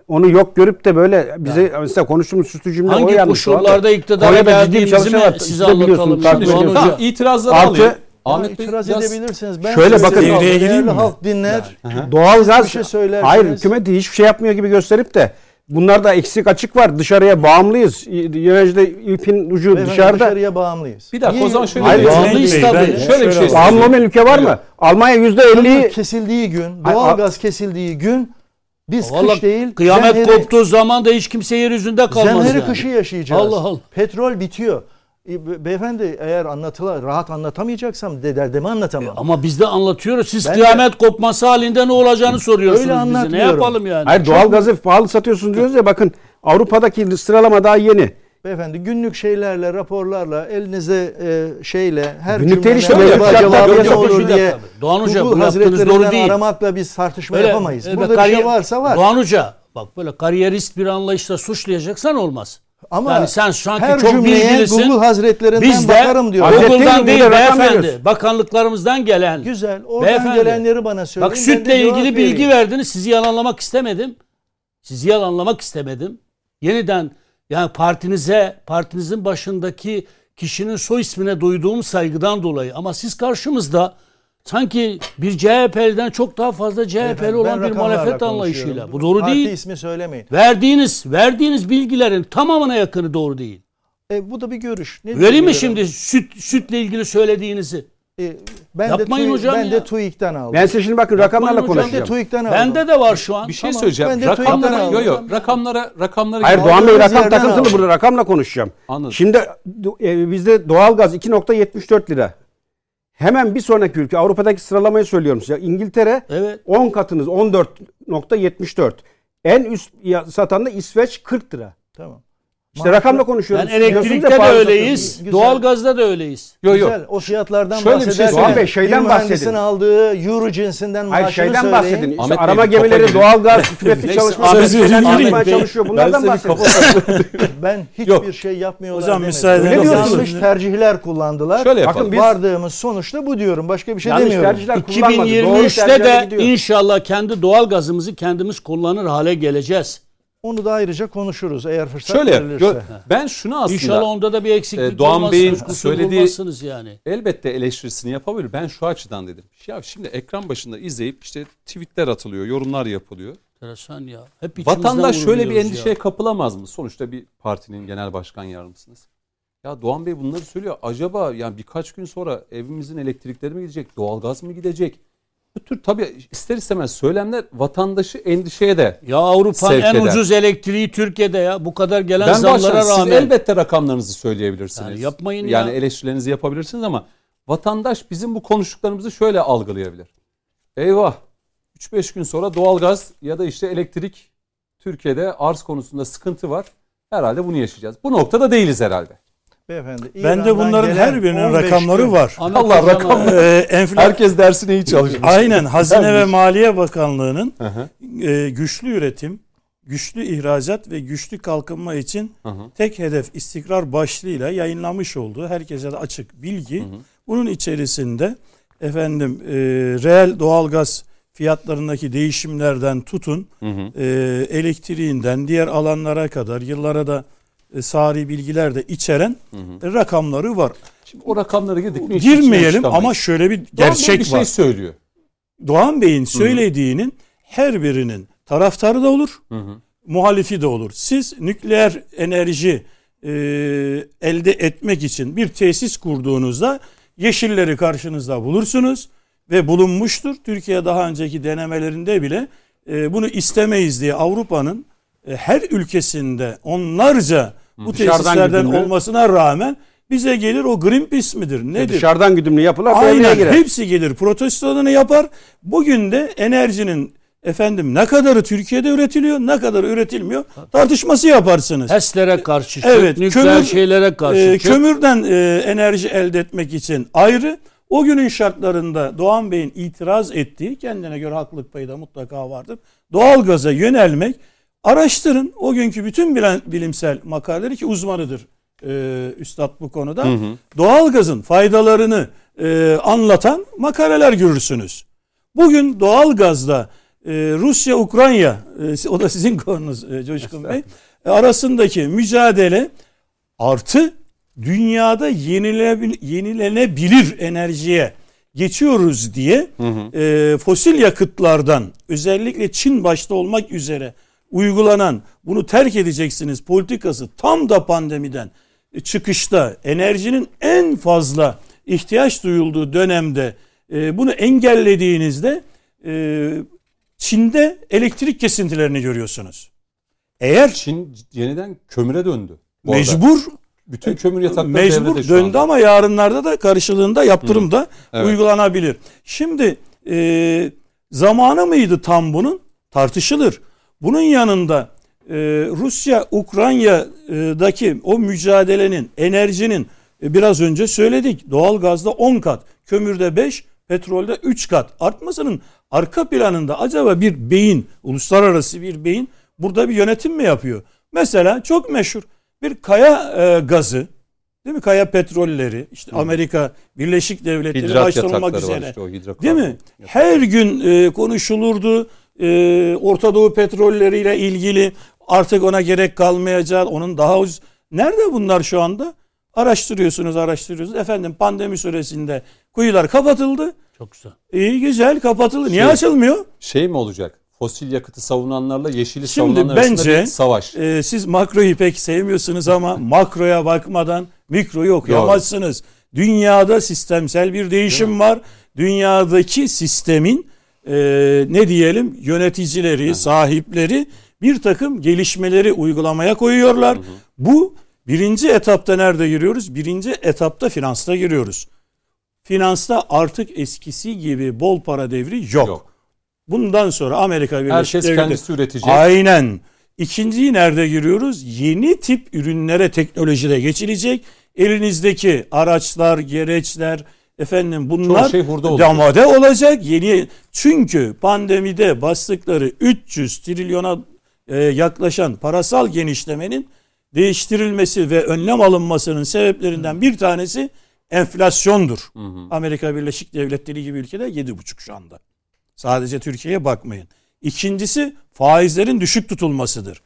onu yok görüp de böyle bize mesela konuştuğumuz süslü cümle o hangi yanlış. koşullarda iktidara Konya'da ciddi bir geldiğimizi çalışma mi var. size Siz de biliyorsunuz, anlatalım? takip Şimdi ediyorsunuz. Doğan Hoca, Tamam, itirazları Artı- alayım. Ya Ahmet Bey itiraz biraz edebilirsiniz. Ben Şöyle size bakın, söyleyeyim. devreye gireyim Değerli mi? halk dinler. Doğalgaz bir şey söylerseniz- hayır hükümet hiçbir şey yapmıyor gibi gösterip de bunlarda eksik açık var. Dışarıya bağımlıyız. Yöneticide ipin ucu Beyefendi, dışarıda. dışarıya bağımlıyız. Bir dakika, o zaman şöyle Hayır, diyelim. bağımlıyız Bey, tabii. Şöyle bir şey Bağımlı söyleyeyim. olmayan ülke var mı? Almanya %50'yi Kesildiği gün, Ay- doğalgaz kesildiği gün biz vallahi kış değil, kıyamet zemheri- koptuğu zaman da hiç kimse yeryüzünde kalmaz zemheri yani. kışı yaşayacağız. Allah Allah. Petrol bitiyor. Beyefendi eğer rahat anlatamayacaksam derdimi anlatamam. Ama biz de anlatıyoruz. Siz Ben de- kıyamet kopması halinde ne olacağını soruyorsunuz Öyle bize. Ne anlatmıyorum. yapalım yani? hayır doğalgazı pahalı satıyorsunuz diyoruz ya, bakın Avrupa'daki sıralama daha yeni. Beyefendi günlük şeylerle, raporlarla, elinizde şeyle her Günlük değil işte, cümleme böyle acaba fiyatlar cevabı yok, ne yok, olur bir diye dakika. Doğan Hoca, Google bu yaptığınız Hazretlerinden doğru değil. aramakla biz tartışma Öyle- yapamayız. öyle Burada bir şey varsa var. Doğan Hoca bak böyle kariyerist bir anlayışla suçlayacaksan olmaz. Ama yani sen sanki her çok cümleye bilgilisin. Google Hazretlerinden Biz de bakarım diyor. Hazret- Google'dan değil Burada rakam beyefendi. veriyoruz. Bakanlıklarımızdan gelen. Güzel. Oradan Beyefendi, gelenleri bana söyleyin. Bak ben de sütle cevap ilgili bilgi vereyim. verdiniz. Sizi yalanlamak istemedim. Sizi yalanlamak istemedim. Yeniden yani partinizin başındaki kişinin soy ismine duyduğum saygıdan dolayı. Ama siz karşımızda sanki bir CHP'den çok daha fazla CHP'li Beyefendi, olan ben bir rakamlarla muhalefet konuşuyorum. anlayışıyla. Bu doğru Parti değil. ismi söylemeyin. Verdiğiniz bilgilerin tamamına yakını doğru değil. Bu da bir görüş. Ne Vereyim mi diyebilirim? şimdi sütle ilgili söylediğinizi? Ben Yapmayın de hocam ben ya. de TÜİK'ten aldım. Ben size şimdi bakın rakamlarla hocam, Ben de konuşacağım. TÜİK'ten aldım. Bende de var şu an. Bir şey Tamam, söyleyeceğim. ben de Rakamlara, TÜİK'ten aldım. rakamlara Hayır Doğan Bey Aldığınız rakam yerden takıntılı, aldım. burada rakamla konuşacağım. Anladım. Şimdi bizde doğalgaz 2.74 lira. Hemen bir sonraki ülke Avrupa'daki sıralamayı söylüyorum size. İngiltere Evet. 10 katınız 14.74. En üst satan da İsveç 40 lira. Tamam. İşte rakamla konuşuyoruz. Ben Diyorsunuz elektrikte ya, de pahalı öyleyiz. Güzel. Doğalgazda da öyleyiz. Güzel. O fiyatlardan Şöyle bir şey bahsederken Doğan Bey, şeyden bir mühendisin bahsedin. aldığı euro cinsinden Hayır maaşını şeyden söyleyin. bahsedin. İşte Ahmet Bey, arama bir topa gemileri, girin. doğalgaz, hükümetli Neyse, çalışma Ahmet süreçleri Bey, yapmaya Ahmet Bey, çalışıyor. Bunlardan bahsedin. Ben hiçbir Yok. şey yapmıyorlar Hocam, demedim. müsaade Öyle Yanlış diyorsunuz. tercihler kullandılar. Şöyle yapalım. Bakın biz Vardığımız sonuçta bu diyorum. Başka bir şey yanlış demiyorum. tercihler kullanmadık. Doğru 2023'te tercihlere de gidiyor. inşallah kendi doğalgazımızı kendimiz kullanır hale geleceğiz. Onu da ayrıca konuşuruz eğer fırsat Şöyle yap. verilirse. Ben şunu aslında İnşallah onda da bir eksiklik Doğan olmaz. Bey'in kusur söylediği- bulmazsınız yani. elbette eleştirisini yapabilir. Ben şu açıdan dedim. Ya şimdi ekran başında izleyip işte tweetler atılıyor, yorumlar yapılıyor. Enteresan ya. Hep içimizden Vatandaş şöyle bir vuruluyoruz endişeye ya. kapılamaz mı? Sonuçta bir partinin genel başkan yardımcısınız. Ya Doğan Bey bunları söylüyor. Acaba yani birkaç gün sonra evimizin elektrikleri mi gidecek? Doğalgaz mı gidecek? Bu tür tabii ister istemez söylemler vatandaşı endişeye de. Ya Avrupa'nın Sevk en eder. ucuz elektriği Türkiye'de ya. Bu kadar gelen Ben zamlara baştan siz rağmen. elbette rakamlarınızı söyleyebilirsiniz. Yani yapmayın yani ya. eleştirilerinizi yapabilirsiniz ama vatandaş bizim bu konuştuklarımızı şöyle algılayabilir. Eyvah 3-5 gün sonra doğalgaz ya da işte elektrik Türkiye'de arz konusunda sıkıntı var. Herhalde bunu yaşayacağız. Bu noktada değiliz herhalde. Beyefendi, Bende İran'dan bunların gelen her birinin 15 rakamları gün- var. Ahmet Allah Hocam rakam- abi. Herkes dersine iyi çalışmış. Aynen, Hazine ve Güzelmiş. Maliye Bakanlığı'nın Hı hı, güçlü üretim, güçlü ihracat ve güçlü kalkınma için hı hı. tek hedef istikrar başlığıyla yayınlamış olduğu herkese de açık bilgi. Bunun içerisinde reel doğalgaz fiyatlarındaki değişimlerden tutun, Hı hı. elektriğinden diğer alanlara kadar yıllara da sari bilgiler de içeren rakamları var. Şimdi o rakamlara girdik mi? işin içinden Girmeyelim çıkamayız. ama şöyle bir Doğan Bey gerçek bir şey var. söylüyor. Doğan Bey'in söylediğinin her birinin taraftarı da olur, Hı hı. muhalifi de olur. Siz nükleer enerji elde etmek için bir tesis kurduğunuzda yeşilleri karşınızda bulursunuz ve bulunmuştur. Türkiye daha önceki denemelerinde bile bunu istemeyiz diye Avrupa'nın her ülkesinde onlarca bu Dışarıdan tesislerden güdümlü. olmasına rağmen bize gelir o Greenpeace midir nedir? Dışarıdan güdümlü yapılar devreye Aynen, girer. hepsi gelir protestolarını yapar. Bugün de enerjinin ne kadarı Türkiye'de üretiliyor, ne kadarı üretilmiyor tartışması yaparsınız. HES'lere karşı çık, Evet, nükleer şeylere karşı çık. kömürden enerji elde etmek için ayrı. O günün şartlarında Doğan Bey'in itiraz ettiği, kendine göre haklılık payı da mutlaka vardır. Doğalgaza yönelmek, araştırın. O günkü bütün bilimsel makaleleri, ki uzmanıdır üstad bu konuda. Doğalgazın faydalarını anlatan makaleler görürsünüz. Bugün doğalgazda Rusya-Ukrayna, o da sizin konunuz Coşkun Bey, arasındaki mücadele artı dünyada yenilenebilir enerjiye geçiyoruz diye fosil yakıtlardan, özellikle Çin başta olmak üzere uygulanan, bunu terk edeceksiniz politikası tam da pandemiden çıkışta, enerjinin en fazla ihtiyaç duyulduğu dönemde bunu engellediğinizde Çin'de elektrik kesintilerini görüyorsunuz. Eğer Çin yeniden kömüre döndü. Mecbur, bütün kömür yatakları mecbur döndü ama yarınlarda da karşılığında yaptırım da uygulanabilir. Şimdi zamanı mıydı tam bunun? Tartışılır. Bunun yanında Rusya-Ukrayna'daki o mücadelenin, enerjinin biraz önce söyledik. Doğalgazda 10 kat, kömürde 5, petrolde 3 kat artmasının arka planında acaba bir beyin, uluslararası bir beyin burada bir yönetim mi yapıyor? Mesela çok meşhur bir kaya gazı, değil mi? Kaya petrolleri, işte Amerika Birleşik Devletleri başta olmak üzere. Işte, değil mi? Her gün konuşulurdu. Orta Doğu petrolleriyle ilgili artık ona gerek kalmayacak. Onun daha ucuz. Nerede bunlar şu anda? Araştırıyorsunuz. Efendim pandemi süresinde kuyular kapatıldı. Çok güzel. İyi güzel kapatıldı. Niye açılmıyor? Şey mi olacak? Fosil yakıtı savunanlarla yeşili Şimdi savunanlar arasında bence, bir savaş. Siz makroyu pek sevmiyorsunuz ama makroya bakmadan mikroyu okuyamazsınız. Dünyada sistemsel bir değişim var. Dünyadaki sistemin ne diyelim yöneticileri, sahipleri bir takım gelişmeleri uygulamaya koyuyorlar. Bu birinci etapta nerede giriyoruz? Birinci etapta finansta giriyoruz. Finansta artık eskisi gibi bol para devri yok. Bundan sonra Amerika Birleşik Devletleri kendisi üretecek. Aynen. İkinciyi nerede giriyoruz? Yeni tip ürünlere, teknolojide geçilecek. Elinizdeki araçlar, gereçler, efendim bunlar damade olacak. Yeni, çünkü pandemide bastıkları 300 trilyona yaklaşan parasal genişlemenin değiştirilmesi ve önlem alınmasının sebeplerinden bir tanesi enflasyondur. Amerika Birleşik Devletleri gibi ülkede 7,5 şu anda. Sadece Türkiye'ye bakmayın. İkincisi faizlerin düşük tutulmasıdır.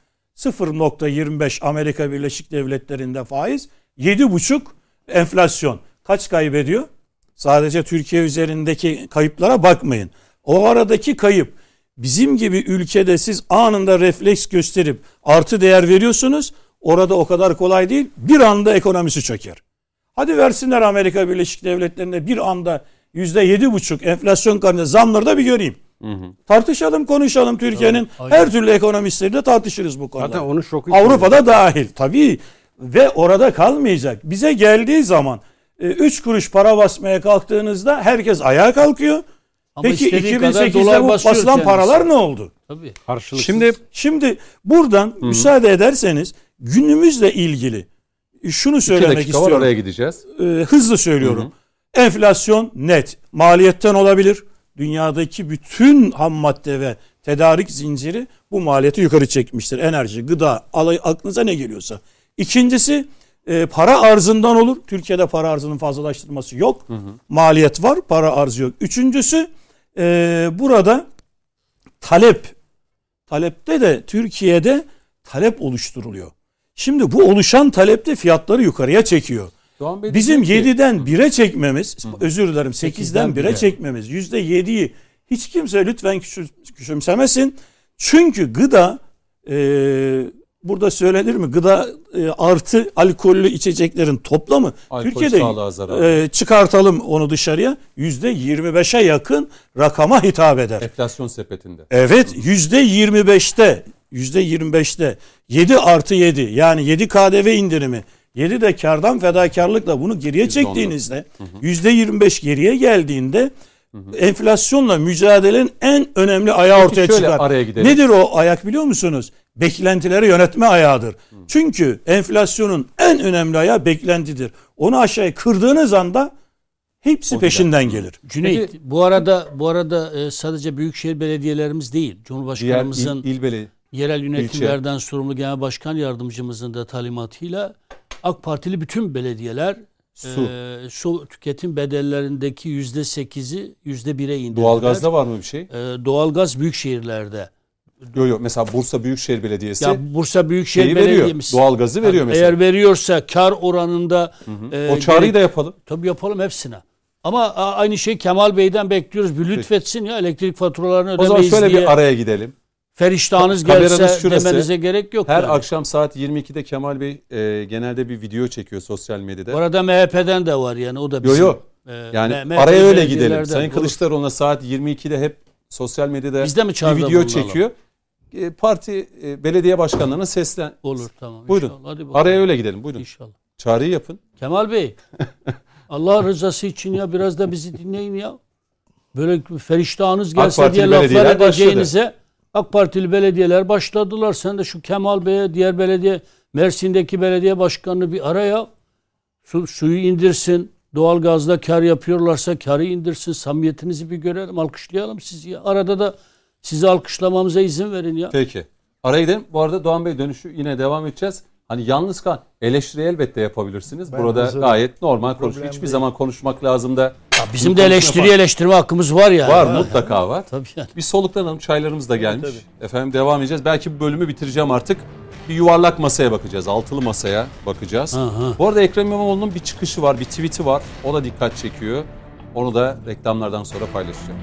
0,25 Amerika Birleşik Devletleri'nde faiz, 7,5 enflasyon. Kaç kaybediyor? Sadece Türkiye üzerindeki kayıplara bakmayın. O aradaki kayıp bizim gibi ülkede siz anında refleks gösterip artı değer veriyorsunuz. Orada o kadar kolay değil. Bir anda ekonomisi çöker. Hadi versinler Amerika Birleşik Devletleri'nde bir anda %7,5 enflasyon karşısında zamları da bir göreyim. Tartışalım, konuşalım. Türkiye'nin her türlü ekonomistleriyle tartışırız bu konuda. Zaten onun şoku. Avrupa'da dahil tabii. Ve orada kalmayacak. Bize geldiği zaman 3 kuruş para basmaya kalktığınızda herkes ayağa kalkıyor. Ama peki istediği kadar 2008'de dolar bu basıyor basılan kendisi. paralar ne oldu? Tabii. Şimdi buradan müsaade ederseniz günümüzle ilgili şunu söylemek istiyorum. Oraya gideceğiz. Hızlı söylüyorum. Enflasyon net. Maliyetten olabilir. Dünyadaki bütün ham madde ve tedarik zinciri bu maliyeti yukarı çekmiştir. Enerji, gıda, aklınıza ne geliyorsa. İkincisi para arzından olur. Türkiye'de para arzının fazlalaştırması yok. Maliyet var, para arzı yok. Üçüncüsü burada talep. Talepte de Türkiye'de talep oluşturuluyor. Şimdi bu oluşan talepte fiyatları yukarıya çekiyor. Bizim 7'den 1'e çekmemiz, özür dilerim 8'den 1'e çekmemiz, %7'yi hiç kimse lütfen küçümsemesin. Çünkü gıda, burada söylenir mi? Gıda artı alkollü içeceklerin toplamı Türkiye'de çıkartalım onu dışarıya %25'e yakın rakama hitap eder. Enflasyon sepetinde. Evet, %25'te 7 artı 7 yani 7 KDV indirimi, 7 de kardan fedakarlıkla bunu geriye çektiğinizde %25 geriye geldiğinde enflasyonla mücadelenin en önemli ayağı ortaya çıkar. Nedir o ayak biliyor musunuz? Beklentileri yönetme ayağıdır. Çünkü enflasyonun en önemli ayağı beklentidir. Onu aşağıya kırdığınız anda hepsi peşinden gelir. Cüneyt, bu arada sadece büyükşehir belediyelerimiz değil, Cumhurbaşkanımızın yerel yönetimlerden sorumlu Genel Başkan Yardımcımızın da talimatıyla AK Partili bütün belediyeler su tüketim bedellerindeki %8'i %1'e indirdiler. Doğalgazda var mı bir şey? Doğalgaz büyük şehirlerde. Yok. Mesela Bursa Büyükşehir Belediyesi Ya Bursa Büyükşehir şeyi veriyor. Belediyesi Doğalgazı veriyor mesela. Eğer veriyorsa kar oranında O çağrıyı da yapalım. tabii yapalım hepsine. Ama aynı şey Kemal Bey'den bekliyoruz. Bir lütfetsin ya, elektrik faturalarını O zaman ödemeyiz şöyle diye. bir araya gidelim. Feriştahınız Kameranız gelse şurası. demenize gerek yok. Her yani. akşam saat 22'de Kemal Bey genelde bir video çekiyor sosyal medyada. Bu arada MHP'den de var yani, o da bizim. Yok. Yani MHP araya öyle gidelim. belediyelerden Sayın olur. Kılıçdaroğlu'na saat 22'de hep sosyal medyada Biz de mi bir çağrıda video bulunalım? çekiyor. Parti belediye başkanlarına seslen. Olur, tamam. Buyurun. İnşallah. Hadi bakalım. Araya öyle gidelim. Buyurun. İnşallah. Çağrıyı yapın. Kemal Bey, Allah rızası için ya biraz da bizi dinleyin ya. Böyle feriştahınız gelse Partili diye laflar belediyeler edeceğinize AK Partili belediyeler başladılar. Sen de şu Kemal Bey'e, diğer belediye, Mersin'deki belediye başkanını bir ara ya. Suyu indirsin. Doğalgazda kar yapıyorlarsa karı indirsin. Samimiyetinizi bir görelim. Alkışlayalım sizi ya. Arada da sizi alkışlamamıza izin verin ya. Peki. Araya gidelim. Bu arada Doğan Bey dönüşü yine devam edeceğiz. Hani yalnız kal. Eleştiri elbette yapabilirsiniz. Ben Burada hazırım. gayet normal konuş. Problem Hiçbir değil. zaman konuşmak lazım da. Ya bizim de eleştirme hakkımız var yani. Var, mutlaka var. Tabii yani. Bir soluklanalım. Çaylarımız da gelmiş. Tabii. Efendim devam edeceğiz. Belki bu bölümü bitireceğim artık. Bir yuvarlak masaya bakacağız. Altılı masaya bakacağız. Aha. Bu arada Ekrem İmamoğlu'nun bir çıkışı var. Bir tweet'i var. O da dikkat çekiyor. Onu da reklamlardan sonra paylaşacağım.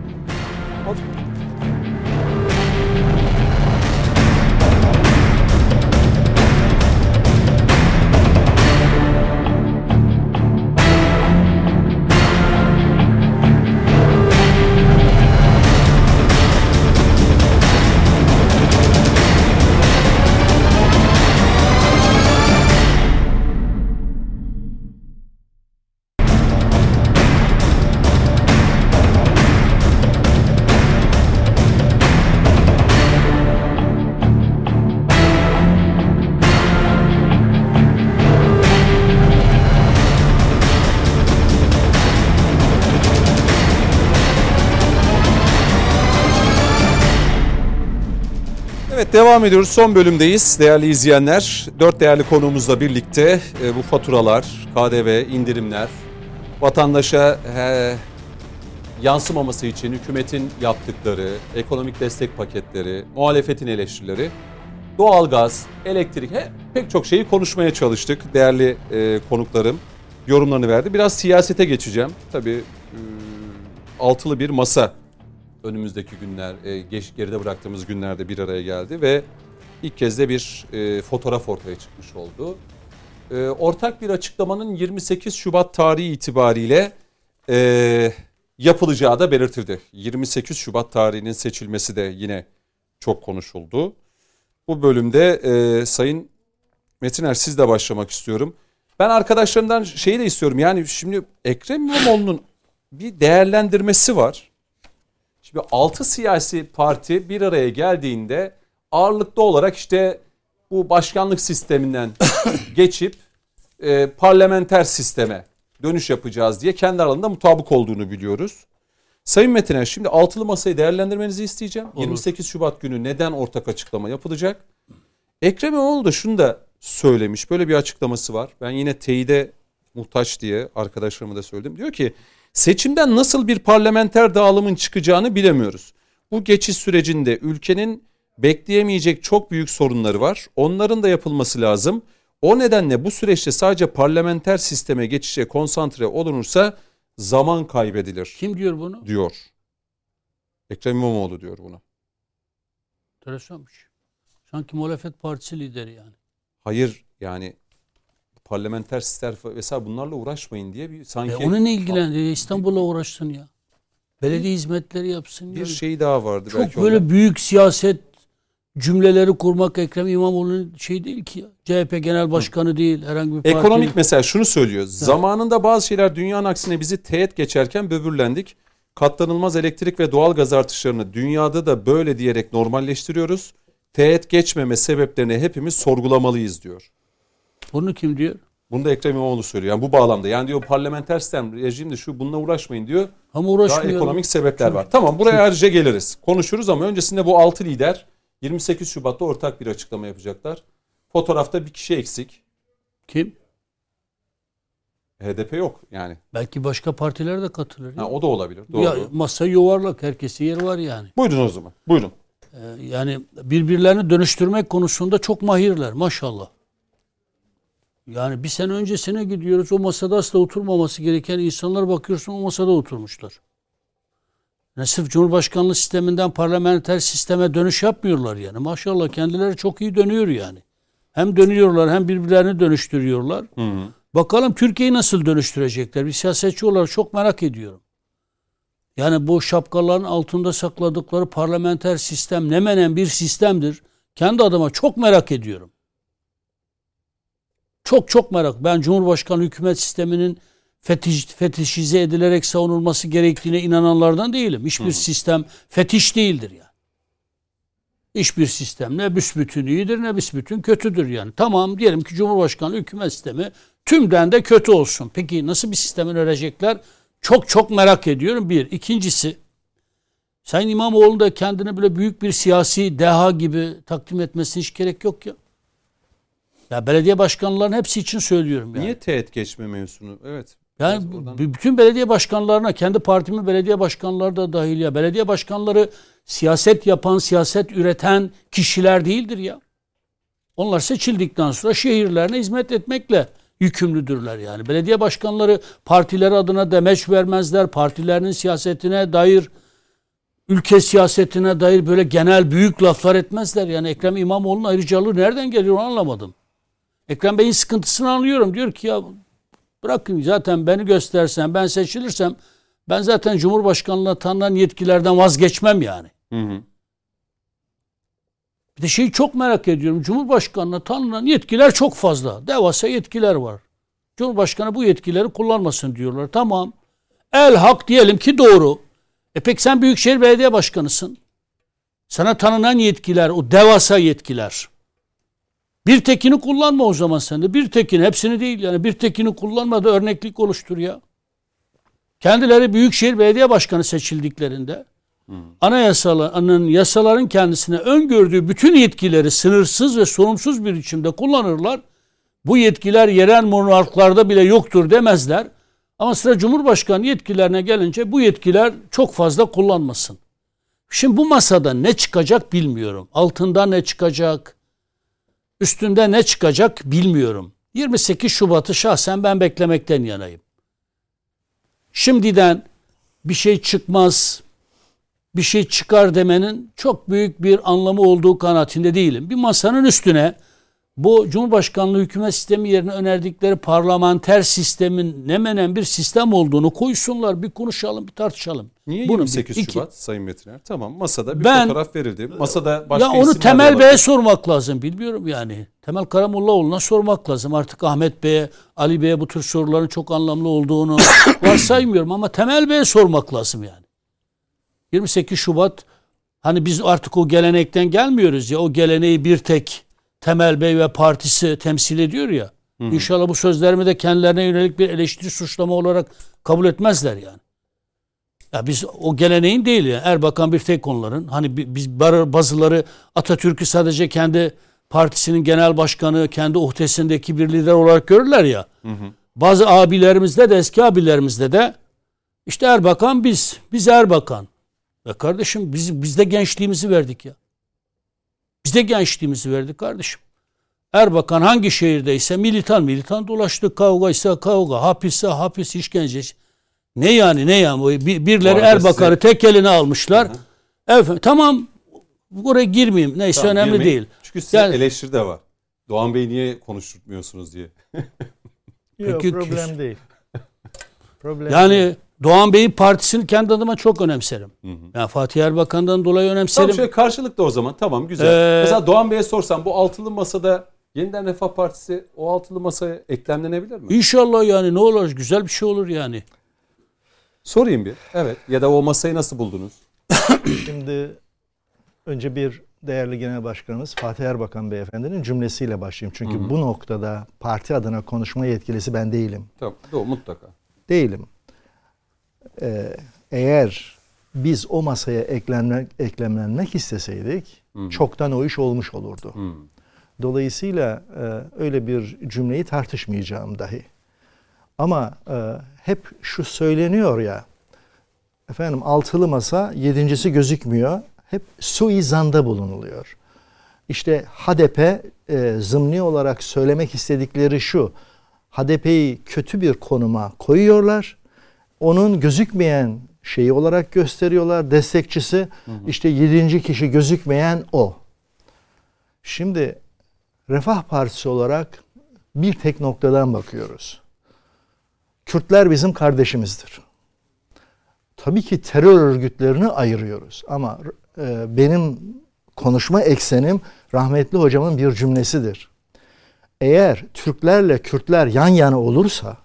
Evet, devam ediyoruz. Son bölümdeyiz değerli izleyenler. 4 değerli konuğumuzla birlikte bu faturalar, KDV, indirimler, vatandaşa yansımaması için hükümetin yaptıkları, ekonomik destek paketleri, muhalefetin eleştirileri, doğalgaz, elektrik, pek çok şeyi konuşmaya çalıştık. Değerli konuklarım yorumlarını verdi. Biraz siyasete geçeceğim. Tabii altılı bir masa önümüzdeki günler, geride bıraktığımız günlerde bir araya geldi ve ilk kez de bir fotoğraf ortaya çıkmış oldu. Ortak bir açıklamanın 28 Şubat tarihi itibariyle yapılacağı da belirtildi. 28 Şubat tarihinin seçilmesi de yine çok konuşuldu. Bu bölümde Sayın Metiner, sizle başlamak istiyorum. Ben arkadaşlarımdan şeyi de istiyorum. Yani şimdi Ekrem İmamoğlu'nun bir değerlendirmesi var. Şimdi 6 siyasi parti bir araya geldiğinde ağırlıklı olarak işte bu başkanlık sisteminden geçip parlamenter sisteme dönüş yapacağız diye kendi aralarında mutabık olduğunu biliyoruz. Sayın Metiner, şimdi altılı masayı değerlendirmenizi isteyeceğim. Olur. 28 Şubat günü neden ortak açıklama yapılacak? Ekrem İmamoğlu da şunu da söylemiş. Böyle bir açıklaması var. Ben yine teyide muhtaç diye arkadaşlarıma da söyledim. Diyor ki seçimden nasıl bir parlamenter dağılımın çıkacağını bilemiyoruz. Bu geçiş sürecinde ülkenin bekleyemeyecek çok büyük sorunları var. Onların da yapılması lazım. O nedenle bu süreçte sadece parlamenter sisteme geçişe konsantre olunursa zaman kaybedilir. Kim diyor bunu? Diyor. Ekrem İmamoğlu diyor bunu. Enteresanmış. Sanki muhalefet partisi lideri yani. Hayır, yani parlamenter sistem vesaire bunlarla uğraşmayın diye bir sanki Onun ne ilgilendiriyor? İstanbul'la uğraşsın ya. Belediye hizmetleri yapsın. bir yani. şey daha vardı. Çok belki böyle onda. büyük siyaset cümleleri kurmak Ekrem İmamoğlu'nun şey değil ki ya. CHP Genel Başkanı değil. Herhangi bir parti. Ekonomik mesela şunu söylüyor. Zamanında bazı şeyler dünyanın aksine bizi teğet geçerken böbürlendik. Katlanılmaz elektrik ve doğal gaz artışlarını dünyada da böyle diyerek normalleştiriyoruz. Teğet geçmeme sebeplerini hepimiz sorgulamalıyız diyor. Bunu kim diyor? Bunu da Ekrem İmamoğlu söylüyor. Yani bu bağlamda. Yani diyor parlamenter sistem, rejimde şu bununla uğraşmayın diyor. Ama Daha uğraşmıyor. ekonomik sebepler var. Tamam, buraya ayrıca geliriz. Konuşuruz ama öncesinde bu 6 lider 28 Şubat'ta ortak bir açıklama yapacaklar. Fotoğrafta bir kişi eksik. Kim? HDP yok yani. Belki başka partiler de katılır. Ha, o da olabilir. Doğru. Ya, masa yuvarlak, herkese yer var yani. Buyurun o zaman. Buyurun. Yani birbirlerini dönüştürmek konusunda çok mahirler maşallah. Yani bir sene öncesine gidiyoruz, o masada asla oturmaması gereken insanlar, bakıyorsun o masada oturmuşlar. Yani sırf Cumhurbaşkanlığı sisteminden parlamenter sisteme dönüş yapmıyorlar yani. Maşallah kendileri çok iyi dönüyor yani. Hem dönüyorlar hem birbirlerini dönüştürüyorlar. Hı. Bakalım Türkiye'yi nasıl dönüştürecekler? Bir siyasetçi olarak çok merak ediyorum. Yani bu şapkaların altında sakladıkları parlamenter sistem ne menen bir sistemdir. Kendi adıma çok merak ediyorum. Çok merak. Ben Cumhurbaşkanı hükümet sisteminin fetişize edilerek savunulması gerektiğine inananlardan değilim. Hiçbir sistem fetiş değildir yani. Hiçbir sistem ne büsbütün iyidir ne büsbütün kötüdür yani. Tamam, diyelim ki Cumhurbaşkanı hükümet sistemi tümden de kötü olsun. Peki nasıl bir sistem önerecekler? Çok merak ediyorum. Bir. İkincisi, Sayın İmamoğlu da kendini böyle büyük bir siyasi deha gibi takdim etmesine hiç gerek yok ya. Ya belediye başkanlarının hepsi için söylüyorum yani. Niye teğet geçme mevzusunu? Evet. Yani bütün belediye başkanlarına, kendi partimin belediye başkanları da dahil ya. Belediye başkanları siyaset yapan, siyaset üreten kişiler değildir ya. Onlar seçildikten sonra şehirlerine hizmet etmekle yükümlüdürler yani. Belediye başkanları partileri adına demeç vermezler. Partilerinin siyasetine dair, ülke siyasetine dair böyle genel büyük laflar etmezler. Yani Ekrem İmamoğlu'nun ayrıcalığı nereden geliyor onu anlamadım. Ekrem Bey'in sıkıntısını anlıyorum. Diyor ki ya bırakın, zaten beni göstersen, ben seçilirsem ben zaten Cumhurbaşkanlığına tanınan yetkilerden vazgeçmem yani. Hı. Bir de şeyi çok merak ediyorum. Cumhurbaşkanlığına tanınan yetkiler çok fazla. Devasa yetkiler var. Cumhurbaşkanı bu yetkileri kullanmasın diyorlar. Tamam. Hak diyelim ki doğru. Peki sen Büyükşehir Belediye Başkanısın. Sana tanınan yetkiler, o devasa yetkiler. Bir tekini kullanma o zaman sen de. Bir tekini, hepsini değil yani. Bir tekini kullanma da örneklik oluştur ya. Kendileri Büyükşehir Belediye Başkanı seçildiklerinde yasaların kendisine öngördüğü bütün yetkileri sınırsız ve sorumsuz bir biçimde kullanırlar. Bu yetkiler yerel monarklarda bile yoktur demezler. Ama sıra Cumhurbaşkanı yetkilerine gelince bu yetkiler çok fazla kullanmasın. Şimdi bu masada ne çıkacak bilmiyorum. Altında ne çıkacak, üstünde ne çıkacak bilmiyorum. 28 Şubat'ı şahsen ben beklemekten yanayım. Şimdiden bir şey çıkmaz, bir şey çıkar demenin çok büyük bir anlamı olduğu kanaatinde değilim. Bir masanın üstüne bu Cumhurbaşkanlığı hükümet sistemi yerine önerdikleri parlamenter sistemin ne menen bir sistem olduğunu koysunlar, bir konuşalım, bir tartışalım. Niye Bunu 28 Şubat Sayın Metiner? Tamam, masada bir fotoğraf verildi. Masada başka ya onu Temel Bey'e sormak lazım, bilmiyorum yani. Temel Karamollaoğlu'na sormak lazım. Artık Ahmet Bey'e, Ali Bey'e bu tür soruların çok anlamlı olduğunu varsaymıyorum ama Temel Bey'e sormak lazım yani. 28 Şubat, hani biz artık o gelenekten gelmiyoruz ya, o geleneği bir tek Temel Bey ve partisi temsil ediyor ya. Hı-hı. İnşallah bu sözlerimi de kendilerine yönelik bir eleştiri, suçlama olarak kabul etmezler yani. Ya biz o geleneğin değil yani. Erbakan bir tek onların. Hani biz bazıları Atatürk'ü sadece kendi partisinin genel başkanı, kendi uhdesindeki bir lider olarak görürler ya. Hı-hı. Bazı abilerimizde de, eski abilerimizde de işte Erbakan biz Erbakan. Ya kardeşim biz de gençliğimizi verdik ya. Biz de gençliğimizi verdik kardeşim. Erbakan hangi şehirdeyse militan dolaştı. Kavga ise kavga, hapisse hapis, işkence. Ne yani? Birileri Erbakan'ı tek eline almışlar. Efendim, tamam, buraya girmeyeyim. Neyse, tamam, önemli girmeyin. değil. Çünkü size eleştiri de var. Doğan Bey niye konuşturmuyorsunuz diye. Yok, problem değil. Problem yani değil. Doğan Bey'in partisini kendi adıma çok önemserim. Hı hı. Yani Fatih Erbakan'dan dolayı önemserim. Tamam, şöyle karşılıklı o zaman. Tamam, güzel. Mesela Doğan Bey'e sorsam bu altılı masada Yeniden Refah Partisi o altılı masaya eklemlenebilir mi? İnşallah yani, ne olur, güzel bir şey olur yani. Sorayım bir. Evet. Ya da o masayı nasıl buldunuz? Şimdi önce bir değerli Genel Başkanımız Fatih Erbakan Beyefendinin cümlesiyle başlayayım. Çünkü bu noktada parti adına konuşma yetkilisi ben değilim. Tabii, doğru, mutlaka. Değilim. Eğer biz o masaya eklemlenmek isteseydik çoktan o iş olmuş olurdu. Dolayısıyla öyle bir cümleyi tartışmayacağım dahi. Ama hep şu söyleniyor ya, efendim altılı masa yedincisi gözükmüyor. Hep suizanda bulunuluyor. İşte HDP zımni olarak söylemek istedikleri şu: HDP'yi kötü bir konuma koyuyorlar. Onun gözükmeyen şeyi olarak gösteriyorlar, destekçisi. İşte 7. kişi gözükmeyen o. Şimdi Refah Partisi olarak bir tek noktadan bakıyoruz. Kürtler bizim kardeşimizdir. Tabii ki terör örgütlerini ayırıyoruz. Ama benim konuşma eksenim rahmetli hocamın bir cümlesidir. Eğer Türklerle Kürtler yan yana olursa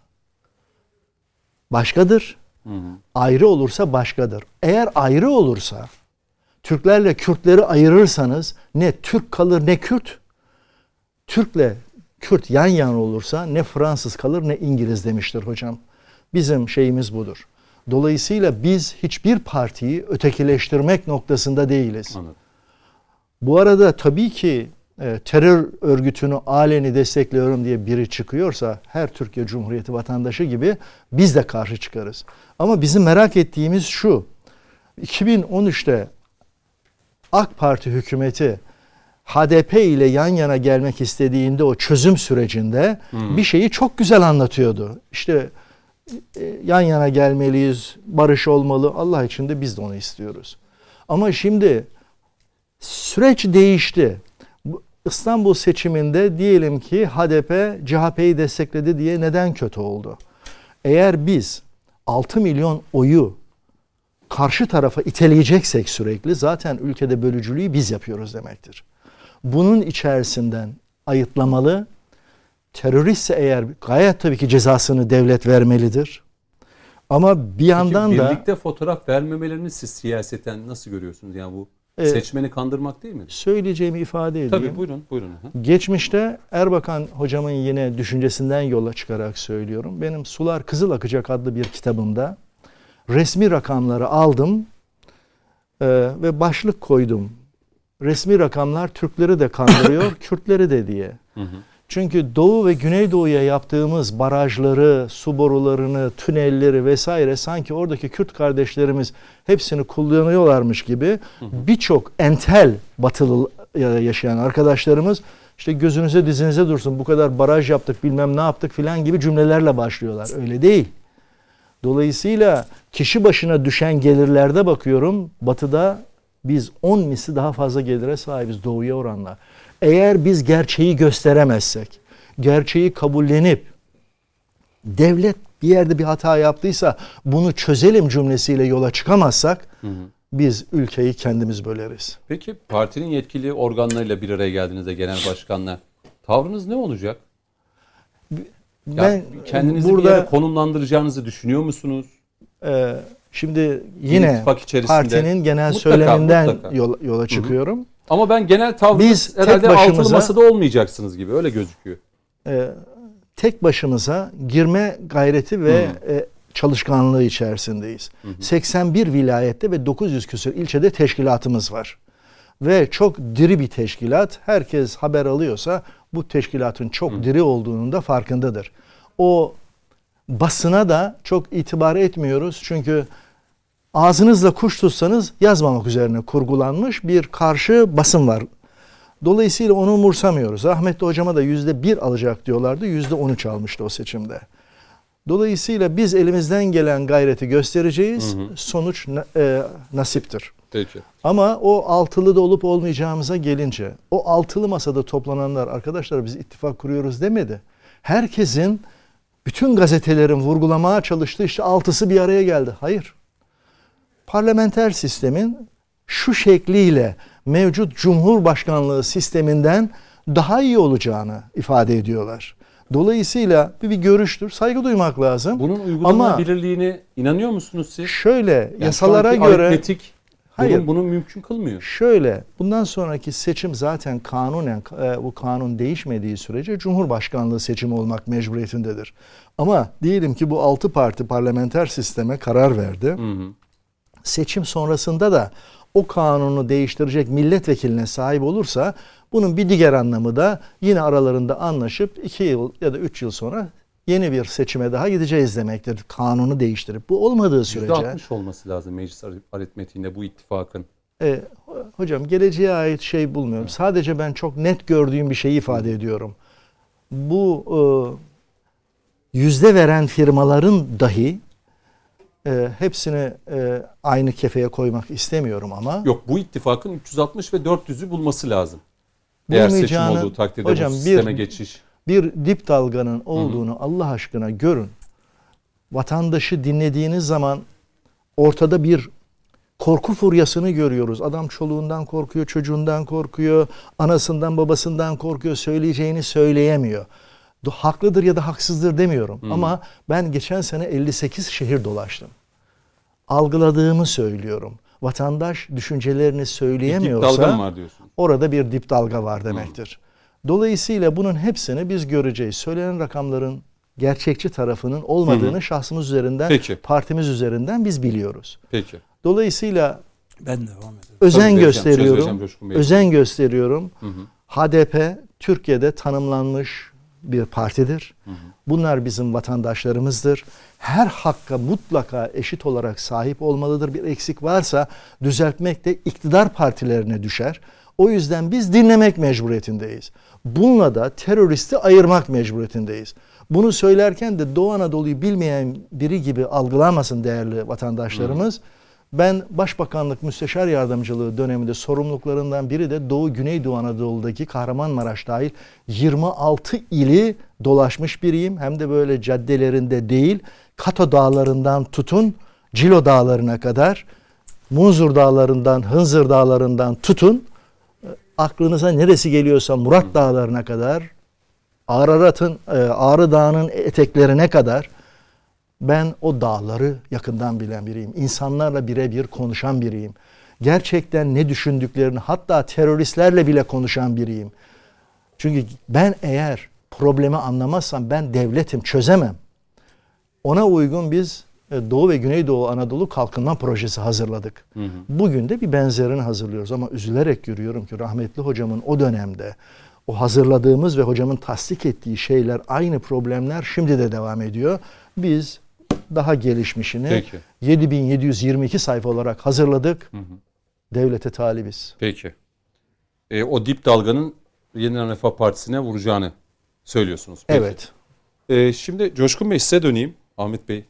başkadır. Ayrı olursa başkadır. Eğer ayrı olursa, Türklerle Kürtleri ayırırsanız ne Türk kalır ne Kürt. Türkle Kürt yan yana olursa ne Fransız kalır ne İngiliz demiştir hocam. Bizim şeyimiz budur. Dolayısıyla biz hiçbir partiyi ötekileştirmek noktasında değiliz. Anladım. Bu arada tabii ki terör örgütünü aleni destekliyorum diye biri çıkıyorsa her Türkiye Cumhuriyeti vatandaşı gibi biz de karşı çıkarız. Ama bizim merak ettiğimiz şu: 2013'te AK Parti hükümeti HDP ile yan yana gelmek istediğinde o çözüm sürecinde bir şeyi çok güzel anlatıyordu. İşte yan yana gelmeliyiz, barış olmalı. Allah için de biz de onu istiyoruz. Ama şimdi süreç değişti. İstanbul seçiminde diyelim ki HDP CHP'yi destekledi diye neden kötü oldu? Eğer biz 6 milyon oyu karşı tarafa iteleyeceksek sürekli, zaten ülkede bölücülüğü biz yapıyoruz demektir. Bunun içerisinden ayıtlamalı. Teröristse eğer gayet tabii ki cezasını devlet vermelidir. Ama bir yandan da birlikte fotoğraf vermemelerini siz siyaseten nasıl görüyorsunuz? Yani bu seçmeni kandırmak değil mi? Söyleyeceğimi ifade edeyim. Tabii, buyurun. Geçmişte Erbakan hocamın yine düşüncesinden yola çıkarak söylüyorum. Benim Sular Kızıl Akacak adlı bir kitabımda resmi rakamları aldım ve başlık koydum. Resmi rakamlar Türkleri de kandırıyor, Kürtleri de diye. Çünkü Doğu ve Güneydoğu'ya yaptığımız barajları, su borularını, tünelleri vesaire sanki oradaki Kürt kardeşlerimiz hepsini kullanıyorlarmış gibi birçok entel batılı yaşayan arkadaşlarımız işte gözünüze dizinize dursun, bu kadar baraj yaptık bilmem ne yaptık filan gibi cümlelerle başlıyorlar. Öyle değil. Dolayısıyla kişi başına düşen gelirlerde bakıyorum, batıda biz 10 misli daha fazla gelire sahibiz doğuya oranla. Eğer biz gerçeği gösteremezsek, gerçeği kabullenip devlet bir yerde bir hata yaptıysa bunu çözelim cümlesiyle yola çıkamazsak biz ülkeyi kendimiz böleriz. Peki partinin yetkili organlarıyla bir araya geldiğinizde genel başkanla tavrınız ne olacak? Ben kendinizi burada bir yere konumlandıracağınızı düşünüyor musunuz? Şimdi yine partinin genel söyleminden yola çıkıyorum. Ama ben genel tavrınız herhalde altılı masada olmayacaksınız gibi öyle gözüküyor. Tek başımıza girme gayreti ve çalışkanlığı içerisindeyiz. 81 vilayette ve 900 küsur ilçede teşkilatımız var. Ve çok diri bir teşkilat. Herkes haber alıyorsa bu teşkilatın çok diri olduğunun da farkındadır. O basına da çok itibar etmiyoruz. Çünkü ağzınızla kuş tutsanız yazmamak üzerine kurgulanmış bir karşı basın var. Dolayısıyla onu umursamıyoruz. Rahmetli hocama da %1 alacak diyorlardı. %13 almıştı o seçimde. Dolayısıyla biz elimizden gelen gayreti göstereceğiz. Sonuç nasiptir. Peki. Ama o altılıda olup olmayacağımıza gelince, o altılı masada toplananlar arkadaşlar biz ittifak kuruyoruz demedi. Herkesin, bütün gazetelerin vurgulamaya çalıştığı işte altısı bir araya geldi. Hayır. Parlamenter sistemin şu şekliyle mevcut Cumhurbaşkanlığı sisteminden daha iyi olacağını ifade ediyorlar. Dolayısıyla bir görüştür. Saygı duymak lazım. Bunun uygulanabilirliğine inanıyor musunuz siz? Şöyle yani yasalara göre aritmetik bunu mümkün kılmıyor. Şöyle bundan sonraki seçim zaten kanunen bu kanun değişmediği sürece Cumhurbaşkanlığı seçimi olmak mecburiyetindedir. Ama diyelim ki bu 6 parti parlamenter sisteme karar verdi. Seçim sonrasında da o kanunu değiştirecek milletvekiline sahip olursa bunun bir diğer anlamı da yine aralarında anlaşıp 2 yıl ya da 3 yıl sonra yeni bir seçime daha gideceğiz demektir. Kanunu değiştirip. Bu olmadığı sürece. %60 olması lazım meclis aritmetiğinde bu ittifakın. Hocam geleceğe ait şey bulmuyorum. Sadece ben çok net gördüğüm bir şeyi ifade ediyorum. Bu yüzde veren firmaların dahi hepsini aynı kefeye koymak istemiyorum ama. Yok, bu ittifakın 360 ve 400'ü bulması lazım. Eğer seçim olduğu takdirde hocam, bu sisteme geçiş. Bir dip dalganın olduğunu Allah aşkına görün. Vatandaşı dinlediğiniz zaman ortada bir korku furyasını görüyoruz. Adam çoluğundan korkuyor, çocuğundan korkuyor, anasından babasından korkuyor, söyleyeceğini söyleyemiyor. Haklıdır ya da haksızdır demiyorum. Ama ben geçen sene 58 şehir dolaştım. Algıladığımı söylüyorum. Vatandaş düşüncelerini söyleyemiyorsa dip dalga mı var diyorsun? Orada bir dip dalga var demektir. Dolayısıyla bunun hepsini biz göreceğiz. Söylenen rakamların gerçekçi tarafının olmadığını şahsımız üzerinden, partimiz üzerinden biz biliyoruz. Peki. Dolayısıyla ben devam ederim. Özen gösteriyorum. HDP Türkiye'de tanımlanmış bir partidir. Bunlar bizim vatandaşlarımızdır. Her hakka mutlaka eşit olarak sahip olmalıdır. Bir eksik varsa düzeltmek de iktidar partilerine düşer. O yüzden biz dinlemek mecburiyetindeyiz. Bununla da teröristi ayırmak mecburiyetindeyiz. Bunu söylerken de Doğu Anadolu'yu bilmeyen biri gibi algılanmasın değerli vatandaşlarımız. Ben Başbakanlık Müsteşar Yardımcılığı döneminde sorumluluklarından biri de Doğu Güneydoğu Anadolu'daki Kahramanmaraş dahil 26 ili dolaşmış biriyim. Hem de böyle caddelerinde değil, Kato Dağları'ndan tutun Cilo Dağları'na kadar, Munzur Dağları'ndan, Hınzır Dağları'ndan tutun, aklınıza neresi geliyorsa Murat Dağları'na kadar, Ağrı Dağı'nın eteklerine kadar ben o dağları yakından bilen biriyim. İnsanlarla birebir konuşan biriyim. Gerçekten ne düşündüklerini, hatta teröristlerle bile konuşan biriyim. Çünkü ben eğer problemi anlamazsam ben devletim, çözemem. Ona uygun biz Doğu ve Güneydoğu Anadolu Kalkınma Projesi hazırladık. Bugün de bir benzerini hazırlıyoruz ama üzülerek görüyorum ki rahmetli hocamın o dönemde o hazırladığımız ve hocamın tasdik ettiği şeyler, aynı problemler şimdi de devam ediyor. Biz daha gelişmişini 7722 sayfa olarak hazırladık. Devlete talibiz. Peki. O dip dalganın Yeniden Refah Partisi'ne vuracağını söylüyorsunuz. Peki. Evet. Şimdi Coşkun Bey size döneyim. Ahmet Bey.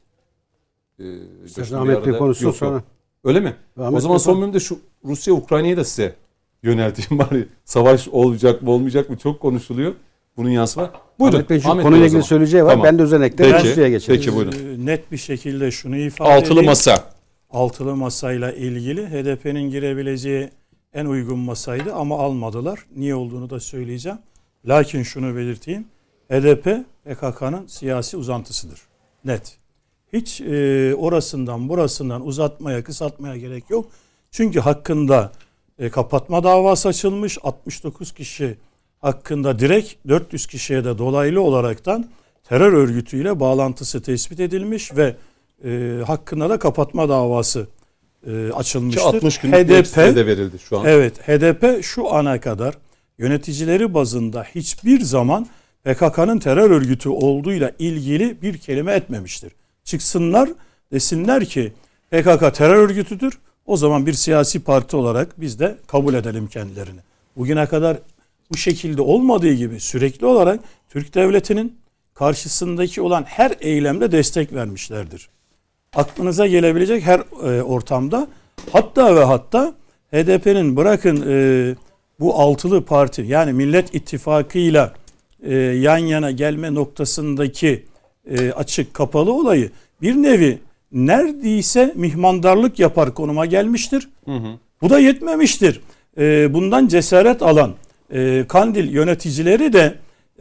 Ahmet Bey konuşsun sonra. Öyle mi? O zaman son bölümde şu Rusya-Ukrayna'yı da size yönelteyim bari. Savaş olacak mı olmayacak mı çok konuşuluyor. Bunun yansıma. Buyurun. Ahmet Bey konuyla ilgili söyleyeceği var. Tamam. Ben de özellikle Rusya'ya geçelim. Peki buyurun. Net bir şekilde şunu ifade edeyim. Altılı masa. Altılı masayla ilgili HDP'nin girebileceği en uygun masaydı ama almadılar. Niye olduğunu da söyleyeceğim. Lakin şunu belirteyim. HDP PKK'nın siyasi uzantısıdır. Net. Hiç orasından burasından uzatmaya, kısaltmaya gerek yok. Çünkü hakkında kapatma davası açılmış. 69 kişi hakkında direkt, 400 kişiye de dolaylı olaraktan terör örgütüyle bağlantısı tespit edilmiş ve hakkında da kapatma davası açılmıştır. 60 günlük HDP de verildi şu an. Evet, HDP şu ana kadar yöneticileri bazında hiçbir zaman PKK'nın terör örgütü olduğuyla ilgili bir kelime etmemiştir. Çıksınlar desinler ki PKK terör örgütüdür. O zaman bir siyasi parti olarak biz de kabul edelim kendilerini. Bugüne kadar bu şekilde olmadığı gibi sürekli olarak Türk devletinin karşısındaki olan her eylemde destek vermişlerdir. Aklınıza gelebilecek her ortamda, hatta ve hatta HDP'nin bırakın bu altılı parti, yani Millet İttifakı'yla yan yana gelme noktasındaki açık kapalı olayı bir nevi neredeyse mihmandarlık yapar konuma gelmiştir. Bu da yetmemiştir. Bundan cesaret alan Kandil yöneticileri de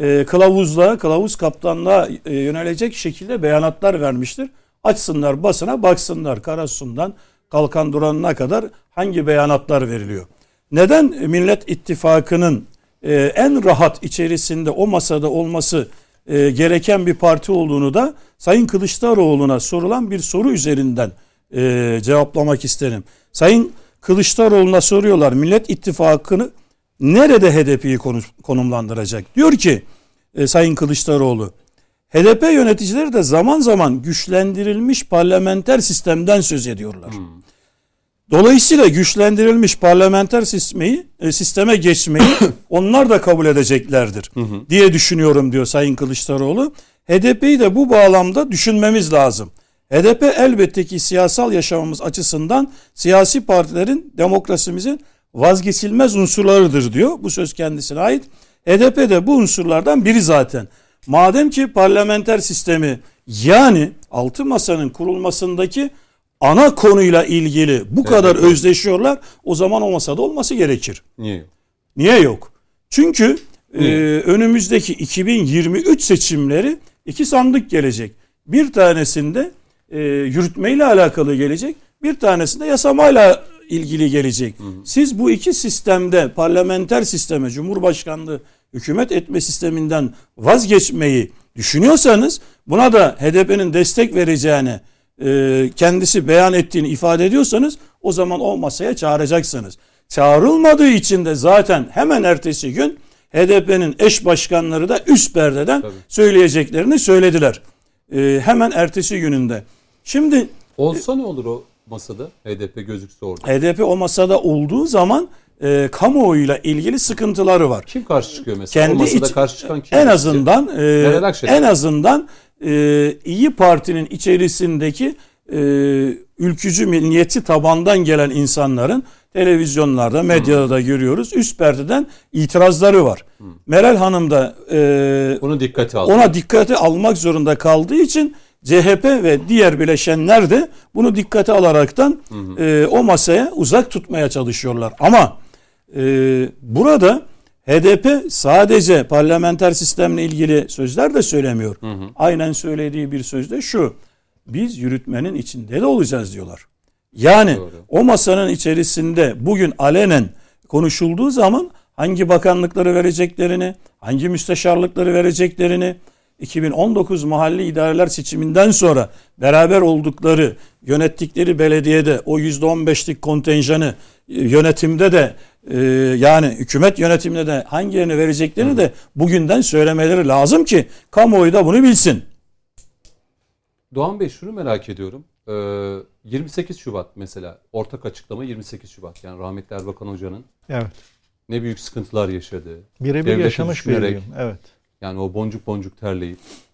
kılavuz kaptanlığa yönelecek şekilde beyanatlar vermiştir. Açsınlar basına, baksınlar Karasun'dan Kalkan Duranı'na kadar hangi beyanatlar veriliyor. Neden Millet İttifakı'nın en rahat içerisinde o masada olması gereken bir parti olduğunu da Sayın Kılıçdaroğlu'na sorulan bir soru üzerinden cevaplamak isterim. Sayın Kılıçdaroğlu'na soruyorlar, Millet İttifakı'nı nerede HDP'yi konumlandıracak? Diyor ki Sayın Kılıçdaroğlu, HDP yöneticileri de zaman zaman güçlendirilmiş parlamenter sistemden söz ediyorlar. Dolayısıyla güçlendirilmiş parlamenter sisteme geçmeyi onlar da kabul edeceklerdir diye düşünüyorum diyor Sayın Kılıçdaroğlu. HDP'yi de bu bağlamda düşünmemiz lazım. HDP elbette ki siyasal yaşamımız açısından siyasi partilerin demokrasimizin vazgeçilmez unsurlarıdır diyor. Bu söz kendisine ait. HDP de bu unsurlardan biri zaten. Madem ki parlamenter sistemi yani altı masanın kurulmasındaki ana konuyla ilgili bu kadar özdeşiyorlar, o zaman o masada olması gerekir. Niye yok? Niye yok? Çünkü önümüzdeki 2023 seçimleri 2 sandık gelecek. Bir tanesinde yürütmeyle alakalı gelecek, bir tanesinde yasamayla ilgili gelecek. Siz bu iki sistemde parlamenter sisteme, cumhurbaşkanlığı hükümet etme sisteminden vazgeçmeyi düşünüyorsanız, buna da HDP'nin destek vereceğini kendisi beyan ettiğini ifade ediyorsanız, o zaman o masaya çağıracaksınız. Çağrılmadığı için de zaten hemen ertesi gün HDP'nin eş başkanları da üst perdeden söyleyeceklerini söylediler. Hemen ertesi gününde. Şimdi olsa ne olur o masada? HDP gözükse orada. HDP o masada olduğu zaman kamuoyuyla ilgili sıkıntıları var. Kim karşı çıkıyor mesela? O masada karşı çıkan kim? En azından İyi Parti'nin içerisindeki ülkücü milliyetçi tabandan gelen insanların televizyonlarda, medyada da görüyoruz. Üst perdeden itirazları var. Meral Hanım da ona dikkate almak zorunda kaldığı için CHP ve diğer bileşenler de bunu dikkate alaraktan o masaya uzak tutmaya çalışıyorlar. Ama burada HDP sadece parlamenter sistemle ilgili sözler de söylemiyor. Aynen söylediği bir söz de şu: biz yürütmenin içinde de olacağız diyorlar. Yani o masanın içerisinde bugün alenen konuşulduğu zaman hangi bakanlıkları vereceklerini, hangi müsteşarlıkları vereceklerini, 2019 mahalli idareler seçiminden sonra beraber oldukları, yönettikleri belediyede o %15'lik kontenjanı yönetimde de yani hükümet yönetiminde de hangilerini vereceklerini de bugünden söylemeleri lazım ki kamuoyu da bunu bilsin. Doğan Bey, şunu merak ediyorum. 28 Şubat mesela, ortak açıklama 28 Şubat. Yani rahmetli Erbakan Hoca'nın ne büyük sıkıntılar yaşadığı. Birebir yaşamış biriyim. Evet. Yani o boncuk boncuk terleyip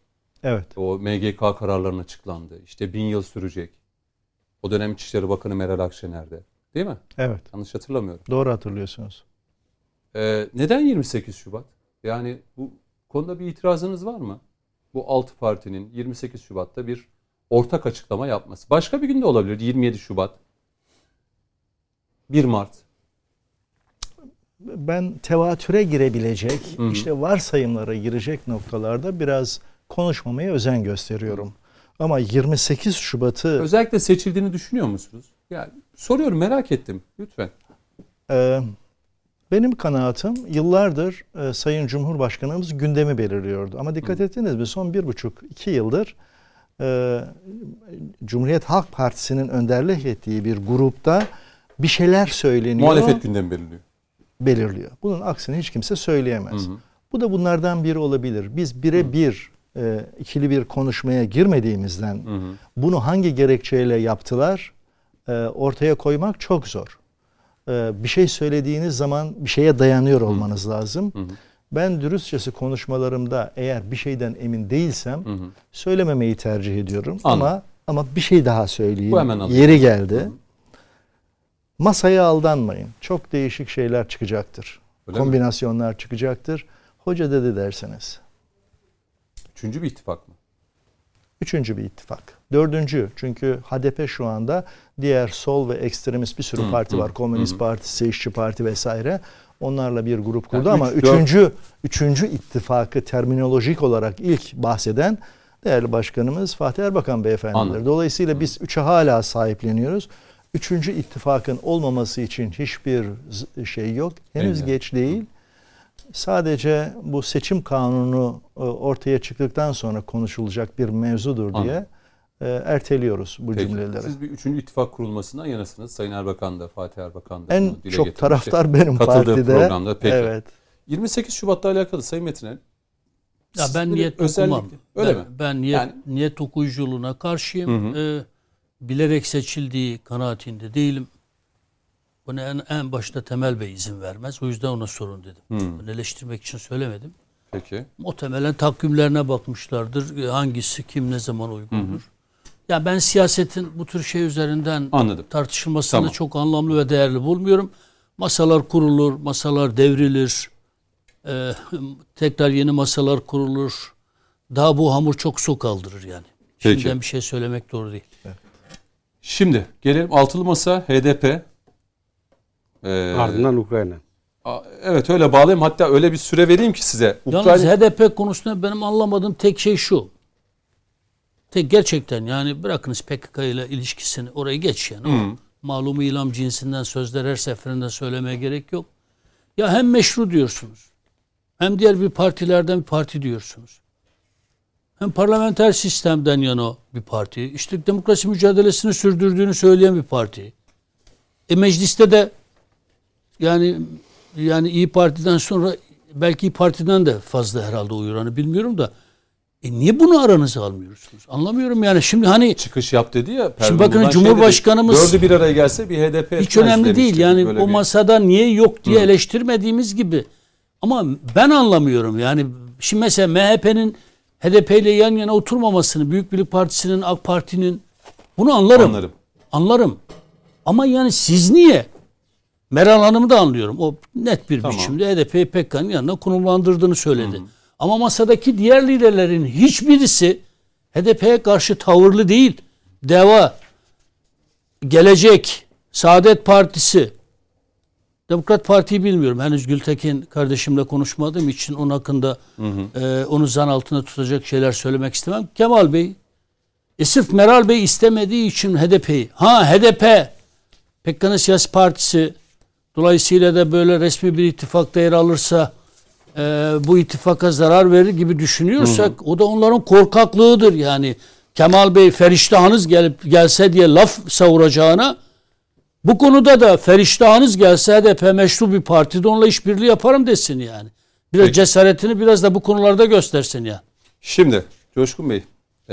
o MGK kararlarının açıklandı. İşte 1000 yıl sürecek. O dönem İçişleri Bakanı Meral Akşener'de. Değil mi? Evet. Yanlış hatırlamıyorum. Doğru hatırlıyorsunuz. Neden 28 Şubat? Yani bu konuda bir itirazınız var mı? Bu 6 partinin 28 Şubat'ta bir ortak açıklama yapması. Başka bir gün de olabilir. 27 Şubat. 1 Mart. Ben tevatüre girebilecek, işte varsayımlara girecek noktalarda biraz konuşmamaya özen gösteriyorum. Ama 28 Şubat'ı... Özellikle seçildiğini düşünüyor musunuz? Yani soruyorum, merak ettim. Lütfen. Benim kanaatim, yıllardır Sayın Cumhurbaşkanımız gündemi belirliyordu. Ama dikkat ettiniz mi? Son 1,5-2 yıldır Cumhuriyet Halk Partisi'nin önderlik ettiği bir grupta bir şeyler söyleniyor. Muhalefet gündemi belirliyor. Bunun aksini hiç kimse söyleyemez. Bu da bunlardan biri olabilir. Biz birebir ikili bir konuşmaya girmediğimizden bunu hangi gerekçeyle yaptılar ortaya koymak çok zor. Bir şey söylediğiniz zaman bir şeye dayanıyor olmanız lazım. Ben dürüstçesi konuşmalarımda eğer bir şeyden emin değilsem söylememeyi tercih ediyorum. Ama bir şey daha söyleyeyim. Yeri geldi. Masaya aldanmayın. Çok değişik şeyler çıkacaktır. Öyle kombinasyonlar mi? Çıkacaktır. Hoca dedi derseniz. 3. bir ittifak mı? 3. bir ittifak. 4. Çünkü HDP şu anda diğer sol ve ekstremist bir sürü parti var. Komünist Partisi, İşçi Parti vesaire. Onlarla bir grup kurdu ama 3. ittifakı terminolojik olarak ilk bahseden değerli başkanımız Fatih Erbakan beyefendidir. Dolayısıyla biz 3'e hala sahipleniyoruz. 3. ittifakın olmaması için hiçbir şey yok. Henüz geç değil. Sadece bu seçim kanunu ortaya çıktıktan sonra konuşulacak bir mevzudur diye erteliyoruz bu cümleleri. Siz bir 3. ittifak kurulmasından yanasınız. Sayın Erbakan da, Fatih Erbakan da. En çok taraftar benim partide. Katıldığı programda. Peki. Evet. 28 Şubat'la alakalı Sayın Metiner, Ya ben niyet okumam. Öyle mi? Ben niyet okuyuculuğuna karşıyım. Bilerek seçildiği kanaatinde değilim. Bunu en başta Temel Bey izin vermez. O yüzden ona sorun dedim. Bunu eleştirmek için söylemedim. Peki. Muhtemelen takvimlerine bakmışlardır. Hangisi kim ne zaman uygundur. Ya ben siyasetin bu tür şey üzerinden tartışılmasını çok anlamlı ve değerli bulmuyorum. Masalar kurulur, masalar devrilir. Tekrar yeni masalar kurulur. Daha bu hamur çok su kaldırır yani. Peki. Şimdiden bir şey söylemek doğru değil. Evet. Şimdi gelelim altılı masa HDP. Ardından Ukrayna. Evet öyle bağlayayım. Hatta öyle bir süre vereyim ki size. Yalnız HDP konusunda benim anlamadığım tek şey şu. Gerçekten yani bırakınız PKK ile ilişkisini oraya geç yani. O malumu ilam cinsinden sözler her seferinde söylemeye gerek yok. Ya hem meşru diyorsunuz. Hem diğer bir partilerden bir parti diyorsunuz. Hem parlamenter sistemden yana bir parti. İşte demokrasi mücadelesini sürdürdüğünü söyleyen bir parti. Mecliste de yani İYİ Parti'den sonra belki İYİ Parti'den de fazla herhalde uyuranı bilmiyorum da niye bunu aranıza almıyorsunuz? Anlamıyorum yani. Şimdi hani çıkış yap dedi ya. Şimdi bakın Cumhurbaşkanımız dördü bir araya gelse bir HDP hiç önemli değil. Yani o masada niye yok diye eleştirmediğimiz gibi. Ama ben anlamıyorum. Yani şimdi mesela MHP'nin HDP ile yan yana oturmamasını, Büyük Birlik Partisi'nin, AK Parti'nin bunu anlarım. Ama yani siz niye? Meral Hanım'ı da anlıyorum. O net bir biçimde HDP'yi PKK'nın yanına konumlandırdığını söyledi. Ama masadaki diğer liderlerin hiçbirisi HDP'ye karşı tavırlı değil. DEVA, Gelecek, Saadet Partisi, Demokrat Parti'yi bilmiyorum. Henüz Gültekin kardeşimle konuşmadığım için onun hakkında onu zan altında tutacak şeyler söylemek istemem. Kemal Bey, sırf Meral Bey istemediği için HDP'yi. HDP, PKK'nın siyasi partisi, dolayısıyla da böyle resmi bir ittifakta yer alırsa bu ittifaka zarar verir gibi düşünüyorsak o da onların korkaklığıdır yani. Kemal Bey feriştahınız gelse diye laf savuracağına bu konuda da feriştahınız gelse HDP meşru bir partide onunla işbirliği yaparım desin yani. Biraz cesaretini biraz da bu konularda göstersin yani. Şimdi Coşkun Bey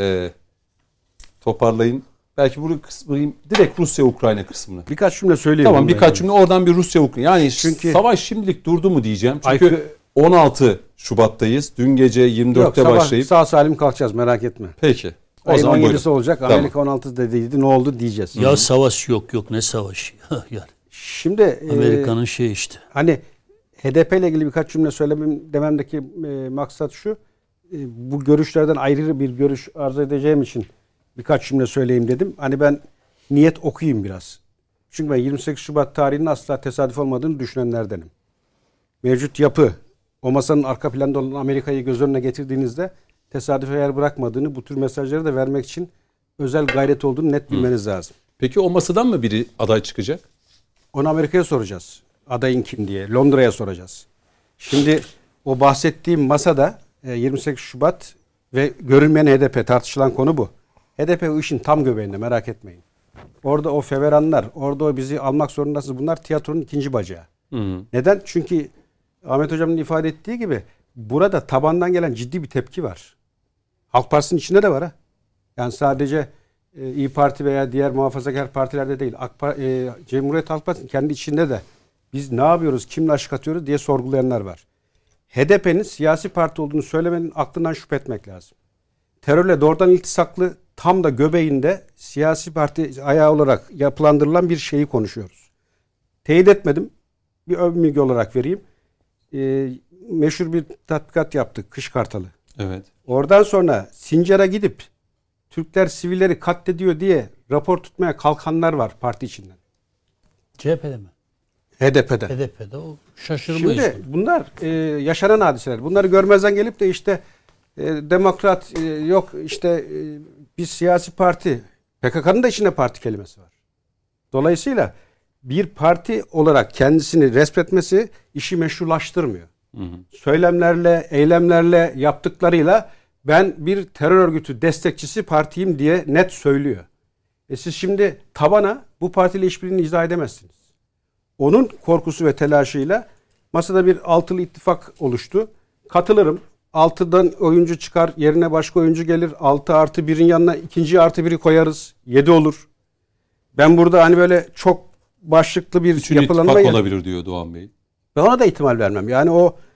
toparlayın. Belki bunu kısmayayım. Direkt Rusya-Ukrayna kısmını. Birkaç cümle söyleyeyim. Tamam birkaç cümle oradan bir Rusya-Ukrayna. Yani çünkü savaş şimdilik durdu mu diyeceğim. Çünkü 16 Şubat'tayız. Dün gece 24'te başlayıp. Sağ salim kalkacağız merak etme. Peki. O ayın zaman 17'si olacak. Tamam. Amerika 16 dediydi. Ne oldu diyeceğiz. Ya savaş yok ne savaşı. Yani. Şimdi Amerika'nın işte. Hani HDP ile ilgili birkaç cümle dememdeki maksat şu. Bu görüşlerden ayrı bir görüş arz edeceğim için birkaç cümle söyleyeyim dedim. Hani ben niyet okuyayım biraz. Çünkü ben 28 Şubat tarihinin asla tesadüf olmadığını düşünenlerdenim. Mevcut yapı, o masanın arka planda olan Amerika'yı göz önüne getirdiğinizde tesadüfe yer bırakmadığını, bu tür mesajları da vermek için özel gayret olduğunu net bilmeniz lazım. Peki o masadan mı biri aday çıkacak? Onu Amerika'ya soracağız. Adayın kim diye. Londra'ya soracağız. Şimdi o bahsettiğim masada 28 Şubat ve görünmeyen HDP, tartışılan konu bu. HDP o işin tam göbeğinde, merak etmeyin. Orada o feveranlar, orada o bizi almak zorundasınız. Bunlar tiyatronun ikinci bacağı. Neden? Çünkü Ahmet Hocam'ın ifade ettiği gibi burada tabandan gelen ciddi bir tepki var. Halk Partisi'nin içinde de var ha. Yani sadece İYİ Parti veya diğer muhafazakar partilerde değil. Cumhuriyet Halk Partisi'nin kendi içinde de biz ne yapıyoruz, kimle aşık atıyoruz diye sorgulayanlar var. HDP'nin siyasi parti olduğunu söylemenin aklından şüphe etmek lazım. Terörle doğrudan iltisaklı, tam da göbeğinde siyasi parti ayağı olarak yapılandırılan bir şeyi konuşuyoruz. Teyit etmedim. Bir ön bilgi olarak vereyim. Meşhur bir tatbikat yaptık. Kış Kartalı. Evet. Oradan sonra Sincar'a gidip Türkler sivilleri katlediyor diye rapor tutmaya kalkanlar var parti içinden. CHP'de mi? HDP'de. HDP'de o şaşırmayız. Şimdi bunlar yaşanan hadiseler. Bunları görmezden gelip de işte demokrat yok işte bir siyasi parti. PKK'nın da içinde parti kelimesi var. Dolayısıyla bir parti olarak kendisini resmetmesi işi meşrulaştırmıyor. Söylemlerle, eylemlerle, yaptıklarıyla ben bir terör örgütü destekçisi partiyim diye net söylüyor. Siz şimdi tabana bu partiyle işbirliğini izah edemezsiniz. Onun korkusu ve telaşıyla masada bir altılı ittifak oluştu. Katılırım. 6'dan oyuncu çıkar, yerine başka oyuncu gelir. 6+1'in yanına 2+1'i koyarız. 7 olur. Ben burada hani böyle çok başlıklı bir Üçüncü yapılanma ittifak olabilir diyor Doğan Bey. Ben ona da ihtimal vermem. Yani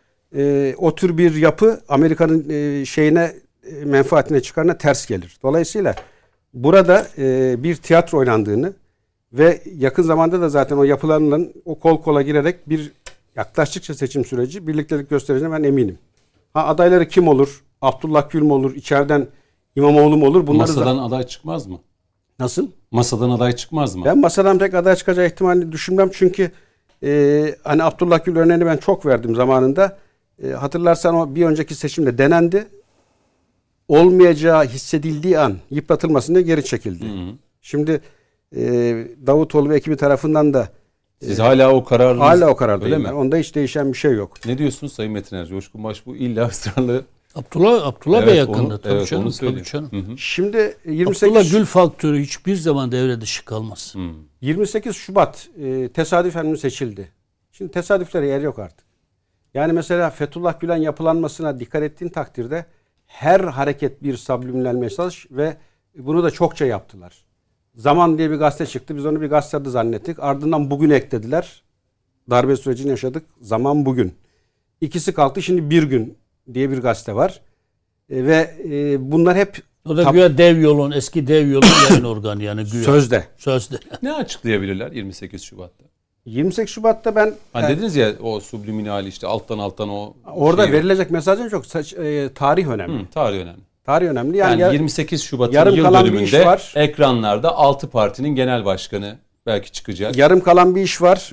o tür bir yapı Amerika'nın menfaatine çıkarına ters gelir. Dolayısıyla burada bir tiyatro oynandığını ve yakın zamanda da zaten o yapılanların o kol kola girerek bir yaklaştıkça seçim süreci birliktelik göstereceğine ben eminim. Adayları kim olur? Abdullah Gül mü olur? İçeriden İmamoğlu mu olur? Bunları Masadan aday çıkmaz mı? Nasıl? Masadan aday çıkmaz mı? Ben masadan pek aday çıkacağı ihtimalini düşünmem. Çünkü hani Abdullah Gül örneğini ben çok verdim zamanında. Hatırlarsan o bir önceki seçimde denendi. Olmayacağı hissedildiği an yıpratılmasın diye geri çekildi. Hı. Şimdi Davutoğlu ve ekibi tarafından da siz hala o kararınız. Hala o karardayım. Öyle mi? Onda hiç değişen bir şey yok. Ne diyorsunuz Sayın Metiner? Coşkun Baş bu illa ısrarlı. Abdullah Bey yakında. Tabii evet, canım. onu Tabii canım. Hı hı. Şimdi 28 Abdullah Gül faktörü hiçbir zaman devre dışı kalmaz. 28 Şubat tesadüfen seçildi. Şimdi tesadüflere yer yok artık. Yani mesela Fethullah Gülen yapılanmasına dikkat ettiğin takdirde her hareket bir subliminal mesaj ve bunu da çokça yaptılar. Zaman diye bir gazete çıktı. Biz onu bir gazetede zannettik. Ardından bugün eklediler. Darbe sürecini yaşadık. Zaman bugün. İkisi kalktı. Şimdi bir gün diye bir gazete var. Ve bunlar hep o da güya Dev Yol'un, eski Dev Yol'un yayın organı yani güya. Sözde. Ne açıklayabilirler 28 Şubat'ta? 28 Şubat'ta ben hani dediniz ya o subliminal işte alttan o orada verilecek mesajın çok tarih önemli. Tarih önemli. Tarih önemli. Yani 28 Şubat'ın yıl dönümünde ekranlarda 6 partinin genel başkanı belki çıkacak. Yarım kalan bir iş var.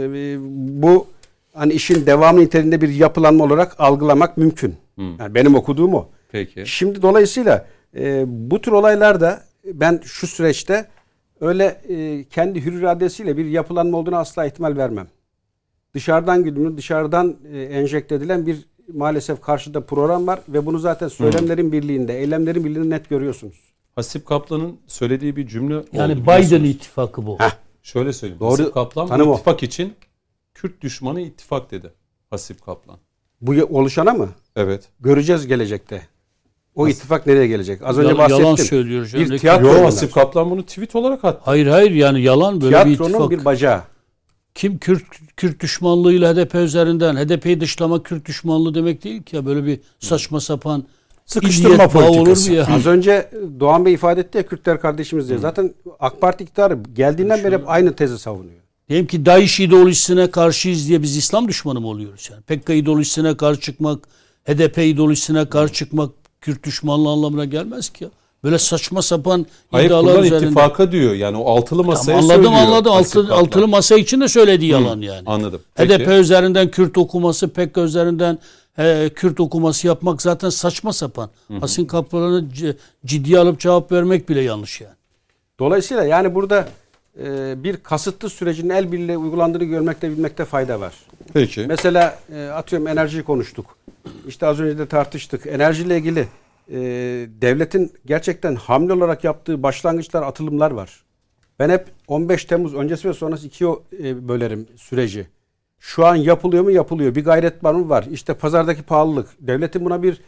Bu hani işin devamı niteliğinde bir yapılanma olarak algılamak mümkün. Yani benim okuduğum o. Peki. Şimdi dolayısıyla bu tür olaylarda ben şu süreçte öyle kendi hür iradesiyle bir yapılanma olduğuna asla ihtimal vermem. Dışarıdan güdümlü, dışarıdan enjekte edilen bir maalesef karşıda program var ve bunu zaten söylemlerin birliğinde, eylemlerin birliğinde net görüyorsunuz. Hasip Kaplan'ın söylediği bir cümle yani oldu. Biden ittifakı bu. Şöyle söyleyeyim. Doğru. Hasip Kaplan bu ittifak için Kürt düşmanı ittifak dedi. Hasip Kaplan. Bu oluşana mı? Evet. Göreceğiz gelecekte. O ittifak nereye gelecek? Az önce bahsettim. Yalan söylüyor. Bir tiyatro. Yok, Hasip Kaplan bunu tweet olarak attı. Hayır yani yalan böyle bir ittifak. Tiyatronun bir bacağı. Kim Kürt düşmanlığıyla HDP üzerinden, HDP'yi dışlamak Kürt düşmanlığı demek değil ki ya, böyle bir saçma sapan sıkıştırma politikası. Olur mu ya? Az önce Doğan Bey ifade etti ya Kürtler kardeşimiz diye. Zaten AK Parti iktidarı geldiğinden beri hep aynı tezi savunuyor. Diyelim ki DAEŞ ideolojisine karşıyız diye biz İslam düşmanı mı oluyoruz yani? PKK ideolojisine karşı çıkmak, HDP ideolojisine karşı çıkmak Kürt düşmanlığı anlamına gelmez ki ya. Böyle saçma sapan iddialar üzerinde. ittifaka diyor. Yani o altılı masaya söylüyor. Anladım. Altılı masa için de söylediği yalan yani. Anladım. HDP üzerinden Kürt okuması, PKK üzerinden Kürt okuması yapmak zaten saçma sapan. Hasip Kaplan'ı ciddiye alıp cevap vermek bile yanlış yani. Dolayısıyla yani burada bir kasıtlı sürecin el birliğiyle uygulandığını görmekte bilmekte fayda var. Peki. Mesela atıyorum enerjiyi konuştuk. İşte az önce de tartıştık. Enerjiyle ilgili devletin gerçekten hamle olarak yaptığı başlangıçlar, atılımlar var. Ben hep 15 Temmuz öncesi ve sonrası ikiye bölerim süreci. Şu an yapılıyor mu? Yapılıyor. Bir gayret var mı? Var. İşte pazardaki pahalılık. Devletin buna bir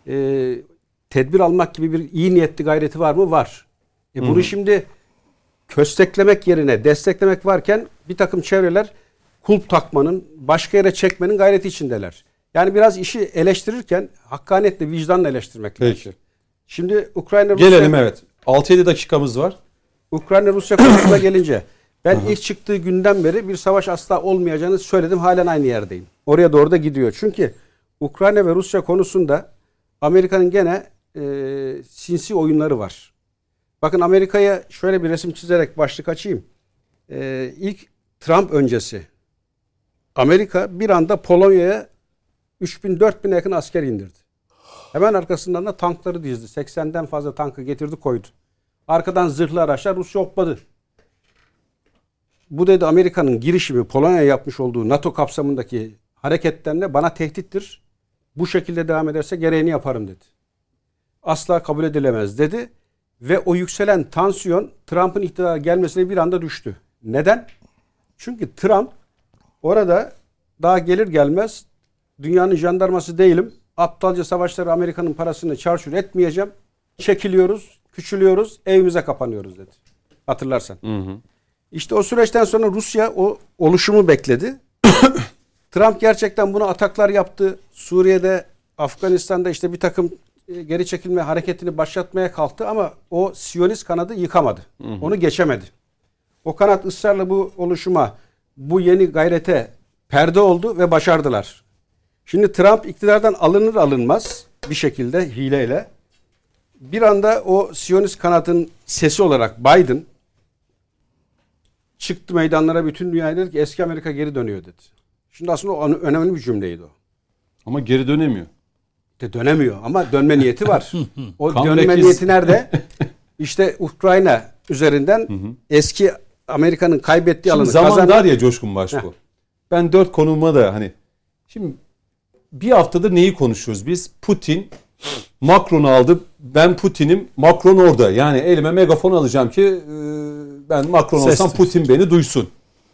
tedbir almak gibi bir iyi niyetli gayreti var mı? Var. Bunu şimdi kösteklemek yerine desteklemek varken bir takım çevreler kulp takmanın, başka yere çekmenin gayreti içindeler. Yani biraz işi eleştirirken hakkaniyetle, vicdanla eleştirmek lazım. Şimdi Ukrayna-Rusya... Gelelim evet. 6-7 dakikamız var. Ukrayna-Rusya konusuna gelince ben ilk çıktığı günden beri bir savaş asla olmayacağını söyledim. Halen aynı yerdeyim. Oraya doğru da gidiyor. Çünkü Ukrayna ve Rusya konusunda Amerika'nın gene sinsi oyunları var. Bakın Amerika'ya şöyle bir resim çizerek başlık açayım. İlk Trump öncesi Amerika bir anda Polonya'ya 3.000-4.000'e yakın asker indirdi. Hemen arkasından da tankları dizdi. 80'den fazla tankı getirdi koydu. Arkadan zırhlı araçlar Rusya hopladı. Bu dedi Amerika'nın girişimi Polonya'ya yapmış olduğu NATO kapsamındaki hareketlerine bana tehdittir. Bu şekilde devam ederse gereğini yaparım dedi. Asla kabul edilemez dedi. Ve o yükselen tansiyon Trump'ın iktidara gelmesine bir anda düştü. Neden? Çünkü Trump orada daha gelir gelmez dünyanın jandarması değilim. aptalca savaşları Amerika'nın parasını çarçur etmeyeceğim. Çekiliyoruz, küçülüyoruz, evimize kapanıyoruz dedi. Hatırlarsan. İşte o süreçten sonra Rusya o oluşumu bekledi. Trump gerçekten buna ataklar yaptı. Suriye'de, Afganistan'da işte bir takım geri çekilme hareketini başlatmaya kalktı ama o Siyonist kanadı yıkamadı. Onu geçemedi. O kanat ısrarla bu oluşuma, bu yeni gayrete perde oldu ve başardılar. Şimdi Trump iktidardan alınır alınmaz bir şekilde hileyle bir anda o Siyonist kanadın sesi olarak Biden çıktı meydanlara, bütün dünyaya dedi ki eski Amerika geri dönüyor dedi. Şimdi aslında o önemli bir cümleydi o. Ama geri dönemiyor. De dönemiyor ama dönme niyeti var. O Comeback dönme niyeti nerede? İşte Ukrayna üzerinden eski Amerika'nın kaybettiği alanı zaman kazanan... dar ya Coşkun Başbuğ. Ben 4 konuma da hani şimdi bir haftadır neyi konuşuyoruz biz? Putin Macron'u aldı. Ben Putin'im. Macron orada. Yani elime megafon alacağım ki ben Macron olsam Putin beni duysun.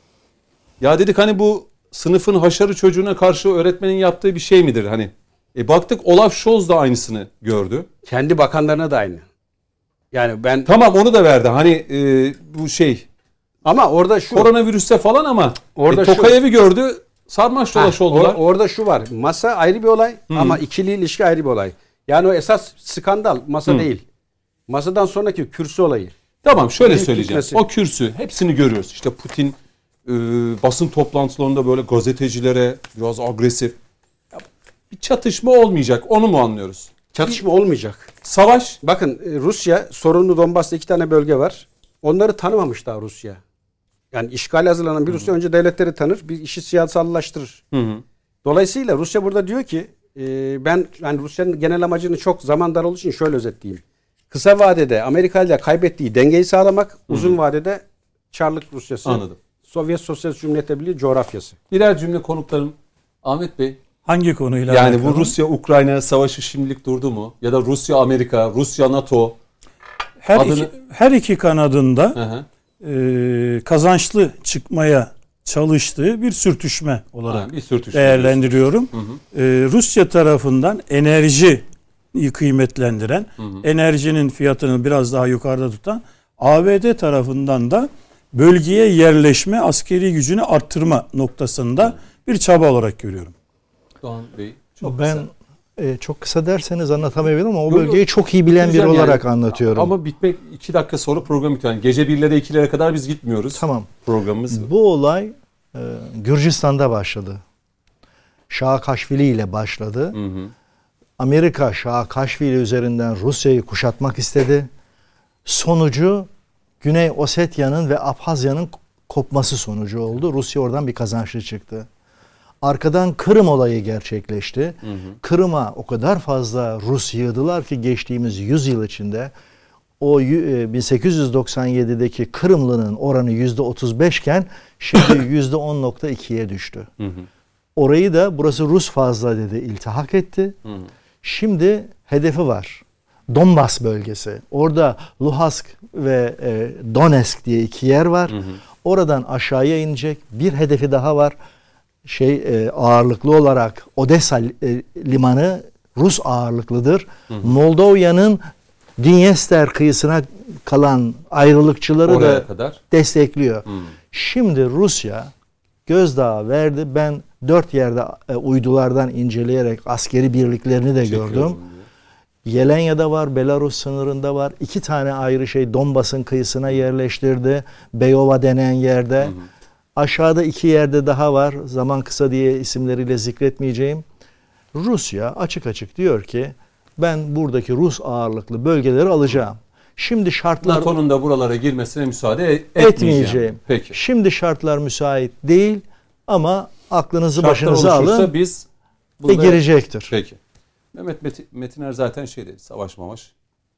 Ya dedik hani bu sınıfın haşarı çocuğuna karşı öğretmenin yaptığı bir şey midir? Hani baktık Olaf Scholz da aynısını gördü. Kendi bakanlarına da aynı. Yani ben... Tamam onu da verdi. Hani bu şey... Ama orada şu... Koronavirüste falan ama orada Tokayev'i gördü. Sarmaş dolaş oldular. Orada şu var. Masa ayrı bir olay ama ikili ilişki ayrı bir olay. Yani o esas skandal masa değil. Masadan sonraki kürsü olayı. Tamam şöyle Büyük söyleyeceğim. gitmesi. O kürsü hepsini görüyoruz. İşte Putin basın toplantılarında böyle gazetecilere biraz agresif. Ya, bir çatışma olmayacak. Onu mu anlıyoruz? Çatışma olmayacak. Savaş. Bakın Rusya sorunlu Donbas'ta 2 tane bölge var. Onları tanımamış daha Rusya. Yani işgale hazırlanan bir Rusya önce devletleri tanır, bir işi siyasallaştırır. Dolayısıyla Rusya burada diyor ki ben yani Rusya'nın genel amacını çok zaman dar olduğu için şöyle özetleyeyim. Kısa vadede Amerika ile kaybettiği dengeyi sağlamak, uzun vadede Çarlık Rusyası, Anladım. Sovyet Sosyalist Cumhuriyeti Birliği coğrafyası. Birer cümle konuklarım. Ahmet Bey. Hangi konuyla yani alakalı? bu Rusya-Ukrayna savaşı şimdilik durdu mu? Ya da Rusya-Amerika, Rusya-NATO. Her iki kanadında Hı-hı. Kazançlı çıkmaya çalıştığı bir sürtüşme olarak bir sürtüşme değerlendiriyorum. Rusya tarafından enerjiyi kıymetlendiren, enerjinin fiyatını biraz daha yukarıda tutan, ABD tarafından da bölgeye yerleşme, askeri gücünü arttırma noktasında bir çaba olarak görüyorum. Doğan Bey çok ben çok kısa derseniz anlatamayabilirim ama o Yok, bölgeyi çok iyi bilen biri Güzel olarak yani. anlatıyorum. Ama bitmek 2 dakika sonra program bitiyor. Yani gece 1'lere 2'lere kadar biz gitmiyoruz. Tamam. Programımız. Bu olay Gürcistan'da başladı. Şahakaşvili ile başladı. Amerika Şahakaşvili üzerinden Rusya'yı kuşatmak istedi. Sonucu Güney Osetya'nın ve Abhazya'nın kopması sonucu oldu. Rusya oradan bir kazançlı çıktı. Arkadan Kırım olayı gerçekleşti. Kırım'a o kadar fazla Rus yığdılar ki geçtiğimiz 100 yıl içinde o 1897'deki Kırımlı'nın oranı %35 iken şimdi %10.2'ye düştü. Orayı da burası Rus fazla dedi, iltihak etti. Şimdi hedefi var. Donbas bölgesi. Orada Luhansk ve Donetsk diye 2 yer var. Oradan aşağıya inecek. Bir hedefi daha var. Ağırlıklı olarak Odessa limanı Rus ağırlıklıdır. Moldova'nın Dniester kıyısına kalan ayrılıkçıları oraya da kadar destekliyor. Şimdi Rusya gözdağı verdi. Ben 4 yerde uydulardan inceleyerek askeri birliklerini de gördüm. Yelenya'da var, Belarus sınırında var. 2 tane ayrı Donbas'ın kıyısına yerleştirdi. Beyova denen yerde. Aşağıda 2 yerde daha var. Zaman kısa diye isimleriyle zikretmeyeceğim. Rusya açık açık diyor ki ben buradaki Rus ağırlıklı bölgeleri alacağım. Şimdi şartlar... NATO'nun da buralara girmesine müsaade etmeyeceğim. Peki. Şimdi şartlar müsait değil ama aklınızı Şartlar başınıza alın biz ve girecektir. Peki. Mehmet Metiner zaten dedi, savaş mamaş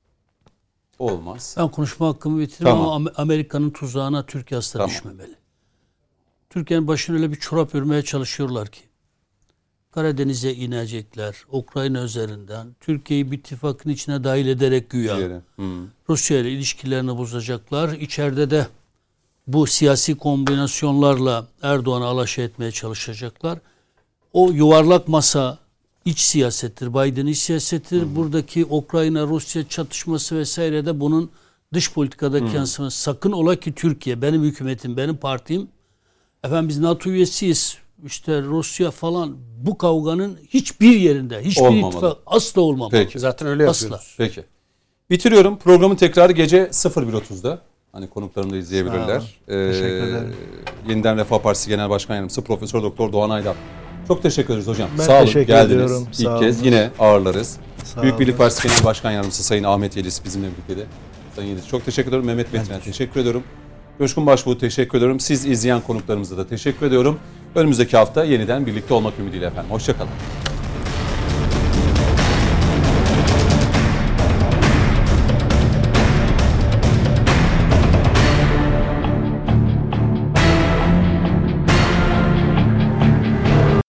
olmaz. Ben konuşma hakkımı bitireyim Tamam. ama Amerika'nın tuzağına Türkiye asla düşmemeli. Türkiye'nin başına öyle bir çorap örmeye çalışıyorlar ki Karadeniz'e inecekler. Ukrayna üzerinden Türkiye'yi bir ittifakın içine dahil ederek güya Rusya ile ilişkilerini bozacaklar. İçeride de bu siyasi kombinasyonlarla Erdoğan'ı alaşağı etmeye çalışacaklar. O yuvarlak masa iç siyasettir. Biden iç siyasettir. Buradaki Ukrayna-Rusya çatışması vesaire de bunun dış politikadaki yansıması. Sakın ola ki Türkiye, benim hükümetim, benim partim, efendim biz NATO üyesiyiz, İşte Rusya falan, bu kavganın hiçbir yerinde, hiçbir ittifak asla olmamalı. Peki. Zaten öyle Asla. yapıyoruz. Peki. Bitiriyorum. Programın tekrarı gece 01.30'da. Hani konuklarım da izleyebilirler. Teşekkür ederim. Yeniden Refah Partisi Genel Başkan Yardımcısı Profesör Doktor Doğan Aydal. Çok teşekkür ederiz hocam. Ben Sağ olun, teşekkür geldiniz. ediyorum. İlk Sağ kez olun. yine ağırlarız. Sağ Büyük Birlik olun. Partisi Genel Başkan Yardımcısı Sayın Ahmet Yeliz bizimle birlikte. Sayın Yeliz çok teşekkür ediyorum. Mehmet Metin'e teşekkür ediyorum. Coşkun Başbuğ teşekkür ediyorum. Siz izleyen konuklarımıza da teşekkür ediyorum. Önümüzdeki hafta yeniden birlikte olmak ümidiyle efendim. Hoşça kalın.